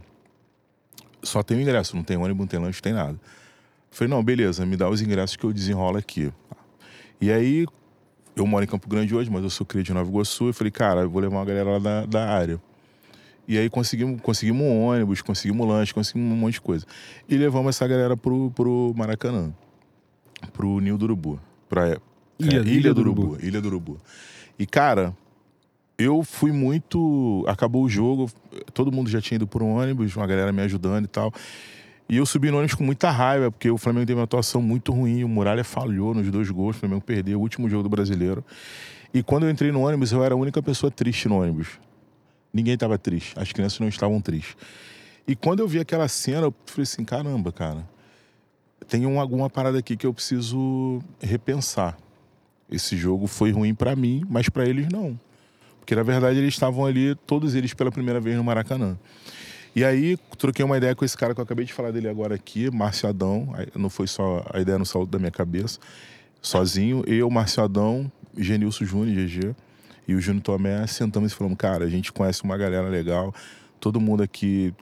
Só tem o ingresso, não tem ônibus, não tem lanche, não tem nada. Eu falei, não, beleza, me dá os ingressos que eu desenrolo aqui. E aí, eu moro em Campo Grande hoje, mas eu sou cria de Nova Iguaçu. Eu falei, cara, eu vou levar uma galera lá da área. E aí conseguimos um ônibus, conseguimos lanche, conseguimos um monte de coisa. E levamos essa galera pro Maracanã, pro Ninho do Urubu, Ilha do Urubu. E, cara, eu fui muito... Acabou o jogo, todo mundo já tinha ido por um ônibus, uma galera me ajudando e tal. E eu subi no ônibus com muita raiva, porque o Flamengo teve uma atuação muito ruim, o Muralha falhou nos 2 gols, o Flamengo perdeu o último jogo do Brasileiro. E quando eu entrei no ônibus, eu era a única pessoa triste no ônibus. Ninguém estava triste, as crianças não estavam tristes. E quando eu vi aquela cena, eu falei assim, caramba, cara, tem alguma parada aqui que eu preciso repensar. Esse jogo foi ruim pra mim, mas pra eles não. Porque, na verdade, eles estavam ali, todos eles, pela primeira vez no Maracanã. E aí, troquei uma ideia com esse cara que eu acabei de falar dele agora aqui, Márcio Adão. Não foi só a ideia no salto da minha cabeça. Sozinho, eu, Márcio Adão, Genilson Júnior, GG, e o Júnior Tomé, sentamos e falamos, cara, a gente conhece uma galera legal, todo mundo aqui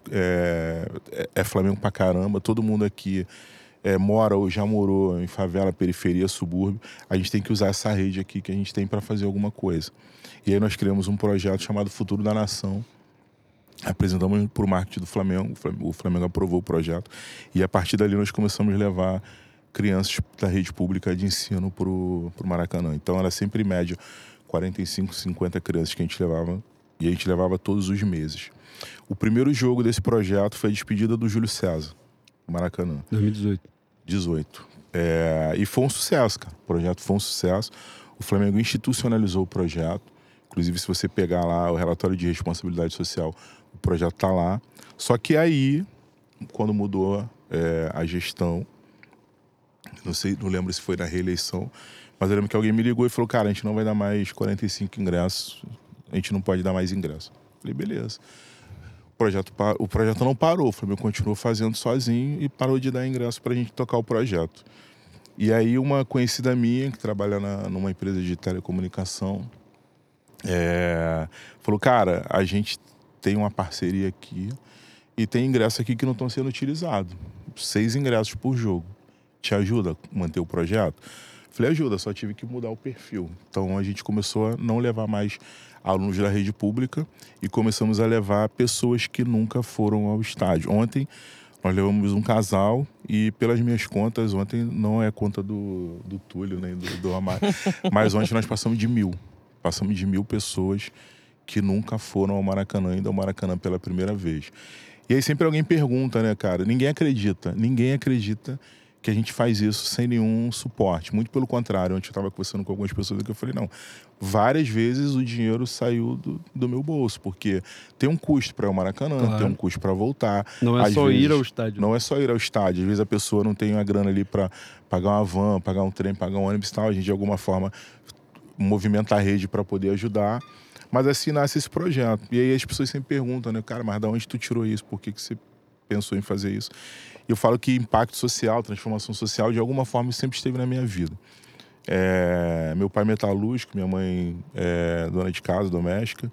é Flamengo pra caramba, todo mundo aqui mora ou já morou em favela, periferia, subúrbio. A gente tem que usar essa rede aqui que a gente tem para fazer alguma coisa. E aí nós criamos um projeto chamado Futuro da Nação. Apresentamos para o marketing do Flamengo. O Flamengo aprovou o projeto. E a partir dali nós começamos a levar crianças da rede pública de ensino pro Maracanã. Então era sempre em média 45, 50 crianças que a gente levava. E a gente levava todos os meses. O primeiro jogo desse projeto foi a despedida do Júlio César, no Maracanã. 2018. E foi um sucesso, cara. O projeto foi um sucesso. O Flamengo institucionalizou o projeto. Inclusive, se você pegar lá o relatório de responsabilidade social, o projeto tá lá. Só que aí, quando mudou a gestão, Não lembro se foi na reeleição, mas eu lembro que alguém me ligou e falou, cara, a gente não vai dar mais 45 ingressos, a gente não pode dar mais ingresso. Falei, beleza. O projeto não parou, o Flamengo continuou fazendo sozinho e parou de dar ingresso pra gente tocar o projeto. E aí uma conhecida minha, que trabalha numa empresa de telecomunicação, falou, cara, a gente tem uma parceria aqui e tem ingressos aqui que não estão sendo utilizados. 6 ingressos por jogo. Te ajuda a manter o projeto? Falei, ajuda, só tive que mudar o perfil. Então a gente começou a não levar mais alunos da rede pública e começamos a levar pessoas que nunca foram ao estádio. Ontem nós levamos um casal e, pelas minhas contas, ontem não é conta do Túlio nem do Amar, mas ontem nós passamos de 1.000. Passamos de 1.000 pessoas que nunca foram ao Maracanã, indo ao Maracanã pela primeira vez. E aí sempre alguém pergunta, né, cara? Ninguém acredita que a gente faz isso sem nenhum suporte. Muito pelo contrário, ontem eu estava conversando com algumas pessoas que eu falei, não, várias vezes o dinheiro saiu do meu bolso, porque tem um custo para ir ao Maracanã, claro. Tem um custo para voltar. Não é Às só vezes, ir ao estádio. Não é só ir ao estádio. Às vezes a pessoa não tem a grana ali para pagar uma van, pagar um trem, pagar um ônibus e tal. A gente, de alguma forma, movimenta a rede para poder ajudar. Mas assim nasce esse projeto. E aí as pessoas sempre perguntam, né, cara, mas de onde tu tirou isso? Por que você pensou em fazer isso? Eu falo que impacto social, transformação social, de alguma forma sempre esteve na minha vida. Meu pai é metalúrgico, minha mãe é dona de casa, doméstica.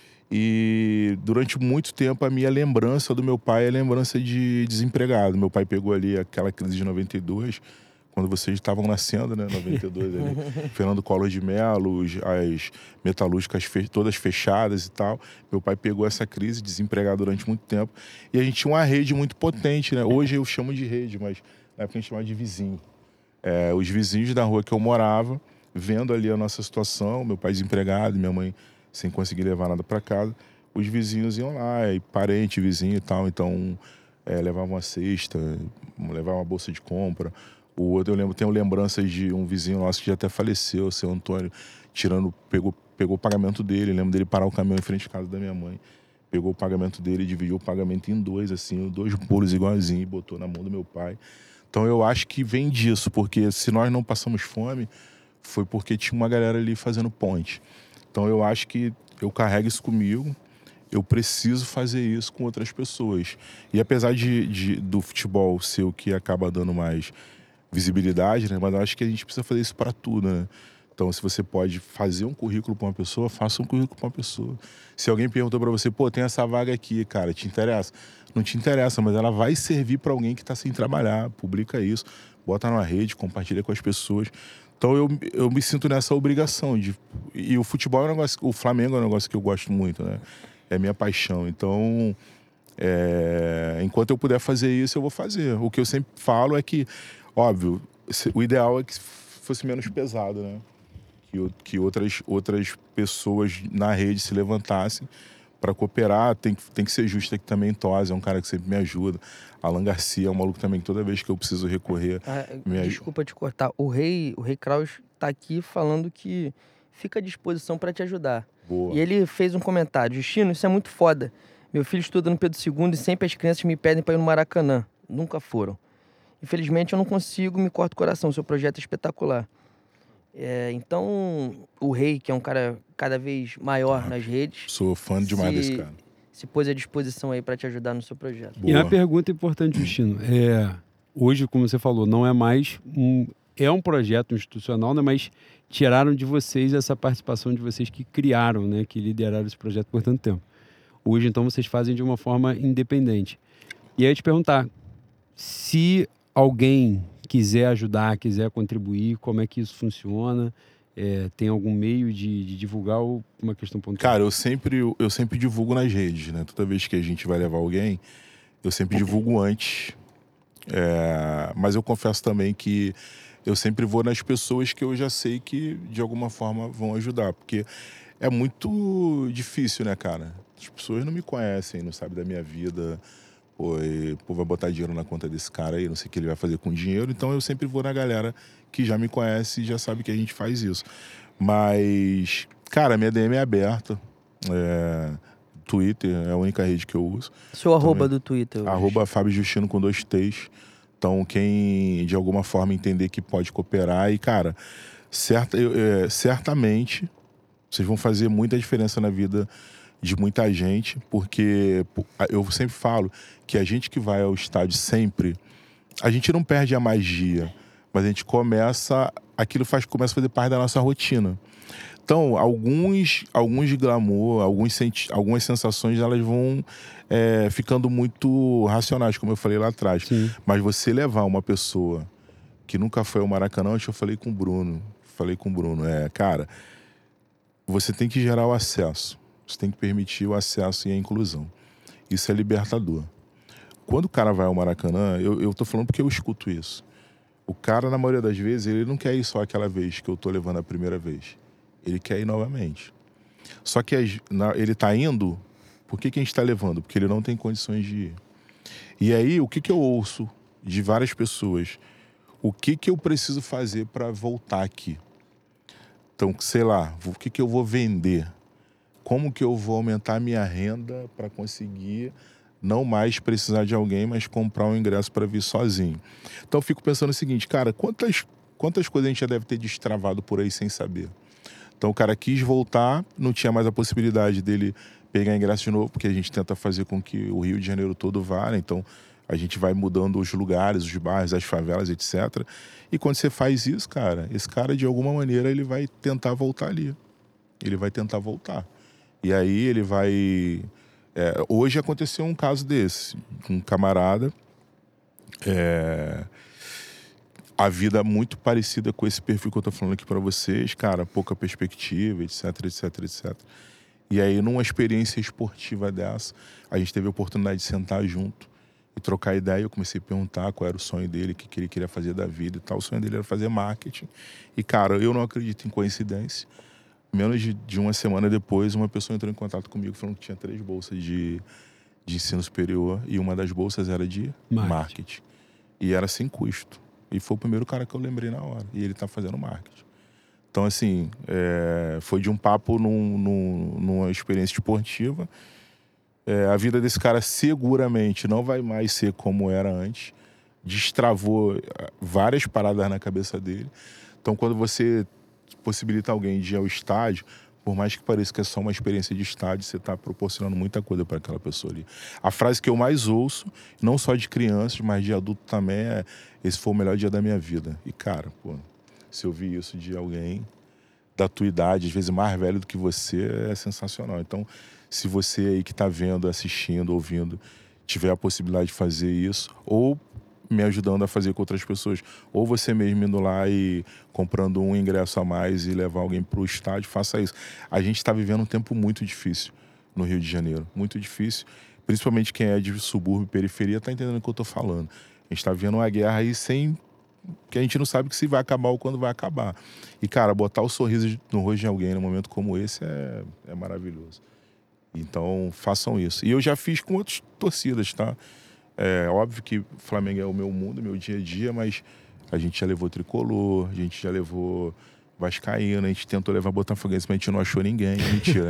E durante muito tempo a minha lembrança do meu pai é lembrança de desempregado. Meu pai pegou ali aquela crise de 92, quando vocês estavam nascendo, né? 92 ali. Fernando Collor de Mello, as metalúrgicas todas fechadas e tal. Meu pai pegou essa crise, desempregado durante muito tempo. E a gente tinha uma rede muito potente, né? Hoje eu chamo de rede, mas na época a gente chamava de vizinho. Os vizinhos da rua que eu morava, vendo ali a nossa situação, meu pai desempregado, minha mãe sem conseguir levar nada para casa, os vizinhos iam lá, e parente, vizinho e tal. Então, levavam uma cesta, levavam uma bolsa de compra. O outro, tenho lembranças de um vizinho nosso que já até faleceu, o seu Antônio, pegou o pagamento dele. Lembro dele parar o caminhão em frente à casa da minha mãe. Pegou o pagamento dele, dividiu o pagamento em 2, assim, 2 bolos igualzinhos, e botou na mão do meu pai. Então eu acho que vem disso, porque se nós não passamos fome, foi porque tinha uma galera ali fazendo ponte. Então eu acho que eu carrego isso comigo, eu preciso fazer isso com outras pessoas. E apesar do futebol ser o que acaba dando mais visibilidade, né? Mas eu acho que a gente precisa fazer isso para tudo, né? Então, se você pode fazer um currículo para uma pessoa, faça um currículo para uma pessoa. Se alguém perguntou para você, pô, tem essa vaga aqui, cara, te interessa? Não te interessa, mas ela vai servir para alguém que está sem trabalhar. Publica isso, bota na rede, compartilha com as pessoas. Então, eu me sinto nessa obrigação. E o futebol é um negócio, o Flamengo é um negócio que eu gosto muito, né? É minha paixão. Então, enquanto eu puder fazer isso, eu vou fazer. O que eu sempre falo é que, óbvio, o ideal é que fosse menos pesado, né? Que outras pessoas na rede se levantassem para cooperar. Tem que ser justo aqui também. Tosi é um cara que sempre me ajuda. Alan Garcia é um maluco também que toda vez que eu preciso recorrer... Desculpa te cortar. O Rei Kraus tá aqui falando que fica à disposição para te ajudar. Boa. E ele fez um comentário. Justino, isso é muito foda. Meu filho estuda no Pedro II e sempre as crianças me pedem para ir no Maracanã. Nunca foram. Infelizmente eu não consigo, me corta o coração. Seu projeto é espetacular. Então, o Rei, que é um cara cada vez maior nas redes... Sou fã demais desse cara. Se pôs à disposição aí para te ajudar no seu projeto. Boa. E uma pergunta importante, Justino. Hoje, como você falou, não é mais um projeto institucional, né? Mas tiraram de vocês essa participação de vocês que criaram, né? Que lideraram esse projeto por tanto tempo. Hoje, então, vocês fazem de uma forma independente. E aí, eu te perguntar, se alguém quiser ajudar, quiser contribuir, como é que isso funciona? Tem algum meio de divulgar ou uma questão pontual? Cara, eu sempre divulgo nas redes, né? Toda vez que a gente vai levar alguém, eu sempre divulgo antes. Mas eu confesso também que eu sempre vou nas pessoas que eu já sei que, de alguma forma, vão ajudar. Porque é muito difícil, né, cara? As pessoas não me conhecem, não sabem da minha vida. Pô, vai botar dinheiro na conta desse cara aí, não sei o que ele vai fazer com o dinheiro. Então eu sempre vou na galera que já me conhece e já sabe que a gente faz isso. Mas, cara, minha DM é aberta. Twitter é a única rede que eu uso. Seu arroba do Twitter? Arroba Fábio Justino com 2 T's. Então, quem de alguma forma entender que pode cooperar e, cara, certamente vocês vão fazer muita diferença na vida de muita gente, porque eu sempre falo que a gente que vai ao estádio sempre, a gente não perde a magia, mas a gente começa a fazer parte da nossa rotina. Então, alguns de glamour, algumas sensações, elas vão ficando muito racionais, como eu falei lá atrás. Sim. Mas você levar uma pessoa que nunca foi ao Maracanã, eu falei com o Bruno. Cara, você tem que gerar o acesso. Você tem que permitir o acesso e a inclusão. Isso é libertador. Quando o cara vai ao Maracanã, eu tô falando porque eu escuto isso. O cara, na maioria das vezes, ele não quer ir só aquela vez que eu tô levando a primeira vez. Ele quer ir novamente. Só que ele tá indo, por que a gente tá levando? Porque ele não tem condições de ir. E aí, o que eu ouço de várias pessoas? O que eu preciso fazer para voltar aqui? Então, sei lá, o que eu vou vender? Como que eu vou aumentar a minha renda para conseguir não mais precisar de alguém, mas comprar um ingresso para vir sozinho? Então, eu fico pensando o seguinte, cara, quantas coisas a gente já deve ter destravado por aí sem saber? Então, o cara quis voltar, não tinha mais a possibilidade dele pegar ingresso de novo, porque a gente tenta fazer com que o Rio de Janeiro todo vá, né? Então, a gente vai mudando os lugares, os bairros, as favelas, etc. E quando você faz isso, cara, esse cara, de alguma maneira, ele vai tentar voltar ali. Ele vai tentar voltar. E aí ele vai... hoje aconteceu um caso desse. Um camarada... a vida muito parecida com esse perfil que eu tô falando aqui para vocês. Cara, pouca perspectiva, etc, etc, etc. E aí, numa experiência esportiva dessa, a gente teve a oportunidade de sentar junto e trocar ideia. Eu comecei a perguntar qual era o sonho dele, o que ele queria fazer da vida e tal. O sonho dele era fazer marketing. E, cara, eu não acredito em coincidência. Menos de uma semana depois, uma pessoa entrou em contato comigo falando que tinha 3 bolsas de ensino superior e uma das bolsas era de marketing. E era sem custo. E foi o primeiro cara que eu lembrei na hora. E ele tá fazendo marketing. Então, assim, foi de um papo numa experiência esportiva. A vida desse cara seguramente não vai mais ser como era antes. Destravou várias paradas na cabeça dele. Então, quando você possibilita alguém de ir ao estádio, por mais que pareça que é só uma experiência de estádio, você está proporcionando muita coisa para aquela pessoa ali. A frase que eu mais ouço, não só de crianças, mas de adulto também, esse foi o melhor dia da minha vida. E, cara, pô, se eu ouvir isso de alguém da tua idade, às vezes mais velho do que você, é sensacional. Então, se você aí que está vendo, assistindo, ouvindo, tiver a possibilidade de fazer isso, ou me ajudando a fazer com outras pessoas, ou você mesmo indo lá e comprando um ingresso a mais e levar alguém para o estádio, faça isso. A gente está vivendo um tempo muito difícil no Rio de Janeiro, muito difícil, principalmente quem é de subúrbio e periferia está entendendo o que eu estou falando. A gente está vivendo uma guerra aí que a gente não sabe se vai acabar ou quando vai acabar. E, cara, botar o sorriso no rosto de alguém num momento como esse é maravilhoso. Então, façam isso. E eu já fiz com outras torcidas, tá? É óbvio que o Flamengo é o meu mundo, meu dia a dia, mas a gente já levou Tricolor, a gente já levou Vascaíno, a gente tentou levar Botafoguense, mas a gente não achou ninguém. Mentira.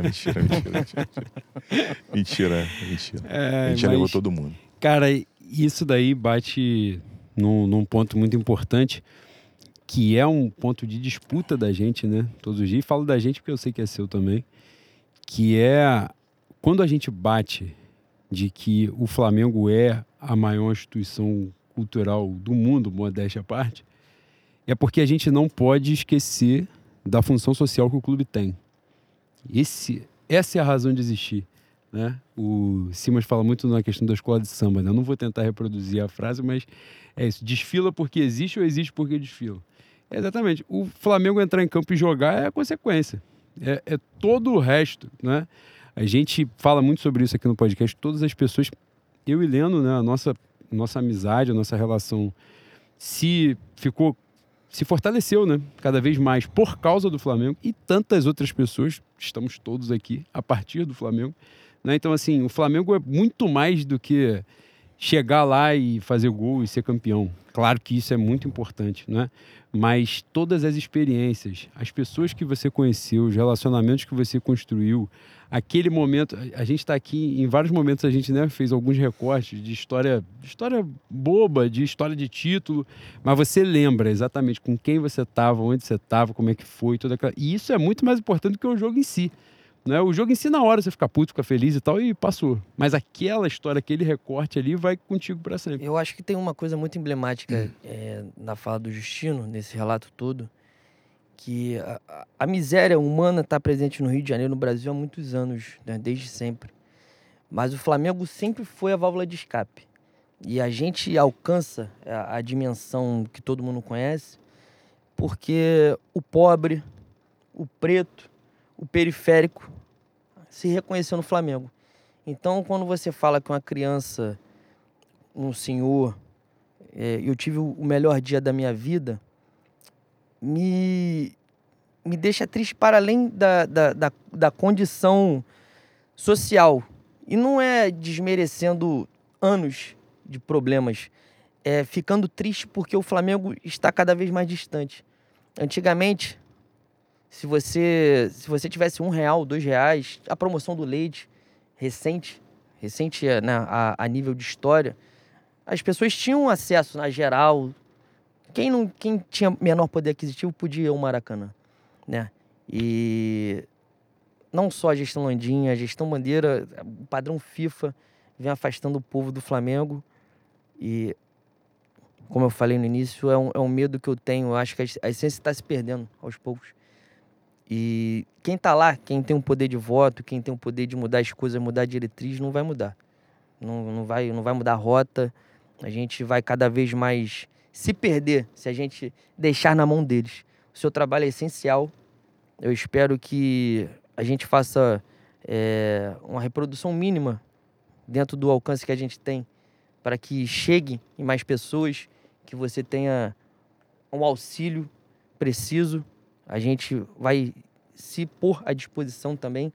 Mentira. A gente já levou todo mundo. Cara, isso daí bate num ponto muito importante, que é um ponto de disputa da gente, né? Todos os dias. E falo da gente porque eu sei que é seu também. Que é quando a gente bate de que o Flamengo é a maior instituição cultural do mundo, modéstia à parte, é porque a gente não pode esquecer da função social que o clube tem. Essa é a razão de existir, né? O Simas fala muito na questão da escola de samba, né? Eu não vou tentar reproduzir a frase, mas é isso. Desfila porque existe ou existe porque desfila? Exatamente. O Flamengo entrar em campo e jogar é a consequência. É todo o resto, né? A gente fala muito sobre isso aqui no podcast. Todas as pessoas, eu e Leno, né? A nossa amizade, a nossa relação se fortaleceu, né? Cada vez mais por causa do Flamengo e tantas outras pessoas, estamos todos aqui a partir do Flamengo, né? Então, assim, o Flamengo é muito mais do que chegar lá e fazer gol e ser campeão. Claro que isso é muito importante, né? Mas todas as experiências, as pessoas que você conheceu, os relacionamentos que você construiu, aquele momento, a gente está aqui, em vários momentos a gente, né, fez alguns recortes de história boba, de história de título, mas você lembra exatamente com quem você estava, onde você estava, como é que foi, toda aquela... E isso é muito mais importante do que o jogo em si. Né? O jogo em si, na hora, você fica puto, fica feliz e tal, e passou. Mas aquela história, aquele recorte ali, vai contigo para sempre. Eu acho que tem uma coisa muito emblemática na fala do Justino, nesse relato todo, que a miséria humana está presente no Rio de Janeiro, no Brasil, há muitos anos, né? Desde sempre. Mas o Flamengo sempre foi a válvula de escape. E a gente alcança a dimensão que todo mundo conhece porque o pobre, o preto, o periférico se reconheceu no Flamengo. Então, quando você fala que uma criança, um senhor, eu tive o melhor dia da minha vida, me deixa triste para além da condição social. E não é desmerecendo anos de problemas, é ficando triste porque o Flamengo está cada vez mais distante. Antigamente, se você tivesse R$1, R$2, a promoção do leite recente, né, a nível de história, as pessoas tinham acesso na geral. Quem tinha menor poder aquisitivo podia ir ao Maracanã, né? E não só a gestão Landim, a gestão Bandeira, o padrão FIFA vem afastando o povo do Flamengo. E, como eu falei no início, é um medo que eu tenho. Eu acho que a essência está se perdendo aos poucos. E quem está lá, quem tem o poder de voto, quem tem o poder de mudar as coisas, mudar a diretriz, não vai mudar. Não vai mudar a rota. A gente vai cada vez mais se perder se a gente deixar na mão deles. O seu trabalho é essencial. Eu espero que a gente faça uma reprodução mínima dentro do alcance que a gente tem para que chegue em mais pessoas, que você tenha um auxílio preciso. A gente vai se pôr à disposição também.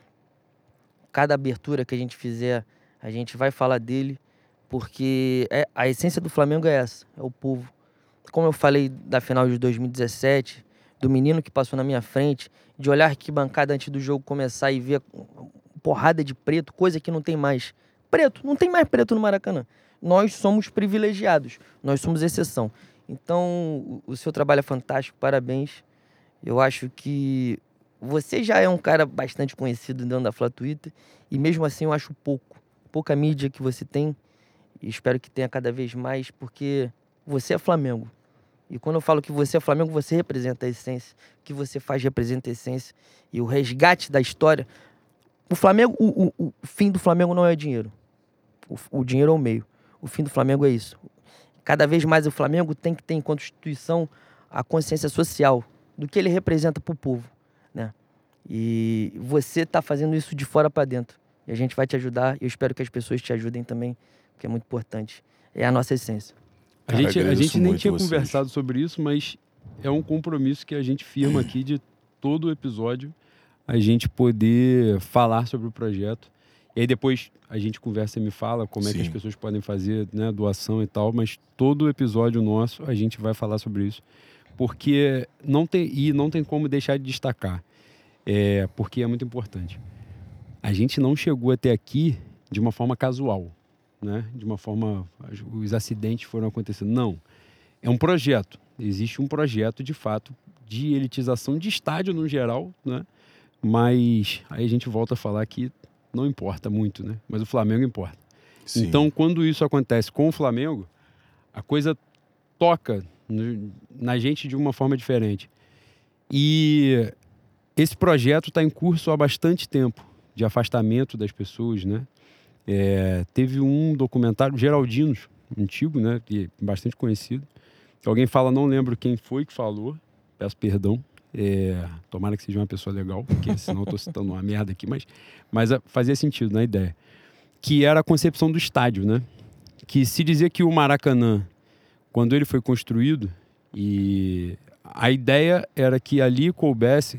Cada abertura que a gente fizer, a gente vai falar dele, porque a essência do Flamengo é essa, é o povo. Como eu falei da final de 2017, do menino que passou na minha frente, de olhar arquibancada antes do jogo começar e ver porrada de preto, coisa que não tem mais. Não tem mais preto no Maracanã. Nós somos privilegiados, nós somos exceção. Então, o seu trabalho é fantástico, parabéns. Eu acho que você já é um cara bastante conhecido dentro da Flá Twitter, e mesmo assim eu acho pouca mídia que você tem, e espero que tenha cada vez mais, porque você é Flamengo. E quando eu falo que você é Flamengo, você representa a essência. O que você faz representa a essência. E o resgate da história. O Flamengo, o fim do Flamengo não é dinheiro. O dinheiro é o meio. O fim do Flamengo é isso. Cada vez mais o Flamengo tem que ter enquanto instituição a consciência social do que ele representa para o povo, né? E você está fazendo isso de fora para dentro. E a gente vai te ajudar. E eu espero que as pessoas te ajudem também, porque é muito importante. É a nossa essência. A gente nem tinha conversado sobre isso, mas é um compromisso que a gente firma aqui de todo o episódio, a gente poder falar sobre o projeto. E aí depois a gente conversa e me fala como é que as pessoas podem fazer, né, doação e tal, mas todo episódio nosso a gente vai falar sobre isso. Porque não tem como deixar de destacar, porque é muito importante. A gente não chegou até aqui de uma forma casual, né? De uma forma, os acidentes foram acontecendo. Não, é um projeto. Existe um projeto, de fato, de elitização de estádio no geral, né? Mas aí a gente volta a falar que não importa muito, né? Mas o Flamengo importa. Sim. Então, quando isso acontece com o Flamengo, a coisa toca na gente de uma forma diferente. E esse projeto está em curso há bastante tempo, de afastamento das pessoas, né? Teve um documentário, Geraldinos, antigo, né? Que é bastante conhecido. Alguém fala, não lembro quem foi que falou, peço perdão. Tomara que seja uma pessoa legal, porque senão eu estou citando uma merda aqui, mas fazia sentido na ideia. Que era a concepção do estádio, né? Que se dizia que o Maracanã, quando ele foi construído, e a ideia era que ali coubessem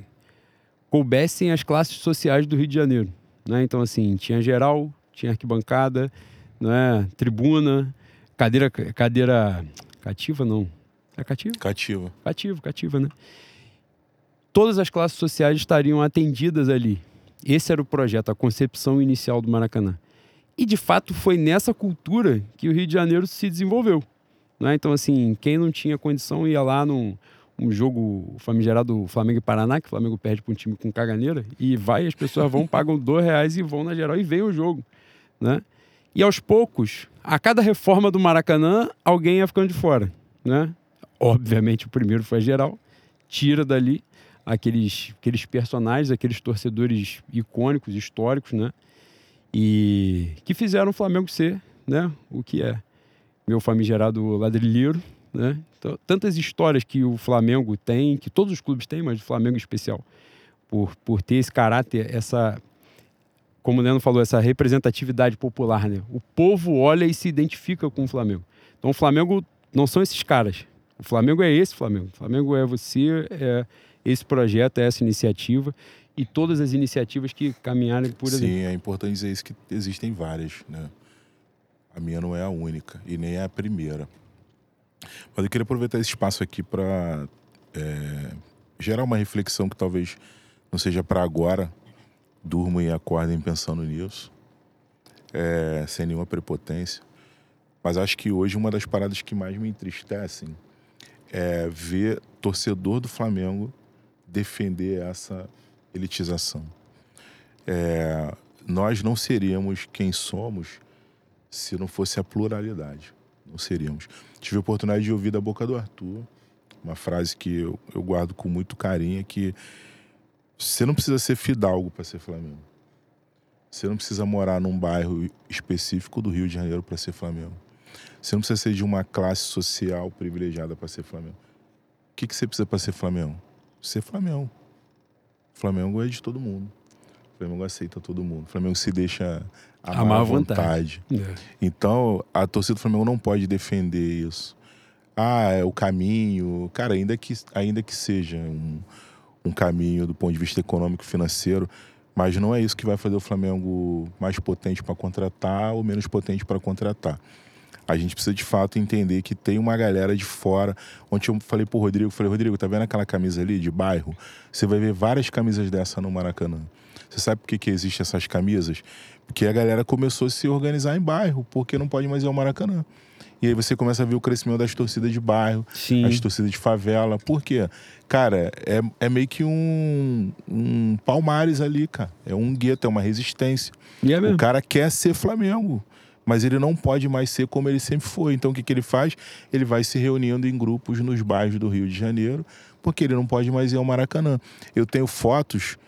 as classes sociais do Rio de Janeiro, né? Então, assim, tinha geral, tinha arquibancada, né? Tribuna, cadeira cativa, não. É cativa? Cativa, né? Todas as classes sociais estariam atendidas ali. Esse era o projeto, a concepção inicial do Maracanã. E, de fato, foi nessa cultura que o Rio de Janeiro se desenvolveu. Né? Então, assim, quem não tinha condição ia lá num jogo famigerado Flamengo e Paraná, que o Flamengo perde para um time com caganeira, e as pessoas vão, pagam R$2 e vão na geral e veem o jogo. Né? E, aos poucos, a cada reforma do Maracanã, alguém ia ficando de fora. Né? Obviamente, o primeiro foi a geral, tira dali aqueles personagens, aqueles torcedores icônicos, históricos, né? E que fizeram o Flamengo ser, né, o que é. Meu famigerado ladrilheiro, né? Então, tantas histórias que o Flamengo tem, que todos os clubes têm, mas o Flamengo em especial, por ter esse caráter, essa, como o Leandro falou, essa representatividade popular, né? O povo olha e se identifica com o Flamengo. Então o Flamengo não são esses caras. O Flamengo é esse Flamengo. O Flamengo é você, é esse projeto, é essa iniciativa e todas as iniciativas que caminharem por ali. Sim, é importante dizer isso, que existem várias, né? A minha não é a única e nem é a primeira. Mas eu queria aproveitar esse espaço aqui para gerar uma reflexão que talvez não seja para agora. Durmam e acordem pensando nisso, sem nenhuma prepotência. Mas acho que hoje uma das paradas que mais me entristecem é ver torcedor do Flamengo defender essa elitização. Nós não seríamos quem somos se não fosse a pluralidade. Não seríamos. Tive a oportunidade de ouvir da boca do Arthur uma frase que eu guardo com muito carinho, que você não precisa ser fidalgo para ser Flamengo. Você não precisa morar num bairro específico do Rio de Janeiro para ser Flamengo. Você não precisa ser de uma classe social privilegiada para ser Flamengo. O que você precisa para ser Flamengo? Ser Flamengo. O Flamengo é de todo mundo. O Flamengo aceita todo mundo. O Flamengo se deixa amar à vontade. Então, a torcida do Flamengo não pode defender isso. É o caminho. Cara, ainda que seja um caminho do ponto de vista econômico e financeiro, mas não é isso que vai fazer o Flamengo mais potente para contratar ou menos potente para contratar. A gente precisa, de fato, entender que tem uma galera de fora. Ontem eu falei pro Rodrigo, Rodrigo, tá vendo aquela camisa ali de bairro? Você vai ver várias camisas dessa no Maracanã. Você sabe por que existem essas camisas? Porque a galera começou a se organizar em bairro, porque não pode mais ir ao Maracanã. E aí você começa a ver o crescimento das torcidas de bairro, Sim. As torcidas de favela. Por quê? Cara, é meio que um Palmares ali, cara. É um gueto, é uma resistência. O cara quer ser Flamengo, mas ele não pode mais ser como ele sempre foi. Então o que ele faz? Ele vai se reunindo em grupos nos bairros do Rio de Janeiro, porque ele não pode mais ir ao Maracanã. Eu tenho fotos,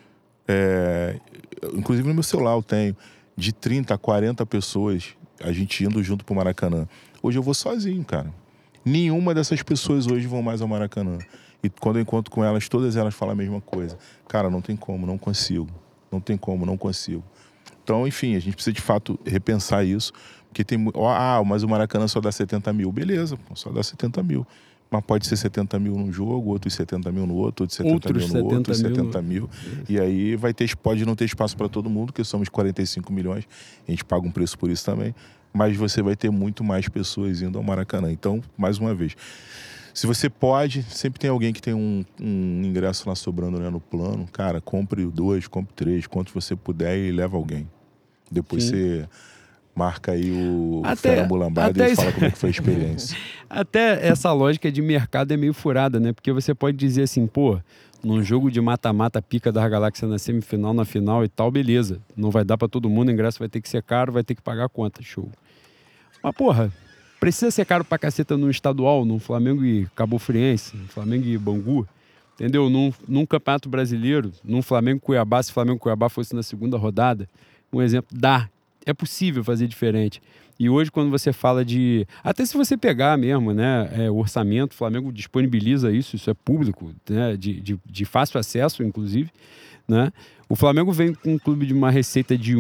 inclusive no meu celular eu tenho, de 30 a 40 pessoas, a gente indo junto pro Maracanã. Hoje eu vou sozinho, cara. Nenhuma dessas pessoas hoje vão mais ao Maracanã. E quando eu encontro com elas, todas elas falam a mesma coisa. Cara, não tem como, não consigo. Não tem como, não consigo. Então, enfim, a gente precisa de fato repensar isso. Porque tem... mas o Maracanã só dá 70 mil. Beleza, só dá 70 mil. Mas pode ser 70 mil num jogo, outros 70 mil no outro, outros 70 mil no outro, 70 mil. E aí pode não ter espaço para todo mundo, porque somos 45 milhões. A gente paga um preço por isso também. Mas você vai ter muito mais pessoas indo ao Maracanã. Então, mais uma vez, se você pode, sempre tem alguém que tem um ingresso lá sobrando, né, no plano. Cara, compre 2, compre 3, quanto você puder e leva alguém. Depois você marca aí o Fera Mulambada e fala como é que foi a experiência. Até essa lógica de mercado é meio furada, né? Porque você pode dizer assim, num jogo de mata-mata, pica das galáxias na semifinal, na final e tal, beleza. Não vai dar pra todo mundo, o ingresso vai ter que ser caro, vai ter que pagar a conta, show. Mas, precisa ser caro pra caceta num estadual, num Flamengo e Cabo Friense, num Flamengo e Bangu, entendeu? Num Campeonato Brasileiro, num Flamengo Cuiabá, se Flamengo Cuiabá fosse na segunda rodada, um exemplo, é possível fazer diferente. E hoje, quando você fala de... Até se você pegar mesmo, né, o orçamento, o Flamengo disponibiliza isso é público, né, de fácil acesso, inclusive, né? O Flamengo vem com um clube de uma receita de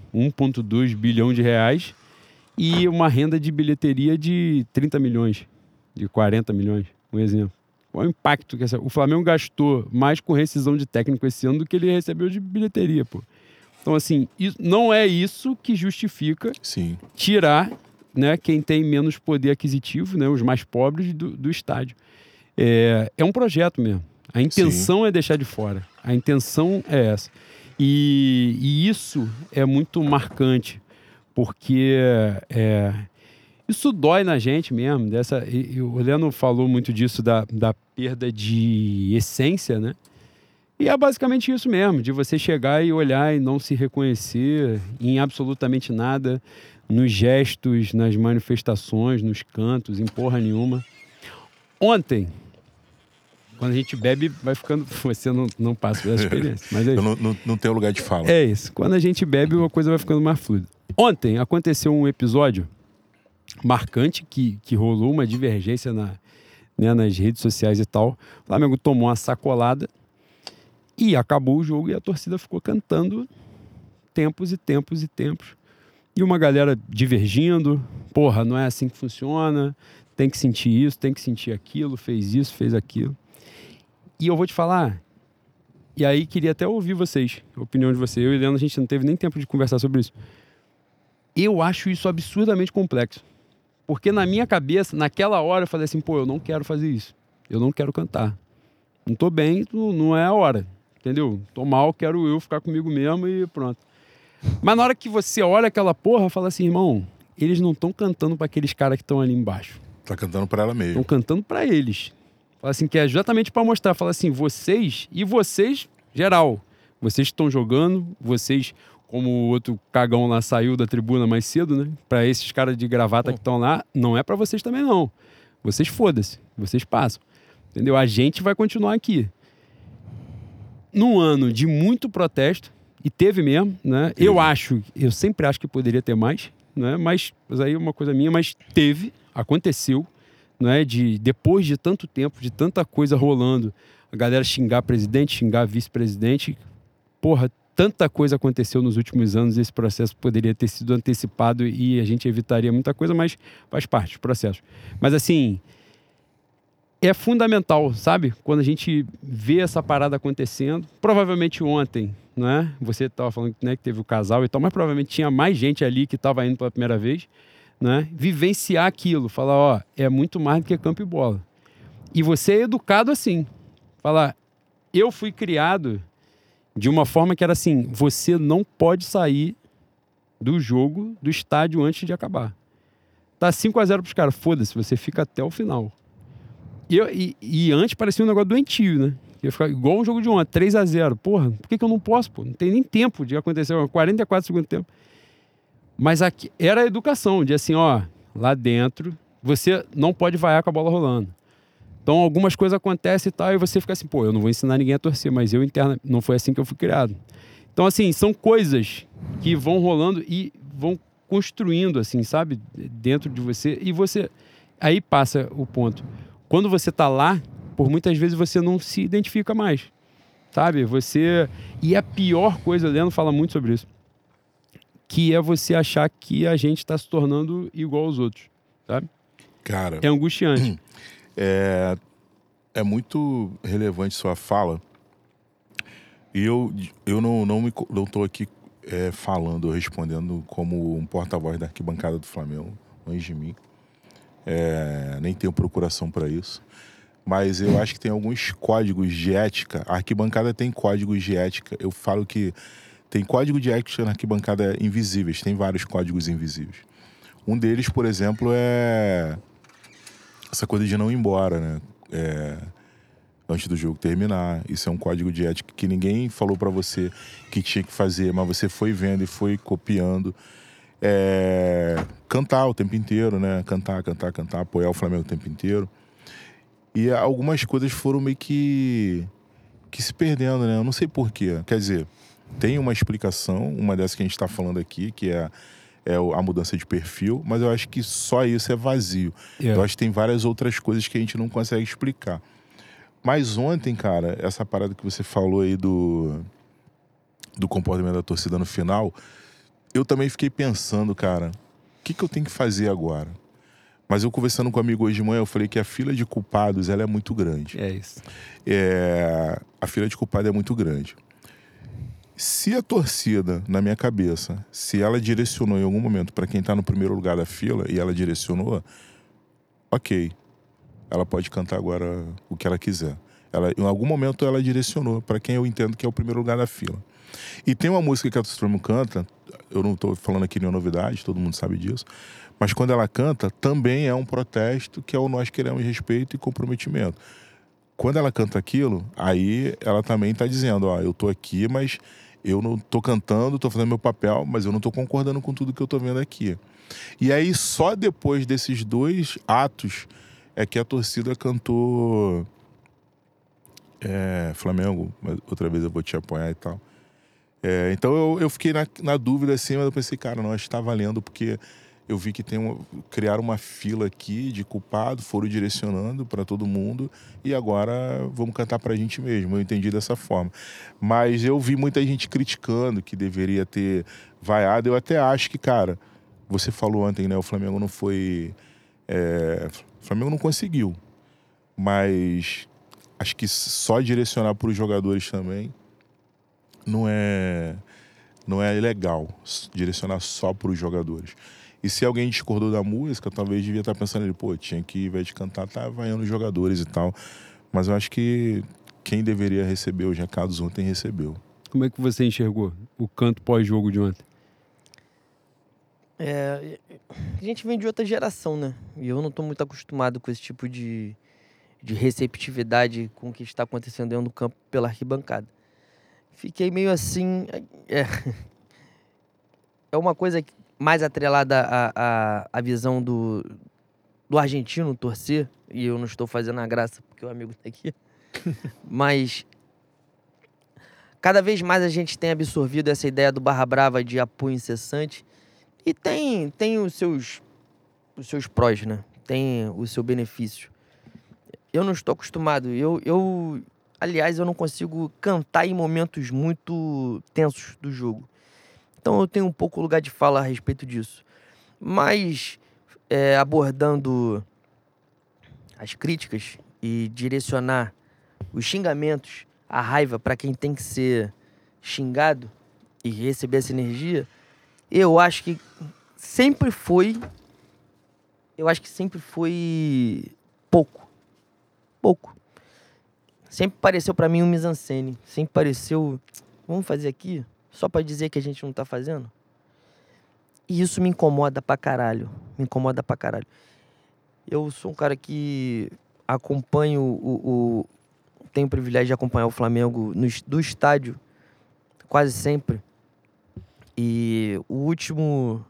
1,2 bilhão de reais e uma renda de bilheteria de 30 milhões, de 40 milhões, um exemplo. Qual é o impacto que o Flamengo gastou mais com rescisão de técnico esse ano do que ele recebeu de bilheteria, Então, assim, não é isso que justifica Sim. tirar, né, quem tem menos poder aquisitivo, né, os mais pobres do estádio. É um projeto mesmo. A intenção é deixar de fora. A intenção é essa. E isso é muito marcante, porque isso dói na gente mesmo. O Leno falou muito disso, da perda de essência, né? E é basicamente isso mesmo, de você chegar e olhar e não se reconhecer em absolutamente nada, nos gestos, nas manifestações, nos cantos, em porra nenhuma. Ontem, quando a gente bebe, vai ficando... Você não passa pela experiência, mas é isso. Eu não tenho lugar de fala. É isso. Quando a gente bebe, a coisa vai ficando mais fluida. Ontem aconteceu um episódio marcante que rolou uma divergência nas redes sociais e tal. O Flamengo tomou uma sacolada e acabou o jogo e a torcida ficou cantando tempos e tempos e tempos. E uma galera divergindo. Porra, não é assim que funciona. Tem que sentir isso, tem que sentir aquilo. Fez isso, fez aquilo. E eu vou te falar... E aí queria até ouvir vocês, a opinião de vocês. Eu e Helena, a gente não teve nem tempo de conversar sobre isso. Eu acho isso absurdamente complexo. Porque na minha cabeça, naquela hora, eu falei assim, pô, eu não quero fazer isso. Eu não quero cantar. Não tô bem, não é a hora. Entendeu? Tô mal, quero eu ficar comigo mesmo e pronto. Mas na hora que você olha aquela porra, fala assim, irmão, eles não estão cantando para aqueles caras que estão ali embaixo. Tá cantando pra ela mesmo. Estão cantando para eles. Fala assim, que é exatamente para mostrar. Fala assim, vocês, geral. Vocês estão jogando, vocês, como o outro cagão lá saiu da tribuna mais cedo, né? Para esses caras de gravata que estão lá, não é para vocês também não. Vocês foda-se, vocês passam. Entendeu? A gente vai continuar aqui. Num ano de muito protesto, e teve mesmo, né? Eu sempre acho que poderia ter mais, né? Mas aí é uma coisa minha, mas aconteceu, né? Depois de tanto tempo, de tanta coisa rolando, a galera xingar presidente, xingar vice-presidente, porra, tanta coisa aconteceu nos últimos anos, esse processo poderia ter sido antecipado e a gente evitaria muita coisa, mas faz parte do processo. Mas assim, é fundamental, sabe? Quando a gente vê essa parada acontecendo, provavelmente ontem, né? Você estava falando, né, que teve o casal e tal, mas provavelmente tinha mais gente ali que estava indo pela primeira vez, né? Vivenciar aquilo, falar, ó, é muito mais do que campo e bola. E você é educado assim, falar, eu fui criado de uma forma que era assim, você não pode sair do jogo, do estádio antes de acabar. Tá 5-0 pros caras, foda-se, você fica até o final. E antes parecia um negócio doentio, né? Ia ficar igual um jogo de ontem, 3-0. Porra, por que eu não posso, pô? Não tem nem tempo de acontecer, 44 segundos de tempo. Mas aqui era a educação, de assim, ó, lá dentro, você não pode vaiar com a bola rolando. Então, algumas coisas acontecem e tal, e você fica assim, pô, eu não vou ensinar ninguém a torcer, mas eu interna, não foi assim que eu fui criado. Então, assim, são coisas que vão rolando e vão construindo, assim, sabe? Dentro de você. E você... Aí passa o ponto. Quando você tá lá, por muitas vezes você não se identifica mais, sabe? E a pior coisa, o Leandro fala muito sobre isso, que é você achar que a gente está se tornando igual aos outros, sabe? Cara... É angustiante. É muito relevante sua fala. E eu não tô aqui falando, respondendo como um porta-voz da arquibancada do Flamengo, longe de mim. Nem tenho procuração para isso. Mas eu acho que tem alguns códigos de ética. A arquibancada tem códigos de ética. Eu falo que tem código de ética na arquibancada invisíveis. Tem vários códigos invisíveis. Um deles, por exemplo, é essa coisa de não ir embora, né? Antes do jogo terminar. Isso é um código de ética que ninguém falou pra você que tinha que fazer, mas você foi vendo e foi copiando. Cantar o tempo inteiro, né? Cantar, apoiar o Flamengo o tempo inteiro. E algumas coisas foram meio que se perdendo, né? Eu não sei porquê. Quer dizer, tem uma explicação, uma dessas que a gente tá falando aqui, que é a mudança de perfil, mas eu acho que só isso é vazio. Eu acho que tem várias outras coisas que a gente não consegue explicar. Mas ontem, cara, essa parada que você falou aí do comportamento da torcida no final, eu também fiquei pensando, cara, o que eu tenho que fazer agora? Mas eu conversando com um amigo hoje de manhã, eu falei que a fila de culpados, ela é muito grande. É isso. A fila de culpados é muito grande. Se a torcida, na minha cabeça, se ela direcionou em algum momento para quem tá no primeiro lugar da fila e ela direcionou, ok. Ela pode cantar agora o que ela quiser. Em algum momento ela direcionou para quem eu entendo que é o primeiro lugar da fila. E tem uma música que a Storm canta, eu não estou falando aqui nenhuma novidade, todo mundo sabe disso, mas quando ela canta, também é um protesto que é o nós queremos respeito e comprometimento. Quando ela canta aquilo, aí ela também está dizendo, ó, eu tô aqui, mas eu não tô cantando, tô fazendo meu papel, mas eu não tô concordando com tudo que eu tô vendo aqui. E aí, só depois desses dois atos, é que a torcida cantou Flamengo, mas outra vez eu vou te apoiar e tal. Então eu fiquei na dúvida assim, mas eu pensei, cara, não, acho que tá valendo, porque eu vi que criaram uma fila aqui de culpado, foram direcionando para todo mundo e agora vamos cantar pra gente mesmo. Eu entendi dessa forma. Mas eu vi muita gente criticando que deveria ter vaiado. Eu até acho que, cara, você falou ontem, né? O Flamengo não foi... O Flamengo não conseguiu. Mas acho que só direcionar para os jogadores também não é legal. Direcionar só para os jogadores. E se alguém discordou da música, talvez devia estar pensando, pô, tinha que, ao invés de cantar, tá vaiando os jogadores e tal. Mas eu acho que quem deveria receber os recados ontem recebeu. Como é que você enxergou o canto pós-jogo de ontem? A gente vem de outra geração, né? E eu não tô muito acostumado com esse tipo de receptividade com o que está acontecendo dentro do campo pela arquibancada. Fiquei meio assim... É uma coisa mais atrelada à visão do argentino torcer, e eu não estou fazendo a graça porque o amigo tá aqui, mas cada vez mais a gente tem absorvido essa ideia do Barra Brava de apoio incessante, e tem os seus prós, né? Tem o seu benefício. Eu não estou acostumado. Aliás, eu não consigo cantar em momentos muito tensos do jogo. Então eu tenho um pouco lugar de fala a respeito disso. Mas, abordando as críticas e direcionar os xingamentos, a raiva para quem tem que ser xingado e receber essa energia, eu acho que sempre foi pouco. Sempre pareceu para mim um mise-en-scène. Sempre pareceu, vamos fazer aqui só para dizer que a gente não tá fazendo? E isso me incomoda pra caralho. Eu sou um cara que acompanho tenho o privilégio de acompanhar o Flamengo do estádio quase sempre. E o último...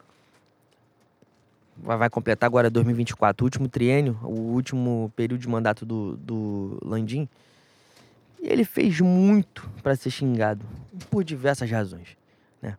Vai completar agora 2024, o último triênio, o último período de mandato do Landim. E ele fez muito para ser xingado, por diversas razões, né?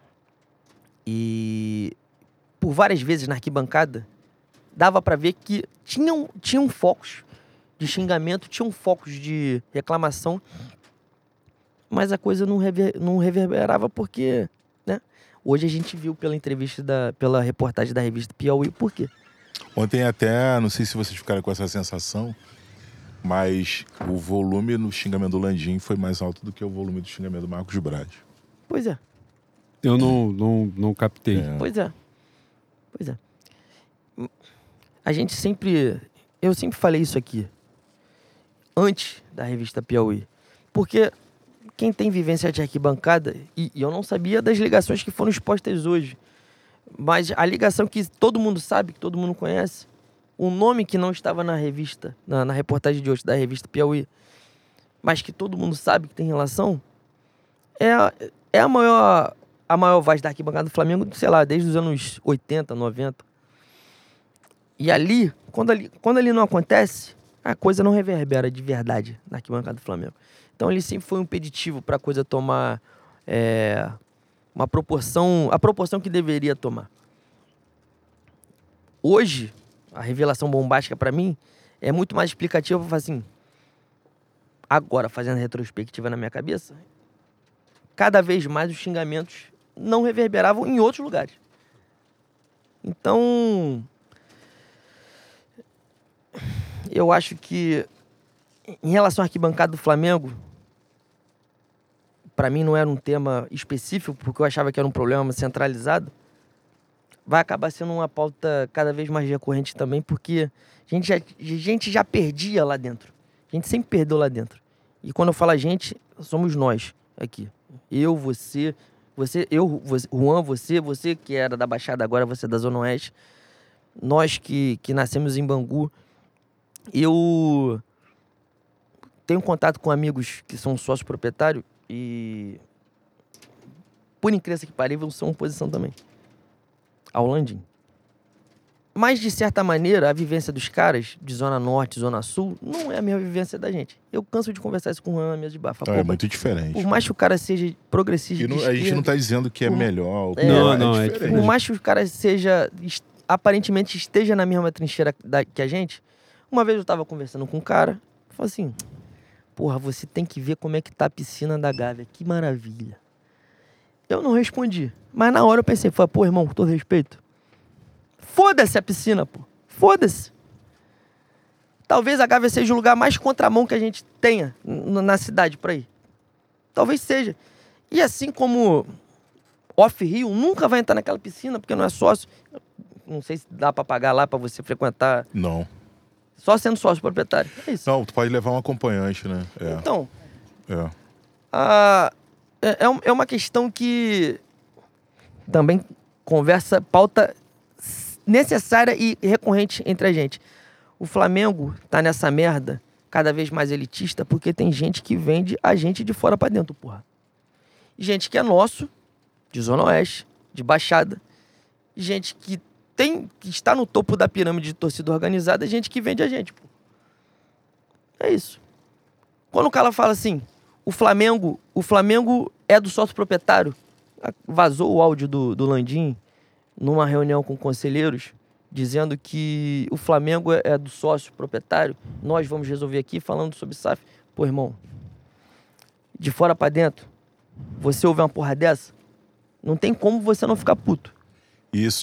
E por várias vezes na arquibancada, dava para ver que tinham focos de xingamento, tinham focos de reclamação, mas a coisa não reverberava porque, né? Hoje a gente viu pela reportagem da revista Piauí por quê. Ontem até, não sei se vocês ficaram com essa sensação, mas o volume no xingamento do Landim foi mais alto do que o volume do xingamento do Marcos Braz. Pois é. Eu não captei. Pois é. Eu sempre falei isso aqui, antes da revista Piauí. Porque quem tem vivência de arquibancada, e eu não sabia das ligações que foram expostas hoje, mas a ligação que todo mundo sabe, que todo mundo conhece, o nome que não estava na revista, na reportagem de hoje da revista Piauí, mas que todo mundo sabe que tem relação, é a maior voz da arquibancada do Flamengo, sei lá, desde os anos 80, 90. E ali, quando ali não acontece, a coisa não reverbera de verdade na arquibancada do Flamengo. Então ele sempre foi um impeditivo para a coisa tomar a proporção que deveria tomar. Hoje, a revelação bombástica para mim é muito mais explicativa para falar assim, agora fazendo a retrospectiva na minha cabeça, cada vez mais os xingamentos não reverberavam em outros lugares. Então, eu acho que em relação à arquibancada do Flamengo, pra mim não era um tema específico, porque eu achava que era um problema centralizado, vai acabar sendo uma pauta cada vez mais recorrente também, porque a gente já perdia lá dentro. A gente sempre perdeu lá dentro. E quando eu falo a gente, somos nós aqui. Eu, você, Juan, você que era da Baixada, agora você é da Zona Oeste. Nós que nascemos em Bangu. Eu tenho contato com amigos que são sócios proprietários e, por incrível que pareça, são oposição também ao Landim. Mas, de certa maneira, a vivência dos caras de Zona Norte, Zona Sul, não é a mesma vivência da gente. Eu canso de conversar isso com o Juan na mesa de bar. É muito diferente. Por mais que o cara seja progressista de a gente não tá dizendo que é melhor. Não, é diferente. Por mais que o cara aparentemente esteja na mesma trincheira que a gente, uma vez eu tava conversando com um cara, falou assim, porra, você tem que ver como é que tá a piscina da Gávea, que maravilha. Eu não respondi, mas na hora eu pensei, pô, irmão, com todo respeito, foda-se a piscina, pô, foda-se. Talvez a Gávea seja o lugar mais contramão que a gente tenha na cidade pra ir. Talvez seja. E assim como Off-Rio nunca vai entrar naquela piscina, porque não é sócio. Não sei se dá pra pagar lá pra você frequentar. Não. Só sendo sócio proprietário. É isso. Não, tu pode levar um acompanhante, né? Então, É. é uma questão que também pauta necessária e recorrente entre a gente. O Flamengo tá nessa merda cada vez mais elitista porque tem gente que vende a gente de fora pra dentro, porra. Gente que é nosso, de Zona Oeste, de Baixada. Gente que está no topo da pirâmide de torcida organizada, gente que vende a gente, pô. É isso. Quando o cara fala assim, o Flamengo é do sócio proprietário, vazou o áudio do Landim numa reunião com conselheiros, dizendo que o Flamengo é do sócio proprietário, nós vamos resolver aqui falando sobre SAF. Pô, irmão, de fora pra dentro, você ouve uma porra dessa, não tem como você não ficar puto. E esse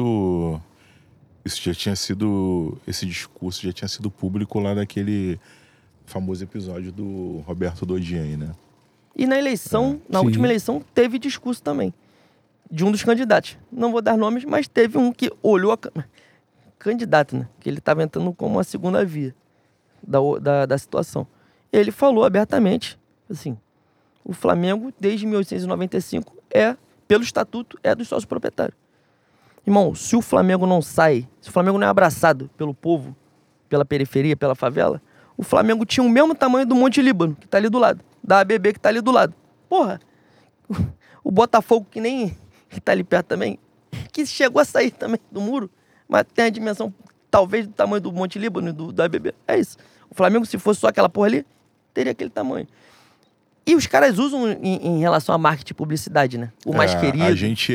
discurso já tinha sido público lá naquele famoso episódio do Roberto Dodian, né? E na eleição, na última eleição, teve discurso também. De um dos candidatos. Não vou dar nomes, mas teve um que olhou candidato, né? Que ele estava entrando como a segunda via da situação. Ele falou abertamente, assim, o Flamengo, desde 1895, pelo estatuto, é dos sócios proprietários. Irmão, se o Flamengo não sai, se o Flamengo não é abraçado pelo povo, pela periferia, pela favela, o Flamengo tinha o mesmo tamanho do Monte Líbano, que tá ali do lado, da ABB, que tá ali do lado. Porra, o Botafogo, que tá ali perto também, que chegou a sair também do muro, mas tem a dimensão, talvez, do tamanho do Monte Líbano e da ABB. É isso. O Flamengo, se fosse só aquela porra ali, teria aquele tamanho. E os caras usam em relação a marketing e publicidade, né? O mais querido. A gente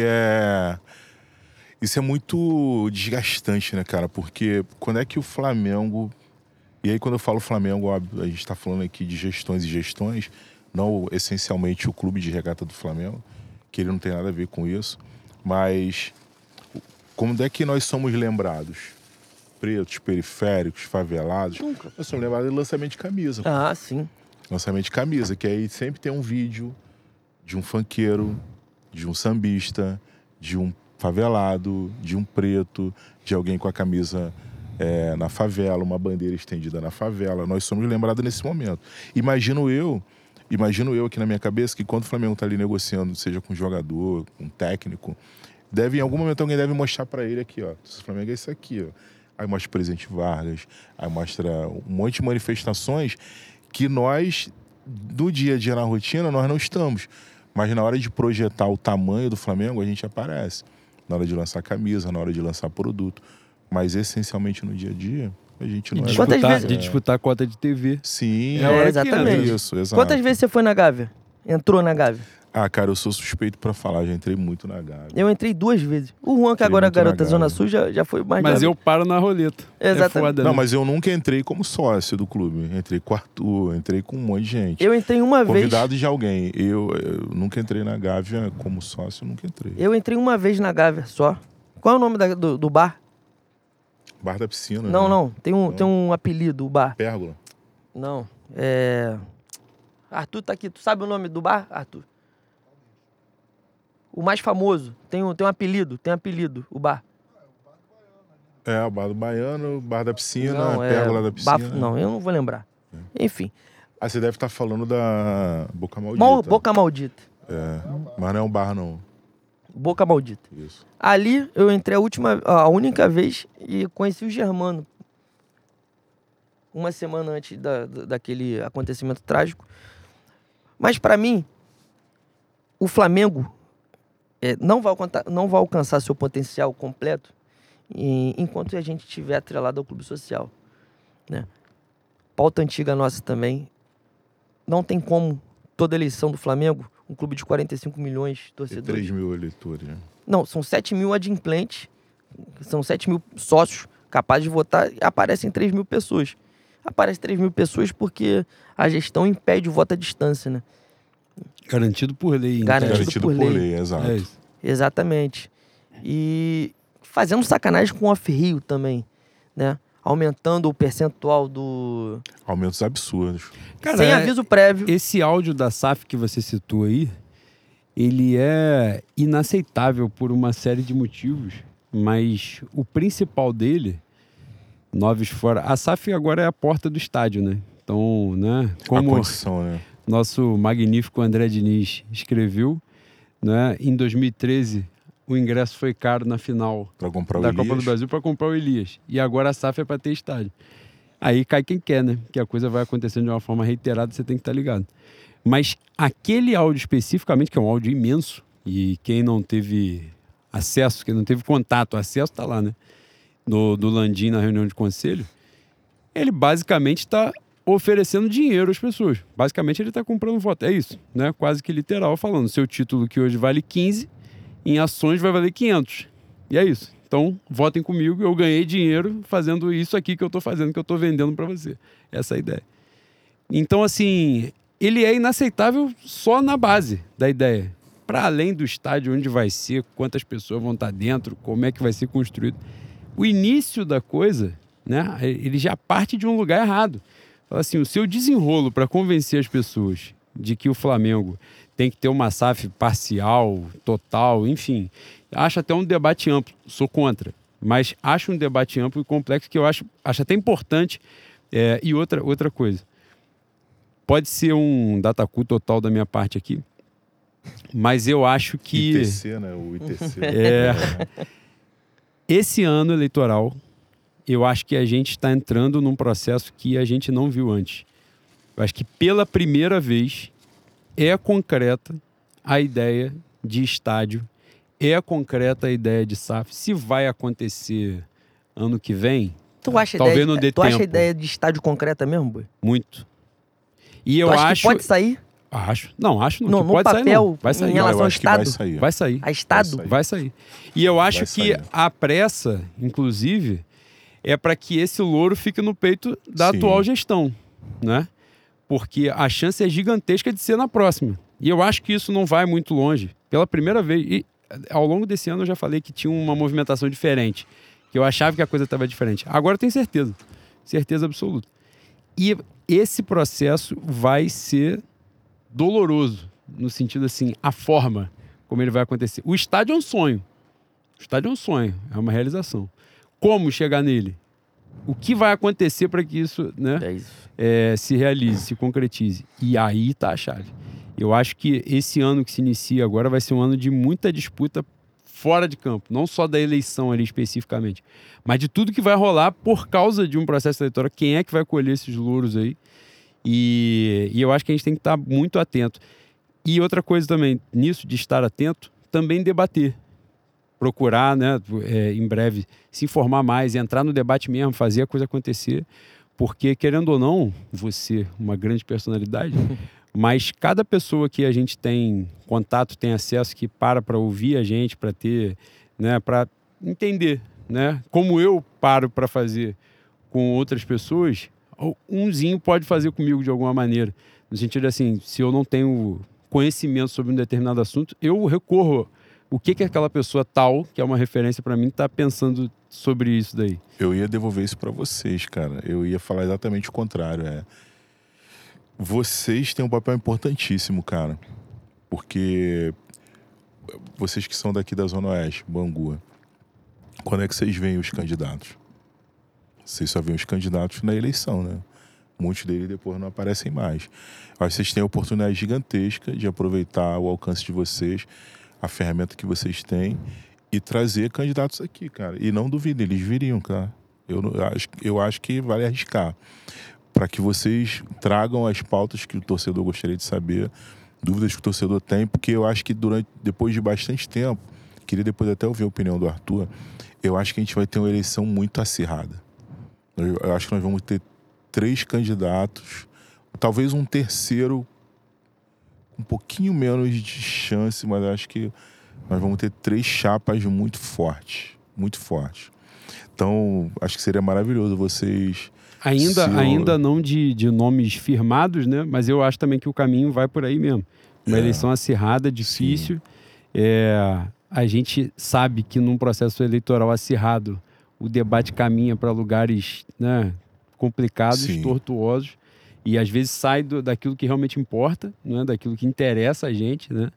Isso é muito desgastante, né, cara? Porque quando é que o Flamengo... E aí, quando eu falo Flamengo, óbvio, a gente tá falando aqui de gestões e gestões, não essencialmente o clube de regata do Flamengo, que ele não tem nada a ver com isso. Mas como é que nós somos lembrados? Pretos, periféricos, favelados. Nunca. Nós somos lembrados de lançamento de camisa. Ah, sim. Lançamento de camisa, que aí sempre tem um vídeo de um funkeiro, de um sambista, de um favelado, de um preto, de alguém com a camisa na favela, uma bandeira estendida na favela. Nós somos lembrados nesse momento. Imagino eu aqui na minha cabeça que quando o Flamengo está ali negociando, seja com um jogador, com um técnico, em algum momento alguém deve mostrar para ele aqui, ó, o Flamengo é isso aqui, ó. Aí mostra o presidente Vargas, aí mostra um monte de manifestações que nós, do dia a dia na rotina, nós não estamos. Mas na hora de projetar o tamanho do Flamengo, a gente aparece. Na hora de lançar camisa, na hora de lançar produto. Mas essencialmente no dia a dia, a gente não de disputar a cota de TV. Sim, exatamente. Isso, exato. Quantas vezes você foi na Gávea? Entrou na Gávea? Ah, cara, eu sou suspeito pra falar, já entrei muito na Gávea. Eu entrei 2 vezes. O Juan, que agora é garota Zona Sul, já foi mais. Mas eu paro na roleta. Exatamente. É foda, não, né? mas eu nunca entrei como sócio do clube. Entrei com o Arthur, entrei com um monte de gente. Eu entrei uma vez. Convidado de alguém. Eu nunca entrei na Gávea como sócio, eu nunca entrei. Eu entrei uma vez na Gávea só. Qual é o nome do bar? Bar da Piscina. Não, né? não. Tem um apelido, o bar. Pérgola. Não. Arthur tá aqui. Tu sabe o nome do bar, Arthur? O mais famoso. Tem um apelido, o bar. É, o bar do Baiano, o bar da piscina, Não, a pérgola da piscina. Não, eu não vou lembrar. Enfim. Ah, você deve estar falando da Boca Maldita. Boca Maldita. É, mas não é um bar, não. Boca Maldita. Isso. Ali eu entrei a única vez e conheci o Germano. Uma semana antes daquele acontecimento trágico. Mas pra mim, o Flamengo não vai alcançar seu potencial completo enquanto a gente estiver atrelado ao clube social, né? Pauta antiga nossa também. Não tem como toda eleição do Flamengo, um clube de 45 milhões de torcedores. 3 mil eleitores, né? Não, são 7 mil adimplentes, são 7 mil sócios capazes de votar e aparecem 3 mil pessoas. Aparecem 3 mil pessoas porque a gestão impede o voto à distância, né? Garantido por lei. Garantido por lei, exato. É isso. Exatamente. E fazendo sacanagem com o off-Rio também, né? Aumentando o percentual do... Aumentos absurdos. Cara, sem aviso prévio. Esse áudio da SAF que você citou aí, ele é inaceitável por uma série de motivos, mas o principal dele, noves fora... A SAF agora é a porta do estádio, né? Então, né? Como a condição, né? nosso magnífico André Diniz escreveu, né? Em 2013, o ingresso foi caro na final Pra comprar o da Elias. Copa do Brasil para comprar o Elias. E agora a SAF é para ter estádio. Aí cai quem quer, né? Que a coisa vai acontecendo de uma forma reiterada, você tem que estar ligado. Mas aquele áudio especificamente, que é um áudio imenso, e quem não teve acesso, quem não teve contato, acesso tá lá, né? Do Landim na reunião de conselho, ele basicamente está oferecendo dinheiro às pessoas. Basicamente ele está comprando voto. É isso, né? Quase que literal, falando. Seu título que hoje vale 15, em ações vai valer 500. E é isso. Então, votem comigo, eu ganhei dinheiro fazendo isso aqui que eu estou fazendo, que eu estou vendendo para você. Essa é a ideia. Então, assim, ele é inaceitável só na base da ideia. Para além do estádio, onde vai ser, quantas pessoas vão estar dentro, como é que vai ser construído. O início da coisa, né, ele já parte de um lugar errado. Fala assim, o seu desenrolo para convencer as pessoas de que o Flamengo tem que ter uma SAF parcial, total, enfim. Acho até um debate amplo, sou contra, mas acho um debate amplo e complexo que eu acho até importante. E outra coisa, pode ser um datacu total da minha parte aqui, mas eu acho que... ITC, né? O ITC. Esse ano eleitoral, eu acho que a gente está entrando num processo que a gente não viu antes. Eu acho que pela primeira vez é concreta a ideia de estádio, é concreta a ideia de SAF. Se vai acontecer ano que vem, talvez não dê tempo. Tu acha a ideia de estádio concreta mesmo, Boi? Muito. E eu tu acha acho... que pode sair? Acho. Não, acho não. No Que pode papel, sair, não. Vai sair. em relação ao acho que Estado? vai sair. Vai sair. A Estado? Vai sair. E eu acho Vai que sair. a pressa, inclusive, é para que esse louro fique no peito da Sim. atual gestão, né? Porque a chance é gigantesca de ser na próxima. E eu acho que isso não vai muito longe. Pela primeira vez, e ao longo desse ano eu já falei que tinha uma movimentação diferente, que eu achava que a coisa estava diferente. Agora eu tenho certeza. Certeza absoluta. E esse processo vai ser doloroso, no sentido assim, a forma como ele vai acontecer. O estádio é um sonho. O estádio é um sonho, é uma realização. Como chegar nele? O que vai acontecer para que isso, né, É isso. se realize, se concretize? E aí está a chave. Eu acho que esse ano que se inicia agora vai ser um ano de muita disputa fora de campo, não só da eleição ali especificamente, mas de tudo que vai rolar por causa de um processo eleitoral. Quem é que vai colher esses louros aí? E eu acho que a gente tem que estar muito atento. E outra coisa também, nisso de estar atento, também debater. Procurar, né, em breve, se informar mais, entrar no debate mesmo, fazer a coisa acontecer. Porque, querendo ou não, você, uma grande personalidade, mas cada pessoa que a gente tem contato, tem acesso, que para ouvir a gente, para ter, né, para entender, né, como eu paro para fazer com outras pessoas, umzinho pode fazer comigo de alguma maneira. No sentido assim, se eu não tenho conhecimento sobre um determinado assunto, eu recorro o que aquela pessoa tal, que é uma referência para mim, está pensando sobre isso daí. Eu ia devolver isso para vocês, cara. Eu ia falar exatamente o contrário. Vocês têm um papel importantíssimo, cara. Porque vocês que são daqui da Zona Oeste, Bangu, quando é que vocês veem os candidatos? Vocês só veem os candidatos na eleição, né? Muitos deles depois não aparecem mais. Eu acho que vocês têm a oportunidade gigantesca de aproveitar o alcance de vocês, a ferramenta que vocês têm e trazer candidatos aqui, cara. E não duvidem, eles viriam, cara. Eu acho que vale arriscar. Para que vocês tragam as pautas que o torcedor gostaria de saber, dúvidas que o torcedor tem, porque eu acho que depois de bastante tempo, queria depois até ouvir a opinião do Arthur, eu acho que a gente vai ter uma eleição muito acirrada. Eu acho que nós vamos ter 3 candidatos, talvez um terceiro um pouquinho menos de chance, mas eu acho que nós vamos ter 3 chapas muito fortes, muito fortes. Então, acho que seria maravilhoso vocês... Ainda não de nomes firmados, né? Mas eu acho também que o caminho vai por aí mesmo. Uma eleição acirrada, difícil. A gente sabe que num processo eleitoral acirrado, o debate caminha para lugares, né, complicados, tortuosos. E às vezes sai daquilo que realmente importa, né? Daquilo que interessa a gente, né?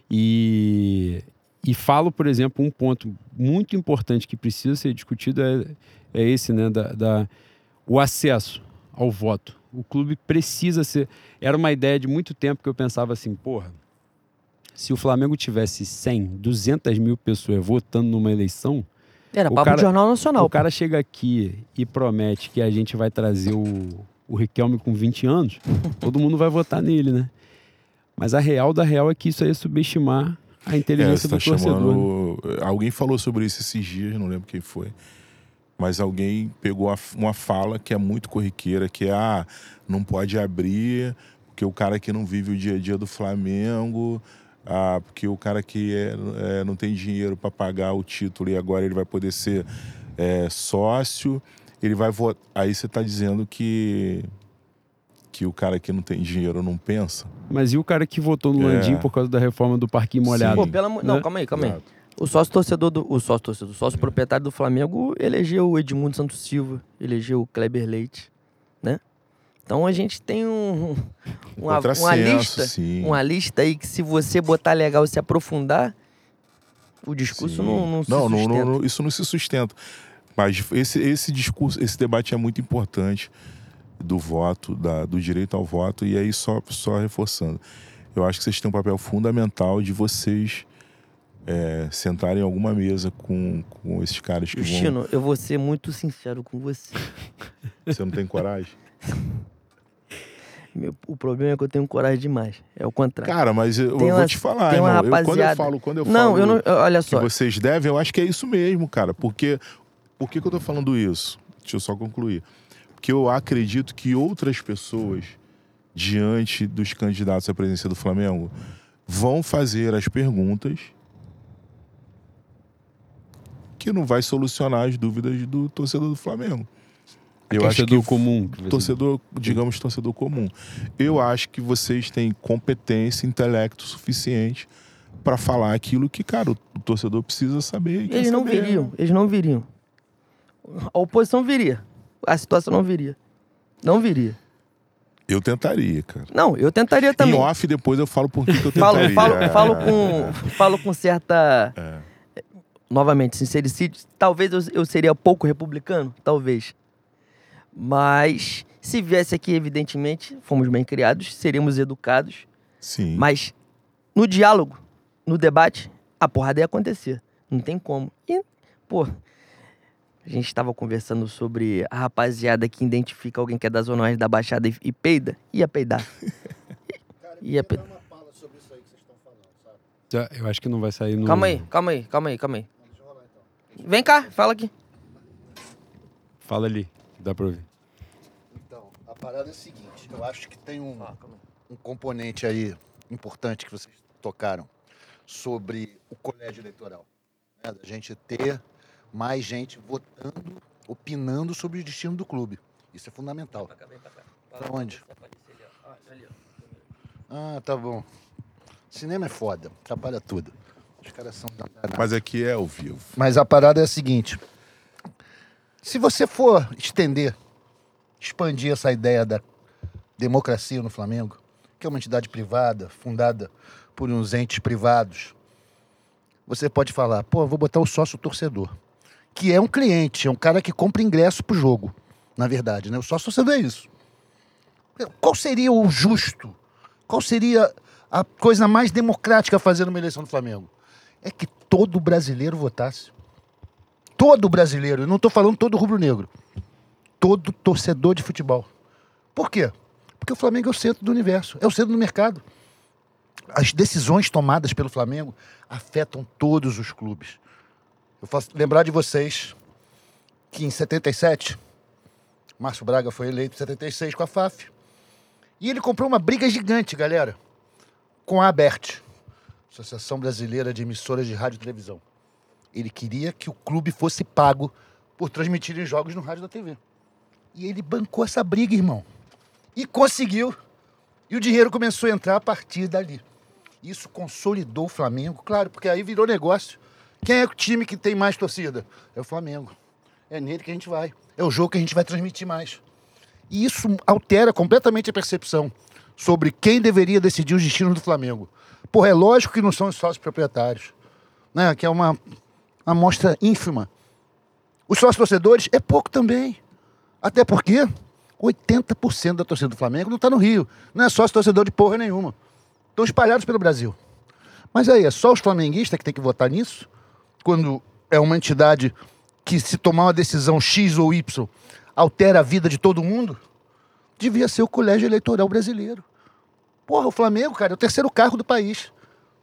E falo, por exemplo, um ponto muito importante que precisa ser discutido é esse, né? O acesso ao voto. O clube precisa ser... Era uma ideia de muito tempo que eu pensava assim, porra, se o Flamengo tivesse 100, 200 mil pessoas votando numa eleição... Era papo de Jornal Nacional. O cara chega aqui e promete que a gente vai trazer o Riquelme com 20 anos, todo mundo vai votar nele, né? Mas a real da real é que isso aí é subestimar a inteligência do torcedor. Alguém falou sobre isso esses dias, não lembro quem foi. Mas alguém pegou uma fala que é muito corriqueira, que é, não pode abrir, porque o cara que não vive o dia a dia do Flamengo, porque o cara que não tem dinheiro para pagar o título e agora ele vai poder ser sócio, ele vai votar. Aí você está dizendo que o cara que não tem dinheiro não pensa. Mas e o cara que votou no Landim por causa da reforma do Parquinho Molhado? Pô, não, calma aí. O sócio proprietário do Flamengo elegeu o Edmundo Santos Silva, elegeu o Kleber Leite, né? Então a gente tem uma lista aí que, se você botar legal e se aprofundar, o discurso não se sustenta. Não, isso não se sustenta. Mas esse discurso, esse debate é muito importante do voto, do direito ao voto, e aí só reforçando. Eu acho que vocês têm um papel fundamental de vocês sentarem em alguma mesa com esses caras que Justino, eu vou ser muito sincero com você. Você não tem coragem? O problema é que eu tenho coragem demais. É o contrário. Cara, mas eu vou te falar, irmão. Quando eu falo olha só, que vocês devem, eu acho que é isso mesmo, cara. Por que eu tô falando isso? Deixa eu só concluir. Porque eu acredito que outras pessoas, diante dos candidatos à presidência do Flamengo, vão fazer as perguntas que não vai solucionar as dúvidas do torcedor do Flamengo. Torcedor comum. Torcedor comum. Eu acho que vocês têm competência, intelecto suficiente para falar aquilo que, cara, o torcedor precisa saber. Eles não viriam. A oposição viria. A situação não viria. Não viria. Eu tentaria, cara. Não, eu tentaria também. Em off, depois eu falo por que eu tentaria. Falo com certa... Novamente, sincericídio. Talvez eu seria pouco republicano. Talvez. Mas, se viesse aqui, evidentemente, fomos bem criados, seríamos educados. Sim. Mas, no diálogo, no debate, a porrada ia acontecer. Não tem como. E, pô, a gente estava conversando sobre a rapaziada que identifica alguém que é da Zona Oeste da Baixada e peida. Ia peidar. Ia peidar. Uma fala sobre isso aí que vocês estão falando, sabe? Eu acho que não vai sair no... Calma aí. Deixa eu rolar, então. Vem cá, fala aqui. Fala ali, dá pra ouvir. Então, a parada é a seguinte. Eu acho que tem um componente aí importante que vocês tocaram sobre o colégio eleitoral. Né? Da gente ter mais gente votando, opinando sobre o destino do clube. Isso é fundamental. Pra onde? Ah, tá bom. Cinema é foda, atrapalha tudo. Os caras são danados. Mas aqui é ao vivo. Mas a parada é a seguinte. Se você for expandir essa ideia democracia no Flamengo, que é uma entidade privada, fundada por uns entes privados, você pode falar, pô, vou botar o sócio torcedor, que é um cliente, é um cara que compra ingresso pro jogo, na verdade, né? O sócio torcedor é isso. Qual seria o justo? Qual seria a coisa mais democrática a fazer numa eleição do Flamengo? É que todo brasileiro votasse. Todo brasileiro, eu não estou falando todo rubro-negro. Todo torcedor de futebol. Por quê? Porque o Flamengo é o centro do universo, é o centro do mercado. As decisões tomadas pelo Flamengo afetam todos os clubes. Eu faço lembrar de vocês que em 77, Márcio Braga foi eleito em 76 com a FAF. E ele comprou uma briga gigante, galera, com a ABERT, Associação Brasileira de Emissoras de Rádio e Televisão. Ele queria que o clube fosse pago por transmitirem jogos no rádio da TV. E ele bancou essa briga, irmão. E conseguiu. E o dinheiro começou a entrar a partir dali. Isso consolidou o Flamengo, claro, porque aí virou negócio. Quem é o time que tem mais torcida? É o Flamengo. É nele que a gente vai. É o jogo que a gente vai transmitir mais. E isso altera completamente a percepção sobre quem deveria decidir os destinos do Flamengo. Porra, é lógico que não são os sócios proprietários, né? Que é uma amostra ínfima. Os sócios torcedores é pouco também. Até porque 80% da torcida do Flamengo não está no Rio. Não é sócio torcedor de porra nenhuma. Estão espalhados pelo Brasil. Mas aí, é só os flamenguistas que tem que votar nisso? Quando é uma entidade que, se tomar uma decisão X ou Y, altera a vida de todo mundo? Devia ser o Colégio Eleitoral Brasileiro. Porra, o Flamengo, cara, é o terceiro cargo do país.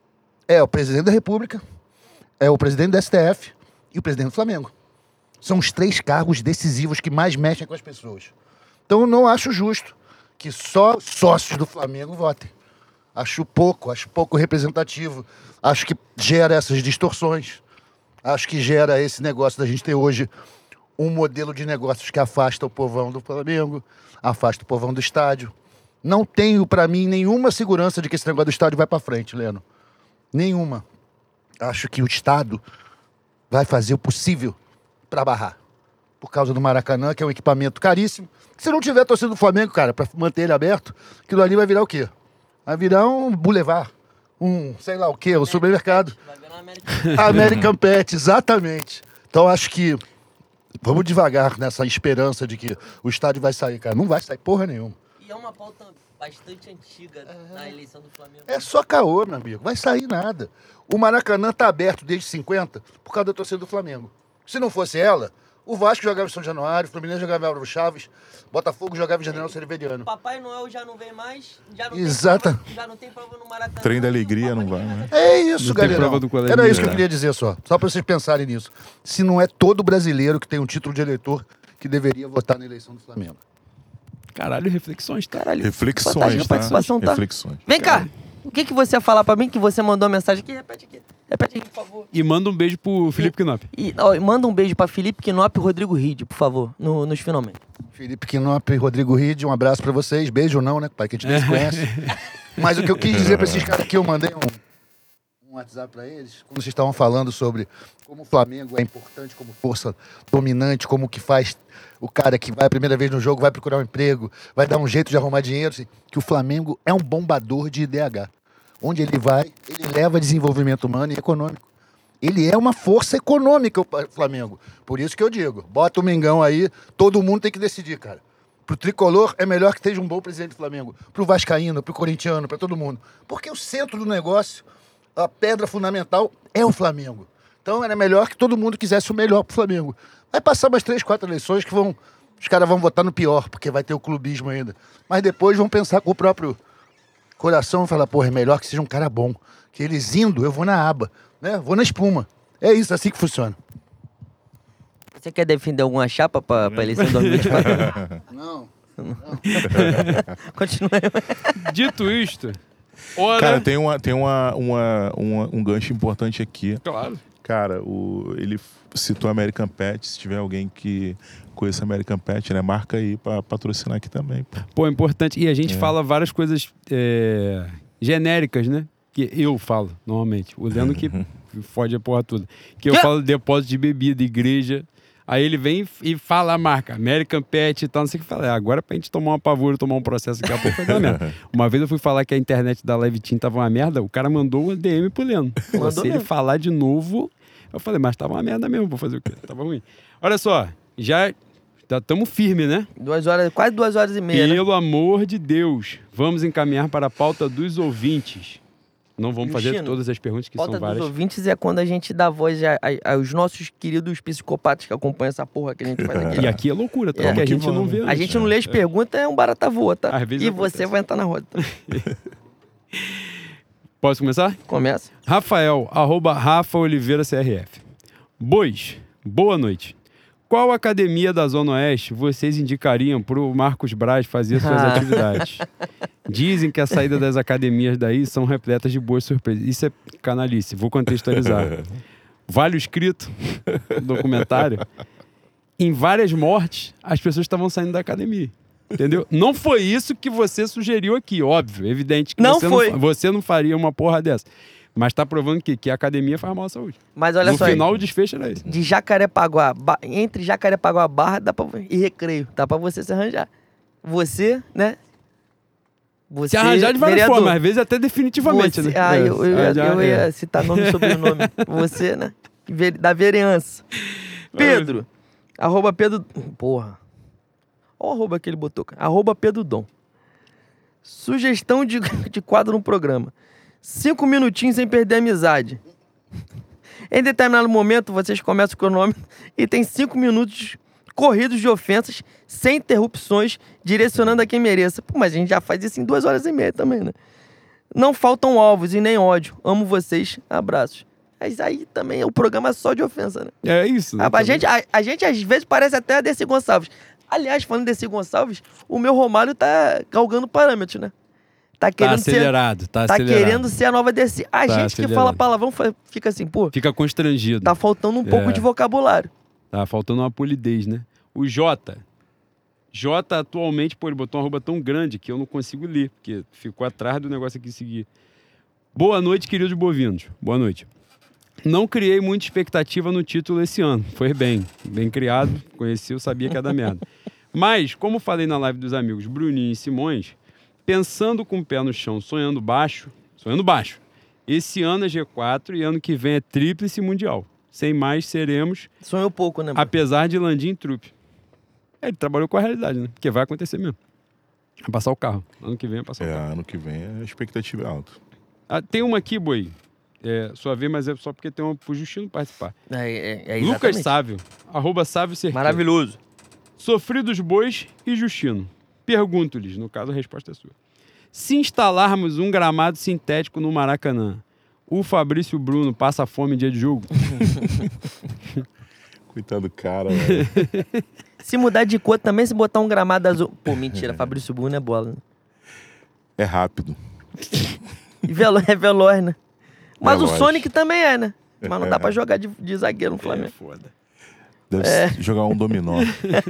É o presidente da República, é o presidente do STF e o presidente do Flamengo. São os 3 cargos decisivos que mais mexem com as pessoas. Então eu não acho justo que só sócios do Flamengo votem. Acho pouco representativo. Acho que gera essas distorções. Acho que gera esse negócio da gente ter hoje um modelo de negócios que afasta o povão do Flamengo, afasta o povão do estádio. Não tenho, para mim, nenhuma segurança de que esse negócio do estádio vai para frente, Leno. Nenhuma. Acho que o Estado vai fazer o possível para barrar. Por causa do Maracanã, que é um equipamento caríssimo. Se não tiver torcida do Flamengo, cara, para manter ele aberto, aquilo ali vai virar o quê? Vai virar um boulevard, um sei lá o quê, um supermercado. Vai virar uma American Pet, exatamente. Então acho que vamos devagar nessa esperança de que o estádio vai sair, cara. Não vai sair porra nenhuma. E é uma pauta bastante antiga na eleição do Flamengo. É só caô, meu amigo. Vai sair nada. O Maracanã tá aberto desde 50 por causa da torcida do Flamengo. Se não fosse ela, o Vasco jogava em São Januário, o Fluminense jogava em Álvaro Chaves, Botafogo jogava em General Cerveriano. Papai Noel já não vem mais, Exata. já não tem prova no Maracanã. Trem da alegria não vai, né? É isso, Não tem galera. prova do colégio, Era isso que né? eu queria dizer só pra vocês pensarem nisso. Se não é todo brasileiro que tem um título de eleitor que deveria votar na eleição do Flamengo. Caralho, reflexões, tá? Caralho. Reflexões, Fantástica tá? participação, tá? Reflexões. Vem cá. O que você ia falar pra mim que você mandou uma mensagem aqui? Repete aqui. Repete aqui, por favor. E manda um beijo pro Felipe Knop. Manda um beijo pra Felipe Knop e Rodrigo Ride, por favor, nos finalmente. Felipe Knop e Rodrigo Ride, um abraço pra vocês. Beijo ou não, né? Pai, que a gente nem se conhece. Mas o que eu quis dizer pra esses caras aqui, eu mandei um WhatsApp pra eles, quando vocês estavam falando sobre como o Flamengo é importante como força dominante, como que faz o cara que vai a primeira vez no jogo, vai procurar um emprego, vai dar um jeito de arrumar dinheiro, assim, que o Flamengo é um bombador de IDH. Onde ele vai, ele leva desenvolvimento humano e econômico. Ele é uma força econômica, o Flamengo. Por isso que eu digo, bota o Mengão aí, todo mundo tem que decidir, cara. Pro tricolor é melhor que esteja um bom presidente do Flamengo. Pro vascaíno, pro corintiano, pra todo mundo. Porque o centro do negócio, a pedra fundamental é o Flamengo. Então era melhor que todo mundo quisesse o melhor pro Flamengo. Vai passar mais 3, 4 eleições que os caras vão votar no pior, porque vai ter o clubismo ainda. Mas depois vão pensar com o próprio coração e falar, porra, é melhor que seja um cara bom. Que eles indo, eu vou na aba, né? Vou na espuma. É isso, assim que funciona. Você quer defender alguma chapa pra eleição de 2024? Não. Continua aí. Dito isto, ora... Cara, tem um gancho importante aqui. Claro. Cara, ele citou American Pet. Se tiver alguém que conheça American Pet, né? Marca aí pra patrocinar aqui também. Pô, é importante. E a gente fala várias coisas genéricas, né? Que eu falo, normalmente. O Leno que fode a porra toda. Que eu falo depósito de bebida, igreja. Aí ele vem e fala a marca, American Pet e tal, não sei o que. Falei, agora pra gente tomar um pavor, tomar um processo daqui a pouco vai dar merda. Uma vez eu fui falar que a internet da Live Team tava uma merda, o cara mandou uma DM pro Leno. Mandou Se ele mesmo. falar de novo, eu falei, mas tava uma merda mesmo, vou fazer o quê? Tava ruim. Olha só, já estamos firmes, né? 2 horas, quase 2h30, né? Pelo amor de Deus, vamos encaminhar para a pauta dos ouvintes. Não vamos fazer Justino, todas as perguntas, que Pauta são dos várias. ouvintes é quando a gente dá voz aos nossos queridos psicopatas que acompanham essa porra que a gente faz aqui. E aqui é loucura, tá? É. Porque a Vamos que gente não vamos. vê A antes. gente não lê as perguntas, é um barata voa, tá? Às vezes E acontece. você vai entrar na roda. Posso começar? Começa. Rafael, @Rafa Oliveira CRF. Bois, boa noite. Qual academia da Zona Oeste vocês indicariam para o Marcos Braz fazer suas atividades? Dizem que a saída das academias daí são repletas de boas surpresas. Isso é canalice, vou contextualizar. Vale o escrito, documentário. Em várias mortes, as pessoas estavam saindo da academia. Entendeu? Não foi isso que você sugeriu aqui, óbvio, evidente que Não você, foi. Você não faria uma porra dessa. Mas tá provando que a academia faz mal à saúde. Mas olha No só, final, o desfecho era esse. de Jacarepaguá, entre Jacarepaguá Barra e Recreio, dá pra você se arranjar. Você, né? Você, Se arranjar de várias vereador. formas, às vezes até definitivamente, Você, né? Ah, É, eu ia citar nome e sobrenome. Você, né? Da vereança. Pedro. @Pedro... Porra. Olha o arroba que ele botou, cara. @Pedro Dom. Sugestão de quadro no programa. 5 minutinhos sem perder a amizade. Em determinado momento, vocês começam o cronômetro e tem 5 minutos corridos de ofensas, sem interrupções, direcionando a quem mereça. Pô, mas a gente já faz isso em 2h30 também, né? Não faltam alvos e nem ódio. Amo vocês. Abraços. Mas aí também é o programa só de ofensa, né? É isso. Né? A gente às vezes parece até a Desi Gonçalves. Aliás, falando de Desi Gonçalves, o meu Romário tá galgando parâmetros, né? Tá Tá querendo acelerado, tá ser, acelerado. querendo ser a nova Desi. A Tá gente que acelerado. fala palavrão fica assim, pô, Fica constrangido. tá faltando um pouco de vocabulário. Tá faltando uma polidez, né? O Jota atualmente, pô, ele botou uma arroba tão grande que eu não consigo ler, porque ficou atrás do negócio aqui seguir. Boa noite, queridos bovinos. Boa noite. Não criei muita expectativa no título esse ano. Foi bem criado. Conheci, eu sabia que ia dar merda. Mas, como falei na live dos amigos Bruninho e Simões, pensando com o pé no chão, sonhando baixo, esse ano é G4 e ano que vem é tríplice mundial. Sem mais, seremos, Sonhou pouco, né? apesar de Landim trupe. Ele trabalhou com a realidade, né? Porque vai acontecer mesmo. Vai passar o carro. Ano que vem vai passar o carro. Ano que vem a expectativa é alta. Ah, tem uma aqui, Boi. Sua vez, mas é só porque tem uma pro Justino participar. É Lucas exatamente. Sávio, @Sávio Cerqueira. Maravilhoso. Sofridos Bois e Justino. Pergunto-lhes, no caso a resposta é sua. Se instalarmos um gramado sintético no Maracanã, o Fabrício Bruno passa fome em dia de jogo? Coitado do cara, velho. Se mudar de cor também, se botar um gramado azul... Pô, mentira, Fabrício Bruno é bola, né? É rápido. E é veloz, né? Mas Veloz. o Sonic também é, né? Mas não dá pra jogar de zagueiro no Flamengo. Foda. Deve jogar um dominó.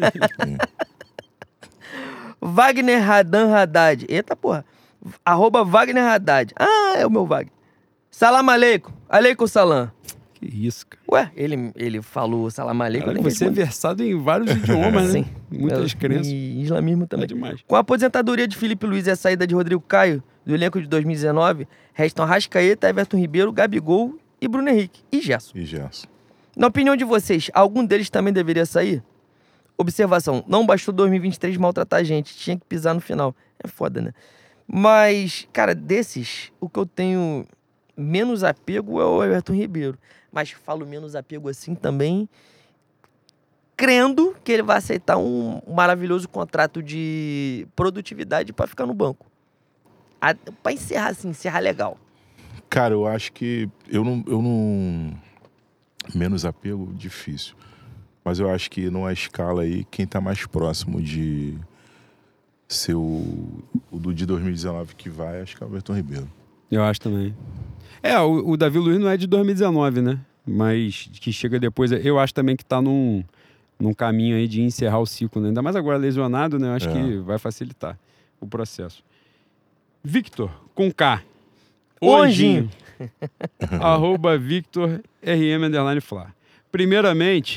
Wagner Radan Haddad. Eita, porra. @Wagner Haddad. Ah, é o meu Wagner. Salam aleikum. Aleikum salam. Que isso, cara. Ué, ele falou salam aleikum. Cara, eu nem você é respondi. versado em vários idiomas, né? Sim. Muitas crenças. E islamismo É também. demais. Com a aposentadoria de Felipe Luiz e a saída de Rodrigo Caio do elenco de 2019, restam Arrascaeta, Everton Ribeiro, Gabigol e Bruno Henrique. E Gerson. E Gerson. Na opinião de vocês, algum deles também deveria sair? Observação, não bastou 2023 maltratar a gente, tinha que pisar no final. É foda, né? Mas, cara, desses, o que eu tenho menos apego é o Everton Ribeiro. Mas falo menos apego assim também, crendo que ele vai aceitar um maravilhoso contrato de produtividade para ficar no banco. Para encerrar assim, encerrar legal. Cara, eu acho que eu não... Menos apego, difícil. Mas eu acho que numa escala aí, quem tá mais próximo de ser o do de 2019 que vai, acho que é o Everton Ribeiro. Eu acho também. O Davi Luiz não é de 2019, né? Mas que chega depois. Eu acho também que tá num caminho aí de encerrar o ciclo, né? Ainda mais agora lesionado, né? Eu acho que vai facilitar o processo. Victor, com K. O Anjinho. @Victor RM_Fla. Primeiramente,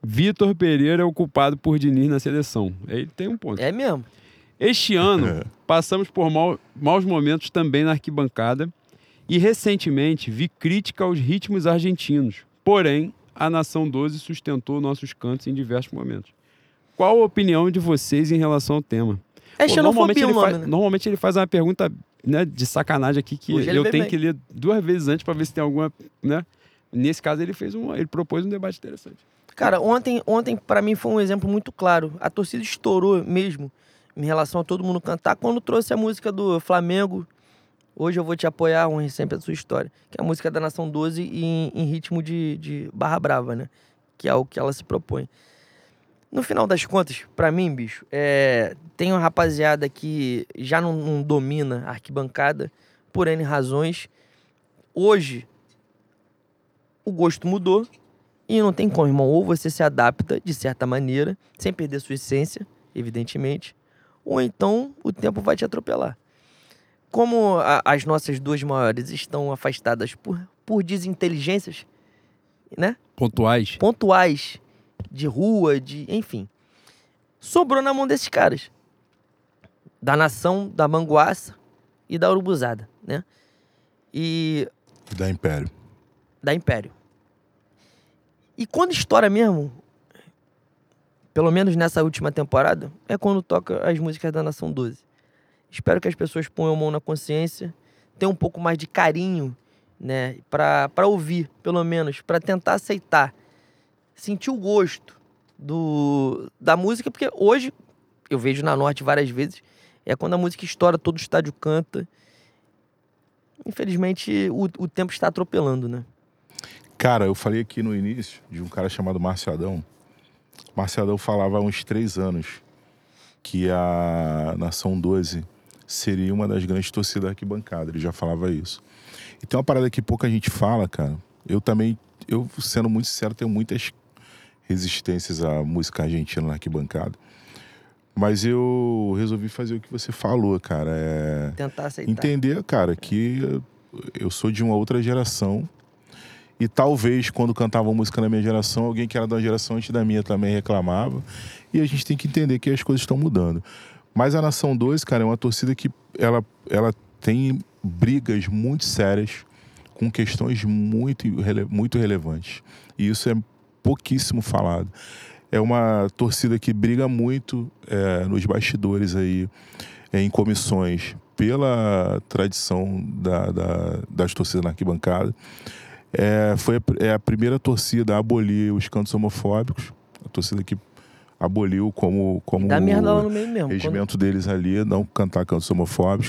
Vitor Pereira é o culpado por Diniz na seleção. Ele tem um ponto. É mesmo. Este ano, passamos por maus momentos também na arquibancada e, recentemente, vi crítica aos ritmos argentinos. Porém, a Nação 12 sustentou nossos cantos em diversos momentos. Qual a opinião de vocês em relação ao tema? É xenofobia o nome, né? Normalmente ele faz uma pergunta, né, de sacanagem aqui que Hoje ele eu veio tenho bem. que ler 2 vezes antes para ver se tem alguma, né? Nesse caso ele propôs um debate interessante. Cara, ontem para mim foi um exemplo muito claro. A torcida estourou mesmo em relação a todo mundo cantar quando trouxe a música do Flamengo. Hoje eu vou te apoiar, honre sempre a sua história. Que é a música da Nação 12 em ritmo de barra brava, né? Que é o que ela se propõe. No final das contas, pra mim, bicho, tem uma rapaziada que já não domina a arquibancada por N razões. Hoje, o gosto mudou e não tem como, irmão. Ou você se adapta de certa maneira, sem perder sua essência, evidentemente, ou então o tempo vai te atropelar. Como as nossas 2 maiores estão afastadas por desinteligências, né? Pontuais, de rua, enfim. Sobrou na mão desses caras. Da Nação, da Manguaça e da Urubuzada, né? E Da Império. da Império. E quando estoura mesmo, pelo menos nessa última temporada, é quando toca as músicas da Nação 12. Espero que as pessoas ponham a mão na consciência, tenham um pouco mais de carinho, né, pra ouvir, pelo menos, pra tentar aceitar, sentir o gosto da música, porque hoje, eu vejo na Norte várias vezes, é quando a música estoura, todo o estádio canta. Infelizmente, o tempo está atropelando, né? Cara, eu falei aqui no início de um cara chamado Márcio Adão. Márcio Adão falava há uns 3 anos que a Nação 12 seria uma das grandes torcidas da arquibancada. Ele já falava isso. E tem uma parada que pouca gente fala, cara. Eu, sendo muito sincero, tenho muitas resistências à música argentina na arquibancada. Mas eu resolvi fazer o que você falou, cara. Tentar aceitar. Entender, cara, que eu sou de uma outra geração. E talvez, quando cantavam música na minha geração, alguém que era da geração antes da minha também reclamava. E a gente tem que entender que as coisas estão mudando. Mas a Nação 12, cara, é uma torcida que ela tem brigas muito sérias com questões muito relevantes. E isso é pouquíssimo falado. É uma torcida que briga muito nos bastidores aí, em comissões, pela tradição das torcidas na arquibancada. Foi a primeira torcida a abolir os cantos homofóbicos. A torcida que aboliu como Dá merda lá no meio mesmo. regimento deles ali, não cantar cantos homofóbicos.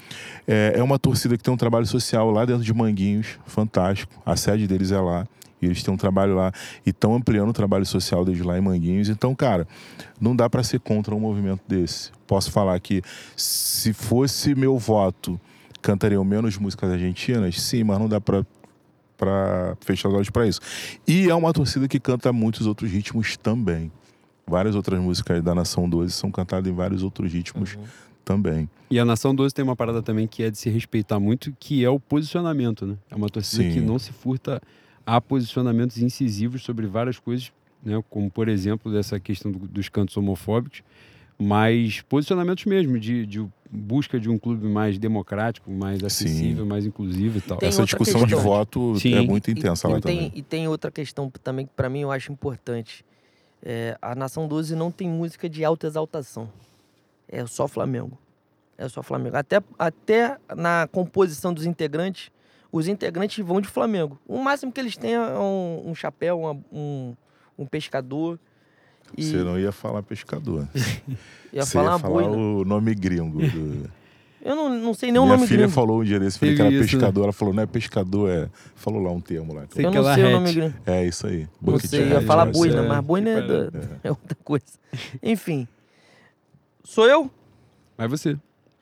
É uma torcida que tem um trabalho social lá dentro de Manguinhos, fantástico. A sede deles é lá. E eles têm um trabalho lá e estão ampliando o trabalho social deles lá em Manguinhos. Então, cara, não dá para ser contra um movimento desse. Posso falar que, se fosse meu voto, cantariam menos músicas argentinas? Sim, mas não dá para fechar os olhos para isso. E é uma torcida que canta muitos outros ritmos também. Várias outras músicas da Nação 12 são cantadas em vários outros ritmos também. E a Nação 12 tem uma parada também que é de se respeitar muito, que é o posicionamento, né? É uma torcida que não se furta a posicionamentos incisivos sobre várias coisas, né? Como, por exemplo, dessa questão dos cantos homofóbicos, mas posicionamentos mesmo, de busca de um clube mais democrático, mais acessível, mais inclusivo e tal. Tem essa outra discussão questão. de voto é muito intensa lá também. E tem outra questão também que pra mim eu acho importante. A Nação 12 não tem música de autoexaltação. É só Flamengo. É só Flamengo. Até na composição dos integrantes, os integrantes vão de Flamengo. O máximo que eles têm é um chapéu, um pescador. Você não ia falar pescador. Ia Você falar ia uma falar boina. o nome gringo. Eu não sei nem o Minha nome filha gringo. falou um dia desse, falei que era Isso, pescador. Ela falou, não é pescador, falou lá um termo lá. Sei Eu que não ela sei o hatch. nome gringo. É isso aí. Não Bucket sei, eu ia hat, falar né? boina, é, mas boina tipo, é outra coisa. Enfim. Sou eu? Mas você,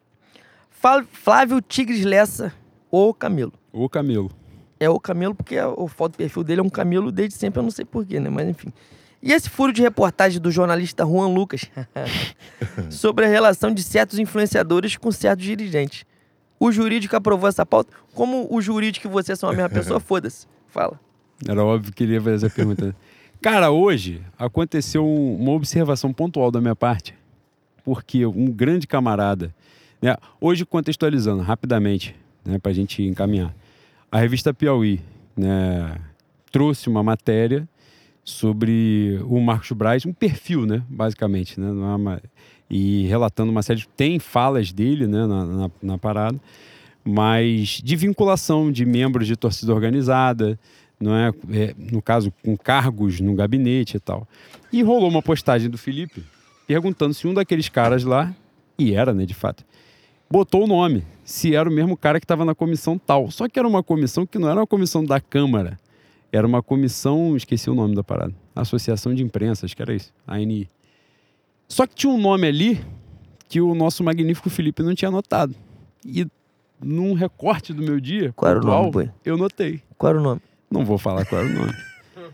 Flávio Tigres Lessa, o Camelo. o Camelo. É o Camelo porque o foto do perfil dele é um camelo desde sempre, eu não sei porquê, né? Mas enfim. E esse furo de reportagem do jornalista Juan Lucas sobre a relação de certos influenciadores com certos dirigentes. O jurídico aprovou essa pauta? Como o jurídico e você são a mesma pessoa, foda-se. Fala. Era óbvio que ele ia fazer essa pergunta. Cara, hoje aconteceu uma observação pontual da minha parte, porque um grande camarada, né? Hoje, contextualizando rapidamente, né, para a gente encaminhar, a revista Piauí, né, trouxe uma matéria sobre o Marcos Braz, um perfil, né, basicamente, né, e relatando uma série tem falas dele, né, na parada, mas de vinculação de membros de torcida organizada, não é, no caso com cargos no gabinete e tal. E rolou uma postagem do Felipe perguntando se um daqueles caras lá, e era, né, de fato, botou o nome, se era o mesmo cara que estava na comissão tal. Só que era uma comissão que não era uma comissão da Câmara, era uma comissão, esqueci o nome da parada, Associação de Imprensa, acho que era isso, ANI. Só que tinha um nome ali que o nosso magnífico Felipe não tinha notado. E num recorte do meu dia, Qual era o nome, Boi? eu notei. Qual era o nome? Não vou falar qual era o nome.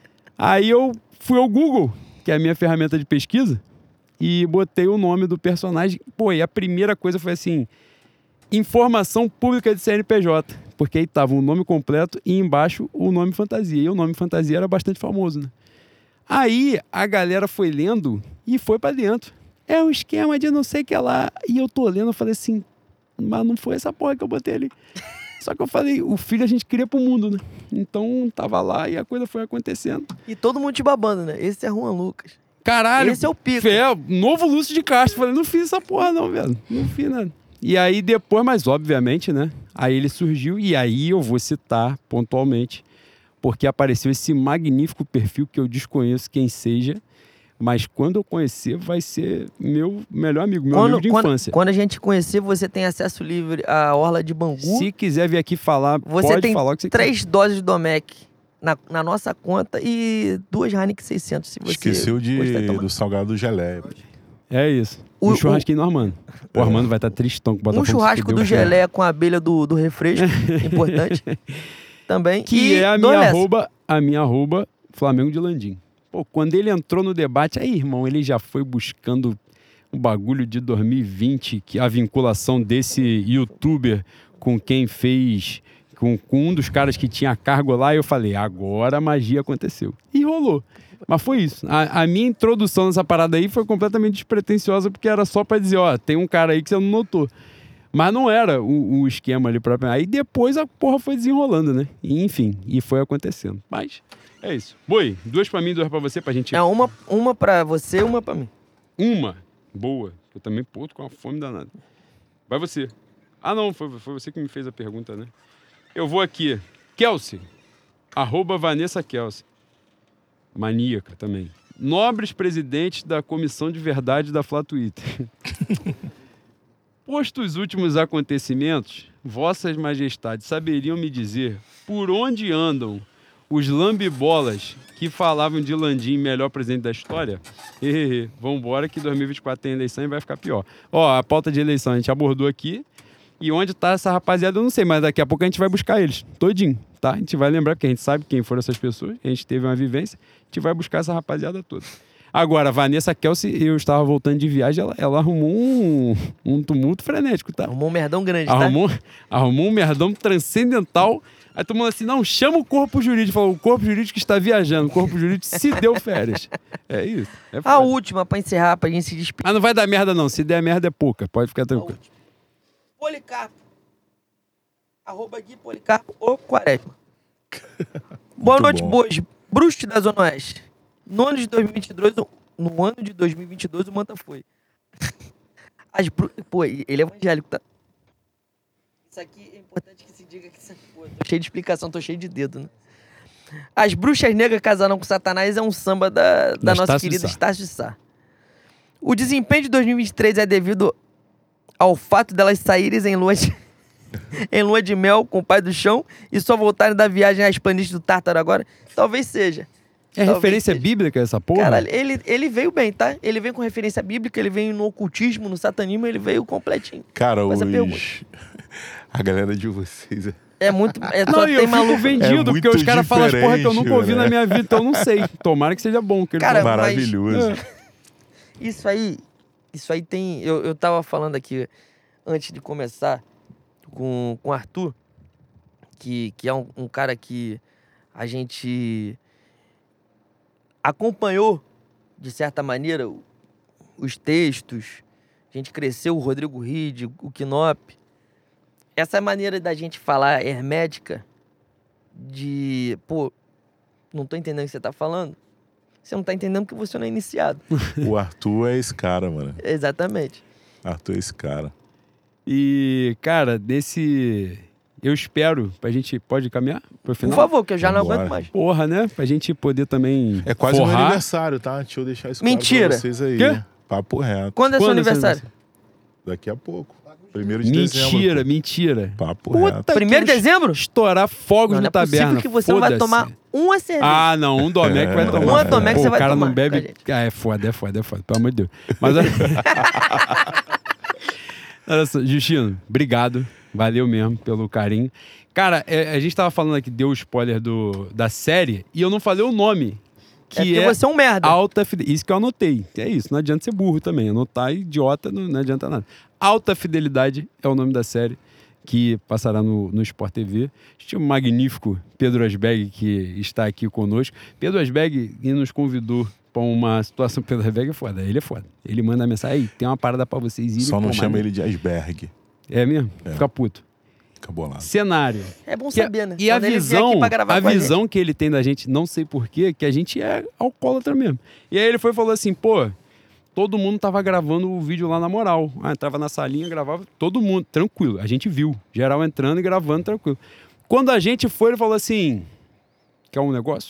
Aí eu fui ao Google, que é a minha ferramenta de pesquisa, e botei o nome do personagem. Pô, e a primeira coisa foi assim, informação pública de CNPJ, porque aí tava o nome completo e embaixo o nome fantasia. E o nome fantasia era bastante famoso, né? Aí a galera foi lendo e foi pra dentro. É um esquema de não sei o que lá. E eu tô lendo, eu falei assim, mas não foi essa porra que eu botei ali. Só que eu falei, o filho a gente cria pro mundo, né? Então tava lá e a coisa foi acontecendo. E todo mundo te babando, né? Esse é Juan Lucas. Caralho. Esse é o pico. Novo Lúcio de Castro. Falei, não fiz essa porra não, velho. Não fiz nada. E aí depois, mas obviamente, né? Aí ele surgiu e aí eu vou citar pontualmente, porque apareceu esse magnífico perfil que eu desconheço quem seja, mas quando eu conhecer vai ser meu melhor amigo, meu amigo de infância. Quando a gente conhecer, você tem acesso livre à Orla de Bangu. Se quiser vir aqui falar, você pode tem falar o que você 3 doses do Domec na nossa conta e 2 Heineken 600, se você Esqueceu gostar de tomar. do salgado do Gelé. É isso. Um churrasquinho no Armando. O Armando vai estar tristão com o Botafogo. Um churrasco do Gelé com a abelha do refresco, importante. Também. Que é a minha arroba Flamengo de Landim. Pô, quando ele entrou no debate, aí, irmão, ele já foi buscando um bagulho de 2020, que a vinculação desse youtuber com quem fez, com um dos caras que tinha cargo lá, e eu falei, agora a magia aconteceu. E rolou. Mas foi isso. A minha introdução nessa parada aí foi completamente despretensiosa, porque era só pra dizer, ó, tem um cara aí que você não notou. Mas não era o esquema ali próprio. Aí depois a porra foi desenrolando, né? E, enfim, e foi acontecendo. Mas é isso. Boi, 2 pra mim, 2 pra você, pra gente... É uma pra você e uma pra mim. Uma. Boa. Eu também, pô, tô com uma fome danada. Vai você. Ah, não, foi você que me fez a pergunta, né? Eu vou aqui. Kelsey. @Vanessa Kelsey. Maníaca também. Nobres presidentes da Comissão de Verdade da Flá Twitter. Posto os últimos acontecimentos, vossas majestades saberiam me dizer por onde andam os lambibolas que falavam de Landim melhor presidente da história? Vambora que 2024 tem eleição e vai ficar pior. Ó, a pauta de eleição a gente abordou aqui. E onde tá essa rapaziada eu não sei, mas daqui a pouco a gente vai buscar eles, todinho, tá? A gente vai lembrar, porque a gente sabe quem foram essas pessoas, a gente teve uma vivência, a gente vai buscar essa rapaziada toda. Agora, a Vanessa Kelsey, eu estava voltando de viagem, ela arrumou um tumulto frenético, tá? Arrumou um merdão grande, Arrumou um merdão transcendental. Aí todo mundo assim, não, chama o corpo jurídico. Falou, o corpo jurídico está viajando, o corpo jurídico se deu férias. É isso. É a última, pra encerrar, pra gente se despedir. Ah, não vai dar merda não, se der merda é pouca, pode ficar tranquilo. Policarpo. @Gui Policarpo ou Quaresma. Boa noite, boas. Bruxo da Zona Oeste. No ano de 2022, o Manta foi. Pô, ele é evangélico, tá? Isso aqui é importante que se diga que... Pô, tô cheio de explicação, tô cheio de dedo, né? As bruxas negras casaram com Satanás é um samba da nossa querida Estácio de Sá. O desempenho de 2023 é devido ao fato delas saírem em lua de mel com o pai do chão e só voltarem da viagem às planícies do Tártaro agora? Talvez seja. É referência bíblica essa porra? Cara, ele veio bem, tá? Ele vem com referência bíblica, ele veio no ocultismo, no satanismo, ele veio completinho. Cara, a galera de vocês... É muito... Não, eu fico vendido, porque os caras falam as porra que eu nunca ouvi na minha vida, então eu não sei. Tomara que seja bom. Cara, maravilhoso. Isso aí tem... Eu tava falando aqui, antes de começar, com o Arthur, que é um cara que a gente acompanhou, de certa maneira, os textos, a gente cresceu, o Rodrigo Ride, o Knop, essa maneira da gente falar hermética, de, pô, não tô entendendo o que você tá falando, você não tá entendendo porque você não é iniciado. O Arthur é esse cara, mano. Exatamente. Arthur é esse cara. E, cara, eu espero, pra gente, pode caminhar pro Por final? favor, que eu já não Vambora. aguento mais. Porra, né? Pra gente poder também É quase meu forrar. aniversário, tá? Deixa eu deixar isso Mentira. claro pra vocês aí. Quê? Papo reto. Quando é seu Quando é seu aniversário? Daqui a pouco. 1º de dezembro. Mentira, mentira. Papo Puta reto. que 1º de dezembro? Estourar fogos Não, no não é possível taberna. que você não vai Foda-se. tomar uma cerveja. Ah, não, um Domec vai tomar. Uma Domec Pô, você vai o cara tomar não com a bebe. gente. Ah, é foda. Pelo amor de Deus. Mas olha só, Justino, obrigado. Valeu mesmo pelo carinho. Cara, a gente tava falando aqui, deu o spoiler da série, e eu não falei o nome. Que porque você é um merda. Alta Fidelidade. Isso que eu anotei. É isso, não adianta ser burro também. Anotar idiota não adianta nada. Alta Fidelidade é o nome da série que passará no Sport TV. A gente tem um magnífico Pedro Asberg que está aqui conosco. Pedro Asberg nos convidou para uma situação. Pedro Asberg é foda, ele é foda. Ele manda a mensagem, aí, tem uma parada para vocês irem. Só não pô, chama maneiro. ele de iceberg. É mesmo? É. Fica puto. Acabou lá. Cenário. É bom Que- saber, né? E a Quando ele vier visão, aqui pra gravar a com gente. visão que ele tem da gente, não sei porquê, que a gente é alcoólatra mesmo. E aí ele foi e falou assim, pô, todo mundo tava gravando o vídeo lá na moral. Ah, entrava na salinha, gravava, todo mundo, tranquilo. A gente viu, geral entrando e gravando, tranquilo. Quando a gente foi, ele falou assim, quer um negócio?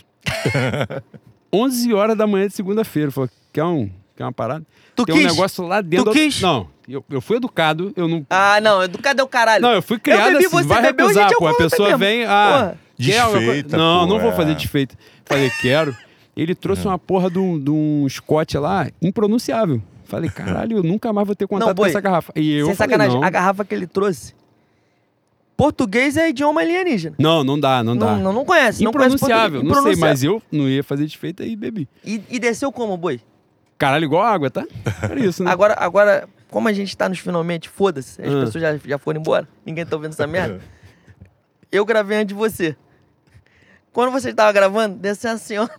11 horas da manhã de segunda-feira. Ele falou, quer uma parada? Tu Tem quis? um negócio lá dentro. Tu quis? Não, eu fui educado, eu não... Ah, não, educado é o caralho. Não, eu fui criado bebi, assim, você vai bebeu, recusar, gente, eu pô. A vou pessoa mesmo. vem, Porra. quer alguma coisa? Desfeita, Não, pô, não vou é. fazer desfeita. Falei, quero. Ele trouxe uma porra de um Scott lá, impronunciável. Falei, caralho, eu nunca mais vou ter contato com boi, essa garrafa. E eu Sem falei, sacanagem, não. a garrafa que ele trouxe, português é idioma alienígena. Não dá. Não conhece, não conhece Impronunciável, português. não sei, mas Impronunciável. eu não ia fazer desfeita e bebi. E desceu como, boi? Caralho, igual água, tá? Era isso, né? Agora, como a gente tá nos finalmente, foda-se, as Ah. pessoas já foram embora, ninguém tá ouvindo essa merda. Eu gravei antes de você. Quando você estava gravando, desceu a senhora,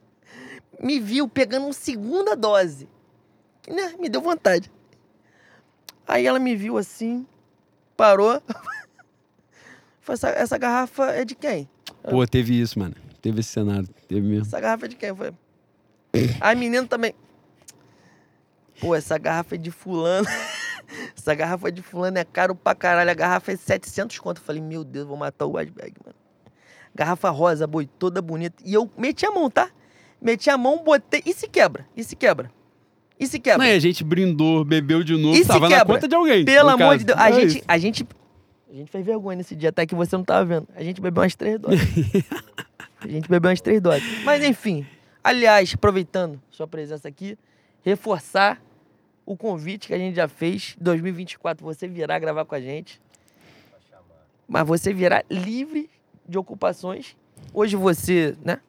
me viu pegando uma segunda dose. Que, né, me deu vontade. Aí ela me viu assim, parou. Falei, essa garrafa é de quem? Pô, teve isso, mano. Teve esse cenário, teve mesmo. Essa garrafa é de quem? Eu falei, aí menino também. Pô, essa garrafa é de fulano. Essa garrafa de fulano é caro pra caralho. A garrafa é 700 conto. Eu falei, meu Deus, vou matar o Iceberg, mano. Garrafa rosa, boi, toda bonita. E eu meti a mão, tá? Meti a mão, botei. E se quebra? E se quebra? E se quebra? Não, e a gente brindou, bebeu de novo, E se tava na quebra? conta de alguém. Pelo no amor caso. de Deus. É isso. A gente fez vergonha nesse dia, até que você não tava vendo. A gente bebeu umas 3 doses. A gente bebeu umas 3 doses. Mas enfim. Aliás, aproveitando sua presença aqui, reforçar o convite que a gente já fez. 2024 você virá gravar com a gente. Mas você virá livre de ocupações. Hoje você, né?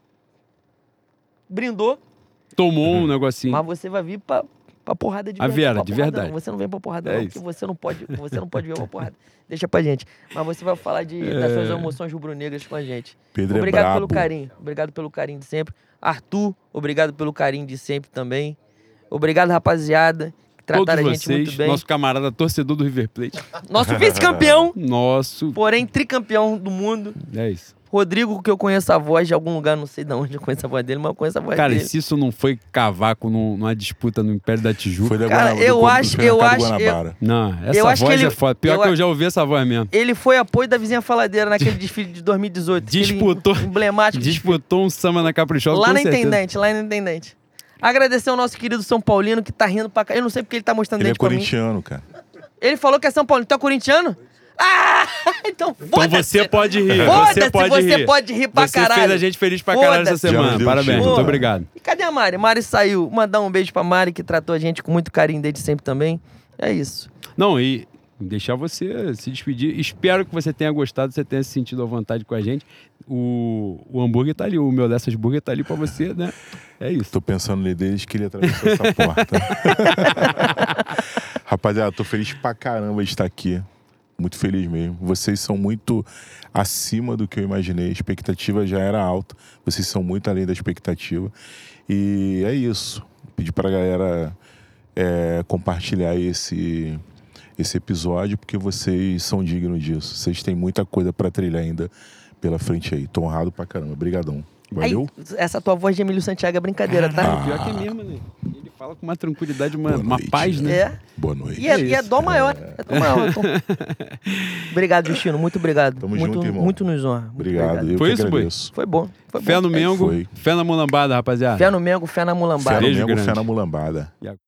Brindou, Tomou um negocinho. mas você vai vir pra porrada de A Vera, pra de porrada verdade. Não. Você não vem pra porrada, É não, isso. porque você não pode ver uma porrada. Deixa pra gente. Mas você vai falar das suas emoções rubro-negras com a gente. Pedro é Obrigado brabo. pelo carinho. Obrigado pelo carinho de sempre. Arthur, obrigado pelo carinho de sempre também. Obrigado, rapaziada, que Todos trataram a gente vocês, muito bem. nosso camarada torcedor do River Plate. Nosso vice-campeão, Nosso. porém tricampeão do mundo. É isso. Rodrigo, que eu conheço a voz de algum lugar, não sei de onde eu conheço a voz dele, mas eu conheço a voz Cara, e dele. se isso não foi cavaco numa disputa no Império da Tijuca? Foi da Cara, do eu do acho- Supermercado eu acho- Guanabara. Não, Eu essa acho que voz ele- é foda. Pior eu que a- eu já ouvi essa voz mesmo. Ele foi apoio da vizinha faladeira naquele desfile de 2018. aquele Disputou. Emblemático. Disputou um samba na Caprichosa, Lá com na certeza. Intendente. Agradecer ao nosso querido São Paulino, que tá rindo pra cá. Eu não sei porque ele tá mostrando Ele é dente pra mim. corintiano, cara. Ele falou que é São Paulino. Tu é corintiano? Ah! Então Então foda-se. você pode rir. Foda-se, Você pode você rir. pode rir pra Você caralho. fez a gente feliz pra caralho essa Foda-se. semana. Já nos deu Parabéns, tiro. muito Porra. obrigado. E cadê a Mari? Mari saiu. Mandar um beijo pra Mari, que tratou a gente com muito carinho desde sempre também. É isso. Não, e deixar você se despedir. Espero que você tenha gostado, você tenha se sentido à vontade com a gente. O hambúrguer tá ali, o meu dessas burger tá ali pra você, né? É isso. Tô pensando nele desde que ele atravessou essa porta. Rapaziada, tô feliz pra caramba de estar aqui. Muito feliz mesmo. Vocês são muito acima do que eu imaginei. A expectativa já era alta. Vocês são muito além da expectativa. E é isso. Pedir pra galera compartilhar esse episódio, porque vocês são dignos disso. Vocês têm muita coisa pra trilhar ainda pela frente aí. Tô honrado pra caramba. Obrigadão. Valeu? Aí, essa tua voz de Emílio Santiago é brincadeira, tá? Pior que é mesmo, né? Ele fala com uma tranquilidade, uma noite, paz, né? É. Boa noite. E é dó maior. É dó maior. Então. Obrigado, Justino. Muito obrigado. Tamo muito, junto, irmão. muito nos honra. Muito Obrigado. Eu Foi que isso, Boi? agradeço. Foi bom. Foi Fé bom. no Mengo, foi. fé na mulambada, rapaziada. Fé no Mengo, fé na mulambada. Fé no Beijo Mengo, grande. fé na mulambada. E agora?